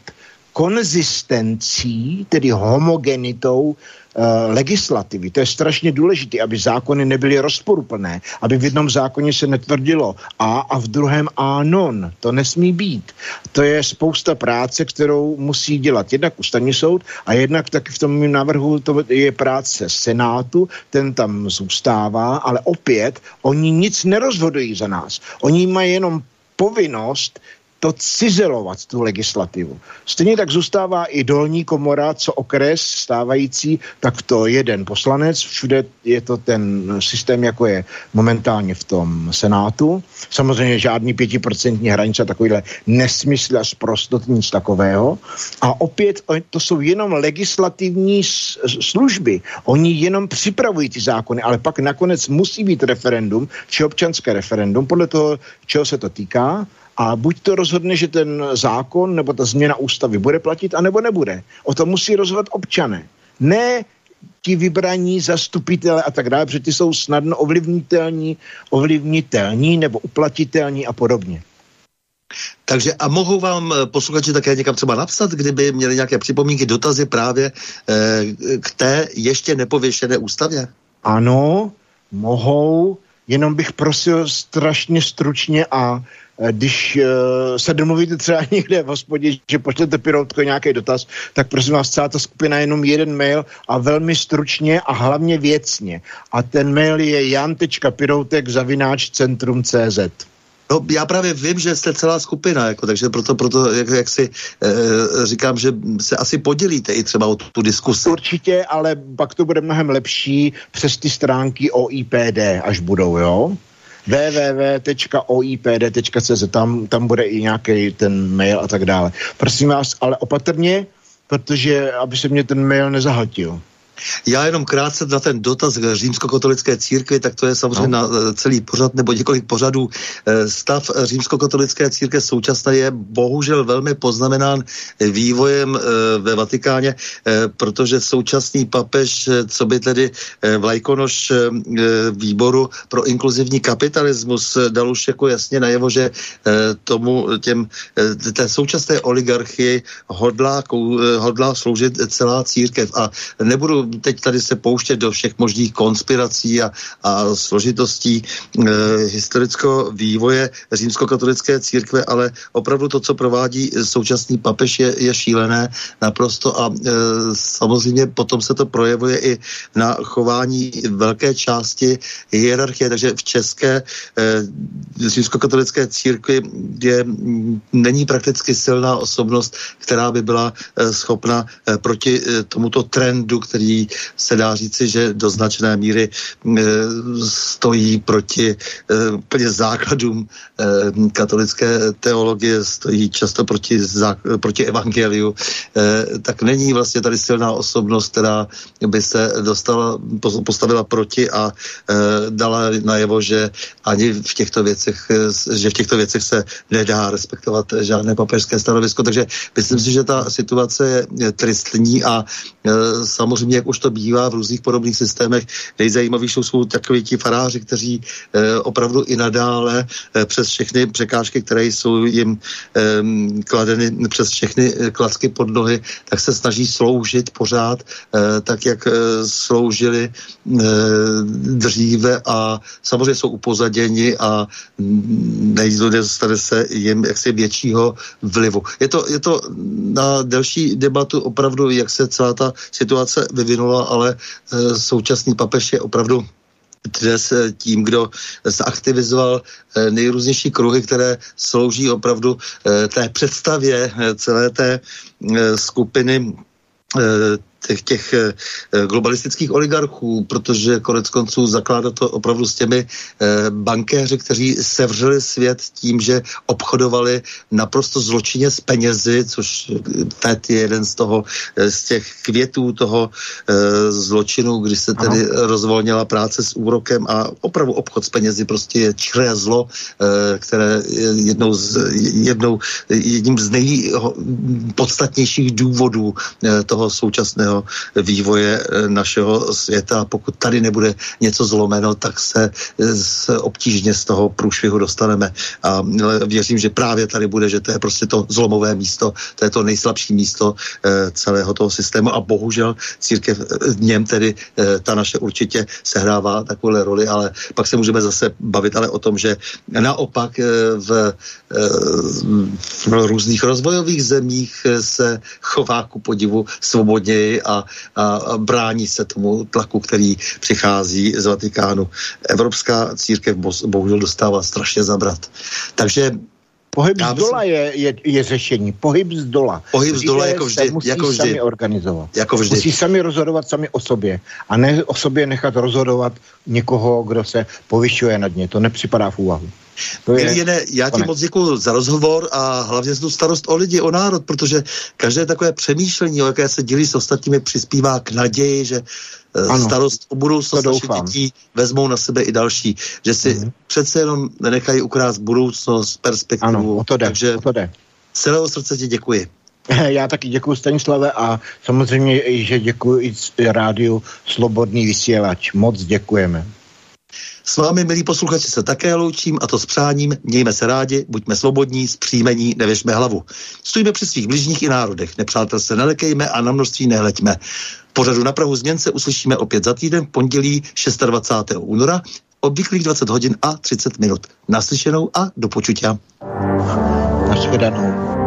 konzistencí, tedy homogenitou e, legislativy. To je strašně důležité, aby zákony nebyly rozporuplné, aby v jednom zákoně se netvrdilo A a v druhém A non. To nesmí být. To je spousta práce, kterou musí dělat jednak ústavní soud a jednak taky v tom mým návrhu to je práce Senátu, ten tam zůstává, ale opět oni nic nerozhodují za nás. Oni mají jenom povinnost to cizelovat, tu legislativu. Stejně tak zůstává i dolní komora, co okres stávající, tak to jeden poslanec, všude je to ten systém, jako je momentálně v tom Senátu. Samozřejmě žádný pětiprocentní hranice, takovýhle nesmysl a sprostot, nic takového. A opět to jsou jenom legislativní služby. Oni jenom připravují ty zákony, ale pak nakonec musí být referendum, či občanské referendum, podle toho, čeho se to týká. A buď to rozhodne, že ten zákon nebo ta změna ústavy bude platit, anebo nebude. O tom musí rozhodovat občané. Ne ti vybraní zastupitele a tak dále, protože ty jsou snadno ovlivnitelní, ovlivnitelní nebo uplatitelní a podobně. Takže a mohou vám posluchači také někam třeba napsat, kdyby měli nějaké připomínky, dotazy právě eh, k té ještě nepověšené ústavě? Ano, mohou, jenom bych prosil strašně stručně a když uh, se domluvíte třeba někde v hospodě, že pošlete Piroutko nějaký dotaz, tak prosím vás, celá ta skupina jenom jeden mail a velmi stručně a hlavně věcně. A ten mail je jan tečka piroutek zavináč centrum tečka cé zet. No, já právě vím, že jste celá skupina, jako, takže proto, proto jak, jak si e, říkám, že se asi podělíte i třeba o tu, tu diskusi. Určitě, ale pak to bude mnohem lepší přes ty stránky O I P D, až budou, jo? w w w tečka o i p d tečka c z, tam, tam bude i nějaký ten mail a tak dále. Prosím vás, ale opatrně, protože aby se mě ten mail nezahltil. Já jenom krátce na ten dotaz k římskokatolické církvi, tak to je samozřejmě no. na celý pořad nebo několik pořadů. Stav římskokatolické církve současné je bohužel velmi poznamenán vývojem ve Vatikáně, protože současný papež, co by tedy vlajkonoš výboru pro inkluzivní kapitalismus, dal už jako jasně najevo, že tomu těm té současné oligarchii hodlá, hodlá sloužit celá církev a nebudu teď tady se pouštět do všech možných konspirací a, a složitostí e, historického vývoje římskokatolické církve, ale opravdu to, co provádí současný papež, je, je šílené naprosto a e, samozřejmě potom se to projevuje i na chování velké části hierarchie, takže v české e, římskokatolické církvi je, není prakticky silná osobnost, která by byla e, schopna e, proti e, tomuto trendu, který kteří se dá říci, že do značné míry e, stojí proti úplně e, základům e, katolické teologie, stojí často proti, zá, proti evangeliu, e, tak není vlastně tady silná osobnost, která by se dostala, postavila proti a e, dala najevo, že ani v těchto věcech, že v těchto věcech se nedá respektovat žádné papežské stanovisko, takže myslím si, že ta situace je tristní a e, samozřejmě, jak už to bývá v různých podobných systémech, nejzajímavější jsou takoví ti faráři, kteří e, opravdu i nadále e, přes všechny překážky, které jsou jim e, kladeny přes všechny klacky pod nohy, tak se snaží sloužit pořád e, tak, jak e, sloužili e, dříve a samozřejmě jsou upozaděni a nedostane se jim jaksi většího vlivu. Je to, je to na delší debatu opravdu, jak se celá ta situace vyvinula, ale e, současný papež je opravdu dnes tím, kdo zaktivizoval e, nejrůznější kruhy, které slouží opravdu e, té představě e, celé té e, skupiny e, těch, těch globalistických oligarchů, protože konec konců zakládá to opravdu s těmi eh, bankéři, kteří sevřeli svět tím, že obchodovali naprosto zločinně s penězi, což teď je jeden z toho, z těch květů toho eh, zločinu, kdy se tedy ano. rozvolnila práce s úrokem a opravdu obchod s penězi prostě je čiré zlo, eh, které je jednou z, jednou, jedním z nejpodstatnějších důvodů eh, toho současného vývoje našeho světa. Pokud tady nebude něco zlomeno, tak se, se obtížně z toho průšvihu dostaneme. A věřím, že právě tady bude, že to je prostě to zlomové místo, to je to nejslabší místo e, celého toho systému a bohužel církev v něm tedy e, ta naše určitě sehrává takovou roli, ale pak se můžeme zase bavit ale o tom, že naopak e, v, e, v různých rozvojových zemích se chová ku podivu svobodněji a, a brání se tomu tlaku, který přichází z Vatikánu. Evropská církev bohužel dostává strašně zabrat. Takže pohyb z dola je, je, je řešení. Pohyb z dola. Pohyb z dola jako vždy. Musí jako vždy. sami organizovat. Jako vždy. Musí sami rozhodovat sami o sobě. A ne o sobě nechat rozhodovat někoho, kdo se povyšuje nad ně. To nepřipadá v úvahu. Jene, já ti moc děkuju za rozhovor a hlavně za tu starost o lidi, o národ, protože každé takové přemýšlení, o jaké se dělí s ostatními, přispívá k naději, že ano, starost o budoucnost našich dětí vezmou na sebe i další, že si mm. přece jenom nenechají ukrást budoucnost, perspektivu. Ano, o to jde, takže o to jde. Celého srdce ti děkuji. Já taky děkuji Stanislave a samozřejmě, že děkuji i rádiu Slobodný vysílač. Moc děkujeme. S vámi, milí posluchači, se také loučím a to s přáním: mějme se rádi, buďme svobodní, zpříjmení, nevěšme hlavu. Stojíme při svých bližních i národech, nepřátel se nelekejme a na množství nehleďme. V pořadu Na prahu změn se uslyšíme opět za týden v pondělí dvacátého šestého února, obvyklých dvacet hodin a třicet minut. Naslyšenou a do počutia. Nashledanou.